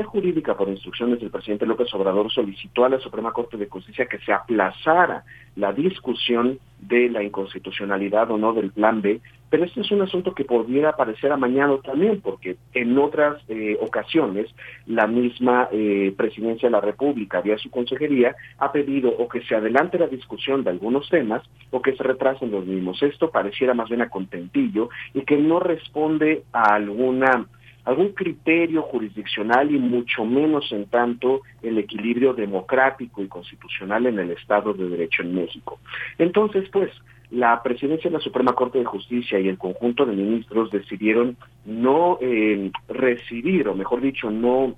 Jurídica, por instrucciones del presidente López Obrador, solicitó a la Suprema Corte de Justicia que se aplazara la discusión de la inconstitucionalidad o no del Plan B, pero este es un asunto que podría aparecer a mañana también, porque en otras eh, ocasiones la misma eh, Presidencia de la República, vía su consejería, ha pedido o que se adelante la discusión de algunos temas o que se retrasen los mismos. Esto pareciera más bien a contentillo y que no responde a alguna algún criterio jurisdiccional y mucho menos en tanto el equilibrio democrático y constitucional en el Estado de Derecho en México. Entonces, pues, la Presidencia de la Suprema Corte de Justicia y el conjunto de ministros decidieron no eh, recibir, o mejor dicho, no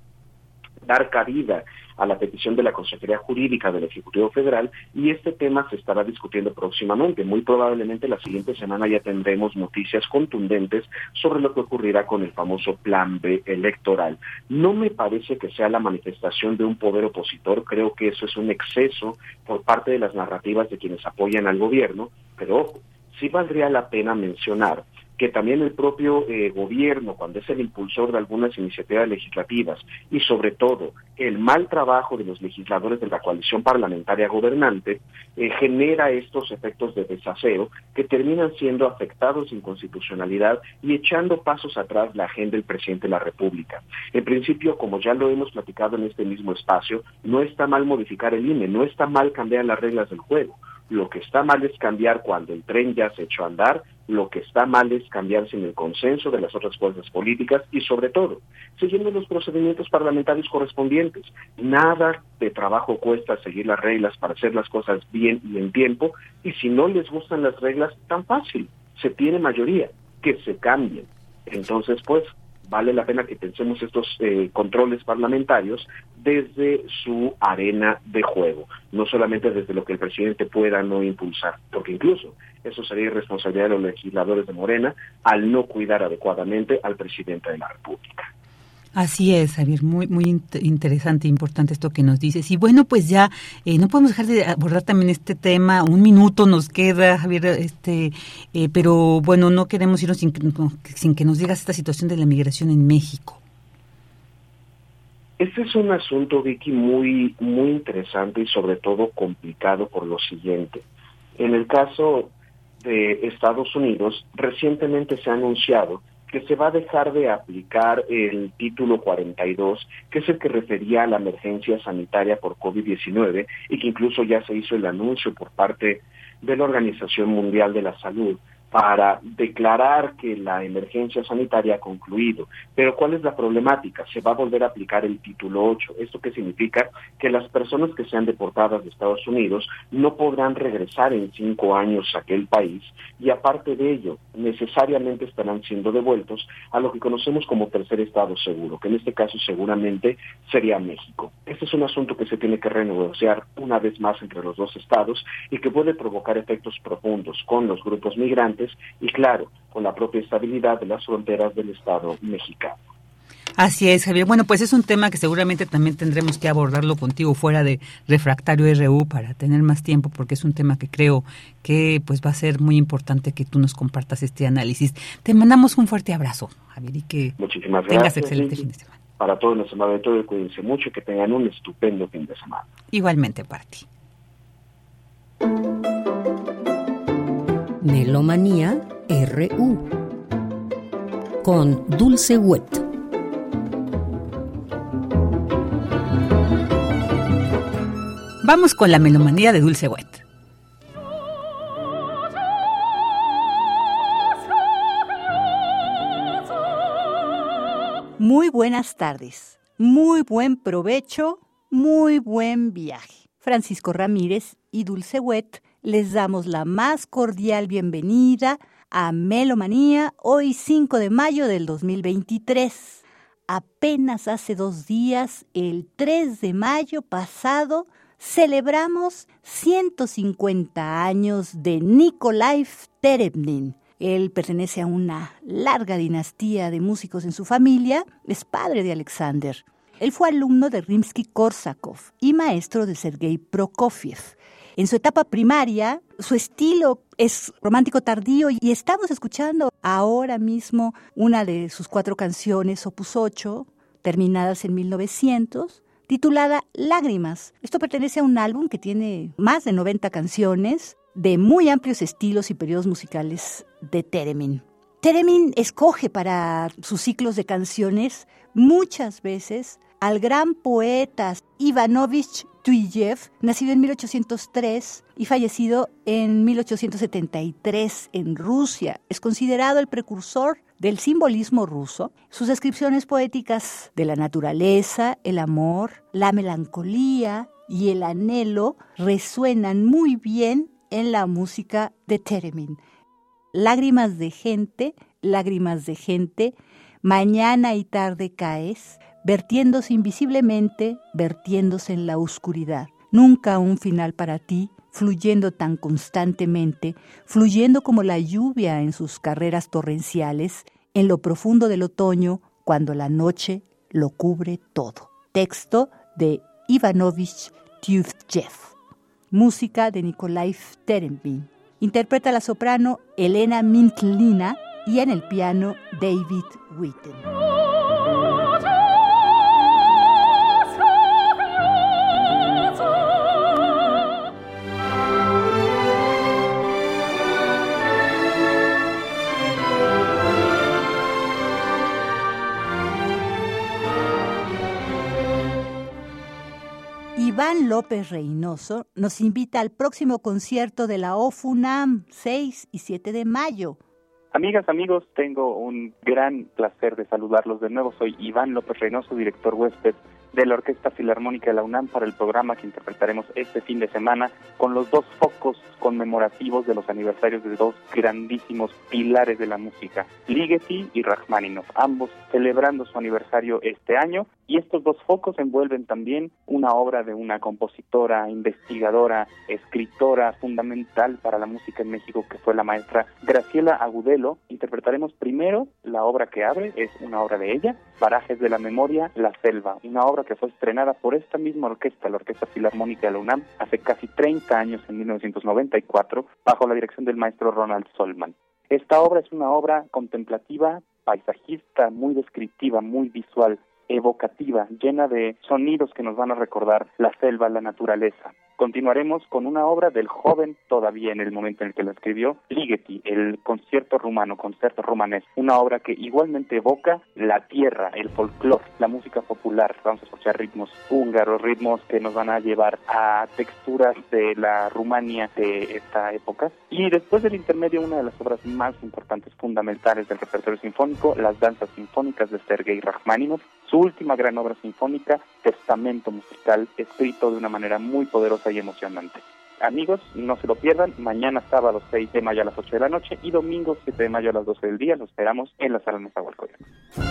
dar cabida a la petición de la Consejería Jurídica del Ejecutivo Federal, y este tema se estará discutiendo próximamente. Muy probablemente la siguiente semana ya tendremos noticias contundentes sobre lo que ocurrirá con el famoso Plan B electoral. No me parece que sea la manifestación de un poder opositor, creo que eso es un exceso por parte de las narrativas de quienes apoyan al gobierno, pero ojo, sí valdría la pena mencionar que también el propio eh, gobierno, cuando es el impulsor de algunas iniciativas legislativas y sobre todo el mal trabajo de los legisladores de la coalición parlamentaria gobernante, eh, genera estos efectos de desaseo que terminan siendo afectados sin constitucionalidad y echando pasos atrás la agenda del presidente de la República. En principio, como ya lo hemos platicado en este mismo espacio, no está mal modificar el I N E, no está mal cambiar las reglas del juego. Lo que está mal es cambiar cuando el tren ya se echó a andar, lo que está mal es cambiar sin el consenso de las otras fuerzas políticas y, sobre todo, siguiendo los procedimientos parlamentarios correspondientes. Nada de trabajo cuesta seguir las reglas para hacer las cosas bien y en tiempo, y si no les gustan las reglas, tan fácil, se tiene mayoría, que se cambien. Entonces, pues, vale la pena que pensemos estos eh, controles parlamentarios desde su arena de juego, no solamente desde lo que el presidente pueda no impulsar, porque incluso eso sería irresponsabilidad de los legisladores de Morena al no cuidar adecuadamente al presidente de la República.
Así es, Javier, muy muy interesante e importante esto que nos dices. Y bueno, pues ya eh, no podemos dejar de abordar también este tema. Un minuto nos queda, Javier, este, eh, pero bueno, no queremos irnos sin, sin que nos digas esta situación de la migración en México.
Este es un asunto, Vicky, muy muy interesante y sobre todo complicado por lo siguiente. En el caso de Estados Unidos, recientemente se ha anunciado que se va a dejar de aplicar el título cuarenta y dos, que es el que refería a la emergencia sanitaria por COVID diecinueve, y que incluso ya se hizo el anuncio por parte de la Organización Mundial de la Salud para declarar que la emergencia sanitaria ha concluido. Pero ¿cuál es la problemática? Se va a volver a aplicar el título ocho. ¿Esto qué significa? Que las personas que sean deportadas de Estados Unidos no podrán regresar en cinco años a aquel país, y aparte de ello, necesariamente estarán siendo devueltos a lo que conocemos como tercer estado seguro, que en este caso seguramente sería México. Este es un asunto que se tiene que renegociar una vez más entre los dos estados y que puede provocar efectos profundos con los grupos migrantes y, claro, con la propia estabilidad de las fronteras del Estado mexicano.
Así es, Javier. Bueno, pues es un tema que seguramente también tendremos que abordarlo contigo fuera de Refractario R U para tener más tiempo, porque es un tema que creo que pues va a ser muy importante que tú nos compartas este análisis. Te mandamos un fuerte abrazo, Javier, y que
Muchísimas
tengas
gracias,
excelente
sí.
fin de semana.
Para todos nuestros auditores, cuídense mucho y que tengan un estupendo fin de semana.
Igualmente para ti.
Melomanía R U con Dulce Wet.
Vamos con la melomanía de Dulce Wet.
Muy buenas tardes, muy buen provecho, muy buen viaje. Francisco Ramírez y Dulce Wet les damos la más cordial bienvenida a Melomanía, hoy cinco de mayo del dos mil veintitrés. Apenas hace dos días, el tres de mayo pasado, celebramos ciento cincuenta años de Nikolai Terebnin. Él pertenece a una larga dinastía de músicos en su familia, es padre de Alexander. Él fue alumno de Rimsky-Korsakov y maestro de Sergei Prokofiev. En su etapa primaria, su estilo es romántico tardío y estamos escuchando ahora mismo una de sus cuatro canciones, Opus ocho, terminadas en mil novecientos, titulada Lágrimas. Esto pertenece a un álbum que tiene más de noventa canciones de muy amplios estilos y periodos musicales de Theremin. Theremin escoge para sus ciclos de canciones muchas veces al gran poeta Ivanovich Tuiyev, nacido en mil ochocientos tres y fallecido en mil ochocientos setenta y tres en Rusia. Es considerado el precursor del simbolismo ruso. Sus descripciones poéticas de la naturaleza, el amor, la melancolía y el anhelo resuenan muy bien en la música de Theremin. Lágrimas de gente, lágrimas de gente, mañana y tarde caes, vertiéndose invisiblemente, vertiéndose en la oscuridad. Nunca un final para ti, fluyendo tan constantemente, fluyendo como la lluvia en sus carreras torrenciales, en lo profundo del otoño, cuando la noche lo cubre todo. Texto de Ivanovich Tuiyev. Música de Nikolai Theremin. Interpreta la soprano Elena Mintlina y en el piano David Witten. Iván López Reynoso nos invita al próximo concierto de la OFUNAM, seis y siete de mayo.
Amigas, amigos, tengo un gran placer de saludarlos de nuevo. Soy Iván López Reynoso, director huésped de la Orquesta Filarmónica de la UNAM para el programa que interpretaremos este fin de semana con los dos focos conmemorativos de los aniversarios de dos grandísimos pilares de la música, Ligeti y Rachmaninoff, ambos celebrando su aniversario este año. Y estos dos focos envuelven también una obra de una compositora, investigadora, escritora fundamental para la música en México, que fue la maestra Graciela Agudelo. Interpretaremos primero la obra que abre, es una obra de ella, Parajes de la Memoria, La Selva, una obra que fue estrenada por esta misma orquesta, la Orquesta Filarmónica de la UNAM, hace casi treinta años, en mil novecientos noventa y cuatro, bajo la dirección del maestro Ronald Solman. Esta obra es una obra contemplativa, paisajista, muy descriptiva, muy visual, evocativa, llena de sonidos que nos van a recordar la selva, la naturaleza. Continuaremos con una obra del joven, todavía en el momento en el que la escribió, Ligeti, el concierto rumano, concierto rumanés, una obra que igualmente evoca la tierra, el folclore, la música popular. Vamos a escuchar ritmos húngaros, ritmos que nos van a llevar a texturas de la Rumania de esta época. Y después del intermedio, una de las obras más importantes, fundamentales del repertorio sinfónico, las danzas sinfónicas de Sergei Rachmaninoff, su última gran obra sinfónica, Testamento Musical, escrito de una manera muy poderosa y emocionante. Amigos, no se lo pierdan, mañana sábado seis de mayo a las ocho de la noche y domingo siete de mayo a las doce del día, los esperamos en la Sala Nezahualcóyotl.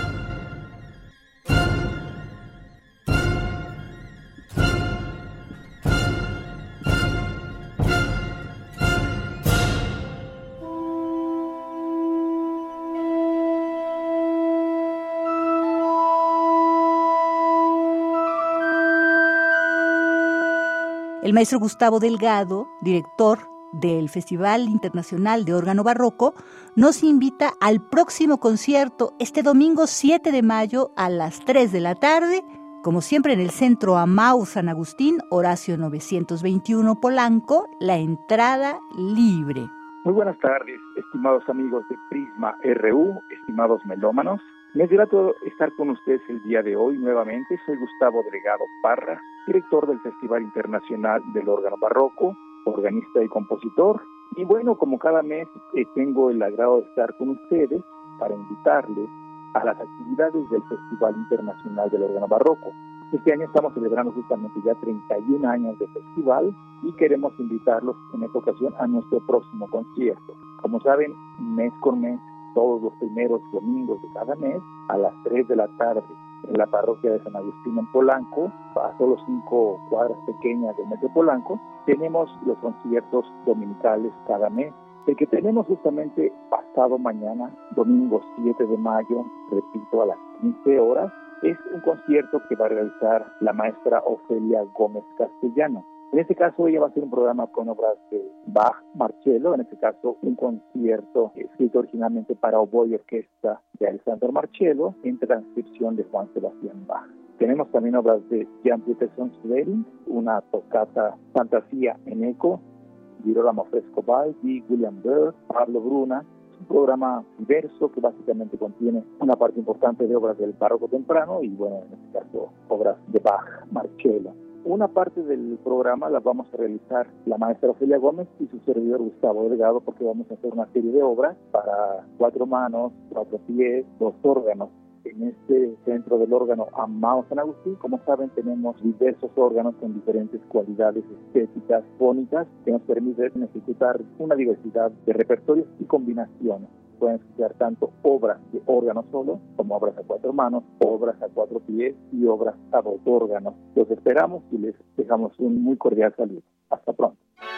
El maestro Gustavo Delgado, director del Festival Internacional de Órgano Barroco, nos invita al próximo concierto este domingo siete de mayo a las tres de la tarde, como siempre en el Centro Amau San Agustín, Horacio novecientos veintiuno Polanco, la entrada libre.
Muy buenas tardes, estimados amigos de Prisma R U, estimados melómanos. Me es grato estar con ustedes el día de hoy nuevamente. Soy Gustavo Delgado Parra, director del Festival Internacional del Órgano Barroco, organista y compositor. Y bueno, como cada mes eh, tengo el agrado de estar con ustedes para invitarles a las actividades del Festival Internacional del Órgano Barroco. Este año estamos celebrando justamente ya treinta y un años de festival y queremos invitarlos en esta ocasión a nuestro próximo concierto. Como saben, mes con mes, todos los primeros domingos de cada mes, a las tres de la tarde, en la parroquia de San Agustín en Polanco, a solo cinco cuadras pequeñas del metro Polanco, tenemos los conciertos dominicales cada mes. El que tenemos justamente pasado mañana, domingo siete de mayo, repito, a las quince horas, es un concierto que va a realizar la maestra Ofelia Gómez Castellano. En este caso ella va a hacer un programa con obras de Bach, Marcello, en este caso un concierto escrito originalmente para oboe y orquesta de Alessandro Marcello en transcripción de Juan Sebastián Bach. Tenemos también obras de Jan Peterson Sweeling, una tocata fantasía en eco, Girolamo Frescobaldi, William Byrd, Pablo Bruna. Es un programa diverso que básicamente contiene una parte importante de obras del barroco temprano y, bueno, en este caso, obras de Bach, Marcello. Una parte del programa la vamos a realizar la maestra Ofelia Gómez y su servidor Gustavo Delgado, porque vamos a hacer una serie de obras para cuatro manos, cuatro pies, dos órganos. En este centro del órgano Amado San Agustín, como saben, tenemos diversos órganos con diferentes cualidades estéticas, fónicas, que nos permiten ejecutar una diversidad de repertorios y combinaciones. Pueden escuchar tanto obras de órgano solo, como obras a cuatro manos, obras a cuatro pies y obras a dos órganos. Los esperamos y les dejamos un muy cordial saludo. Hasta pronto.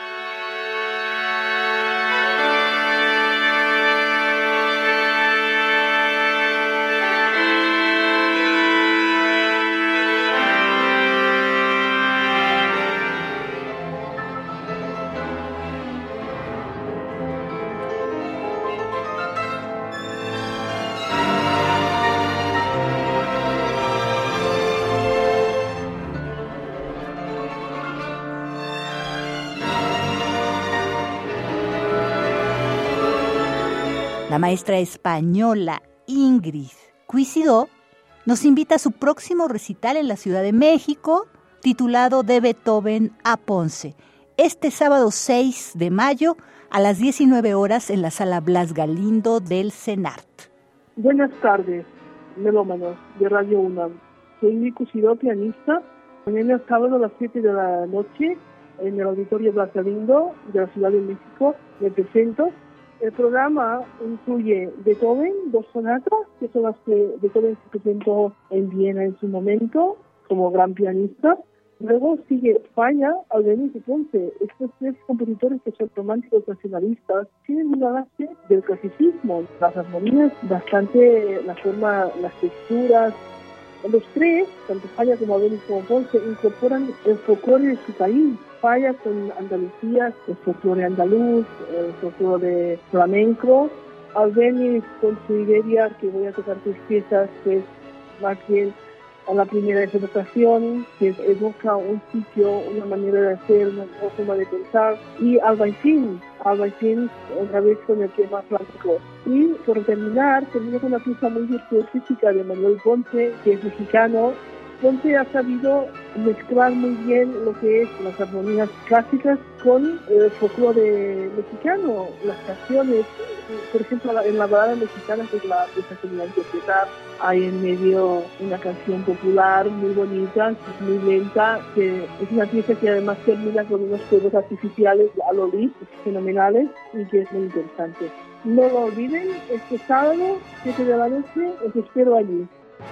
La maestra española Ingrid Cuisidó nos invita a su próximo recital en la Ciudad de México, titulado De Beethoven a Ponce, este sábado seis de mayo a las diecinueve horas en la Sala Blas Galindo del CENART.
Buenas tardes, melómanos de Radio UNAM. Soy Ingrid Cuisidó, pianista. Mañana sábado a las siete de la noche en el Auditorio Blas Galindo de la Ciudad de México me presento. El programa incluye Beethoven, dos sonatas, que son las que Beethoven se presentó en Viena en su momento como gran pianista. Luego sigue Falla, Albéniz y Ponce. Estos tres compositores que son románticos nacionalistas tienen una base del clasicismo. Las armonías, bastante la forma, las texturas. Los tres, tanto Falla como Albéniz como Ponce, incorporan el folclore de su país. Falla con Andalucía, el folclore andaluz, el folclore flamenco. Albéniz con su Iberia, que voy a tocar sus piezas, pues más bien a la primera interpretación, que evoca un sitio, una manera de hacer, una forma de pensar. Y Albaicín, Albaicín otra vez con el tema flamenco. Y por terminar, termino con una pieza muy virtuosística de Manuel Ponce, que es mexicano. Ponce ha sabido mezclar muy bien lo que es las armonías clásicas con el folclore mexicano, las canciones. Por ejemplo, en la balada mexicana, que es la pieza que me va a interpretar, hay en medio una canción popular muy bonita, muy lenta, que es una pieza que además termina con unos fuegos artificiales a lo lis, fenomenales, y que es muy interesante. No lo olviden, este sábado, siete de la noche, os espero allí.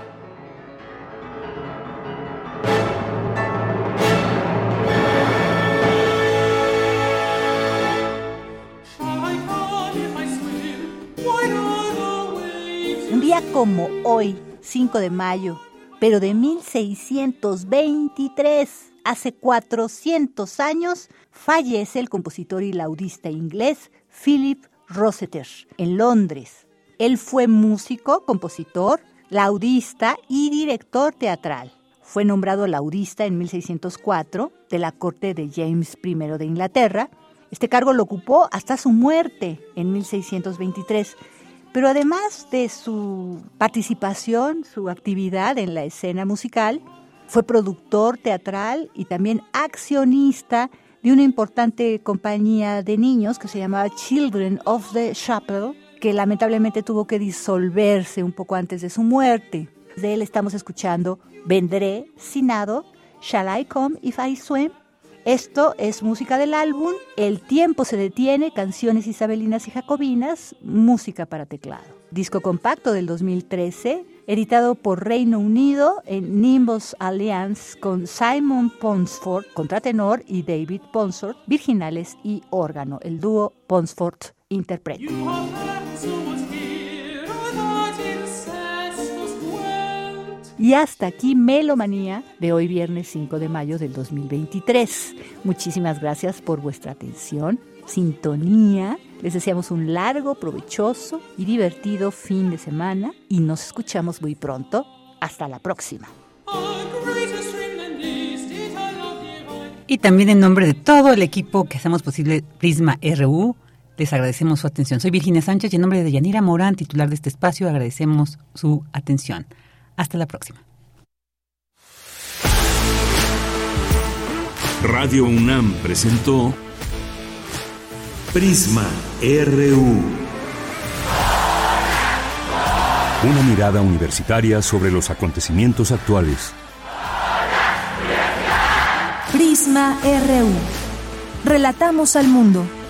Un día como hoy, cinco de mayo, pero de mil seiscientos veintitrés, hace cuatrocientos años, fallece el compositor y laudista inglés Philip Rossiter en Londres. Él fue músico, compositor, laudista y director teatral. Fue nombrado laudista en mil seiscientos cuatro de la corte de James primero de Inglaterra. Este cargo lo ocupó hasta su muerte en mil seiscientos veintitrés. Pero además de su participación, su actividad en la escena musical, fue productor teatral y también accionista de una importante compañía de niños que se llamaba Children of the Chapel, que lamentablemente tuvo que disolverse un poco antes de su muerte. De él estamos escuchando Vendré, Sinado, Shall I Come If I Swim. Esto es música del álbum El tiempo se detiene, canciones isabelinas y jacobinas, música para teclado. Disco compacto del dos mil trece, editado por Reino Unido en Nimbus Alliance con Simon Ponsford, contratenor, y David Ponsford, virginales y órgano. El dúo Ponsford interpreta. Y hasta aquí Melomanía de hoy viernes cinco de mayo del dos mil veintitrés. Muchísimas gracias por vuestra atención, sintonía. Les deseamos un largo, provechoso y divertido fin de semana y nos escuchamos muy pronto. Hasta la próxima.
Y también en nombre de todo el equipo que hacemos posible Prisma R U, les agradecemos su atención. Soy Virginia Sánchez y en nombre de Yanira Morán, titular de este espacio, agradecemos su atención. Hasta la próxima.
Radio UNAM presentó Prisma R U. Una mirada universitaria sobre los acontecimientos actuales.
Prisma R U. Relatamos al mundo.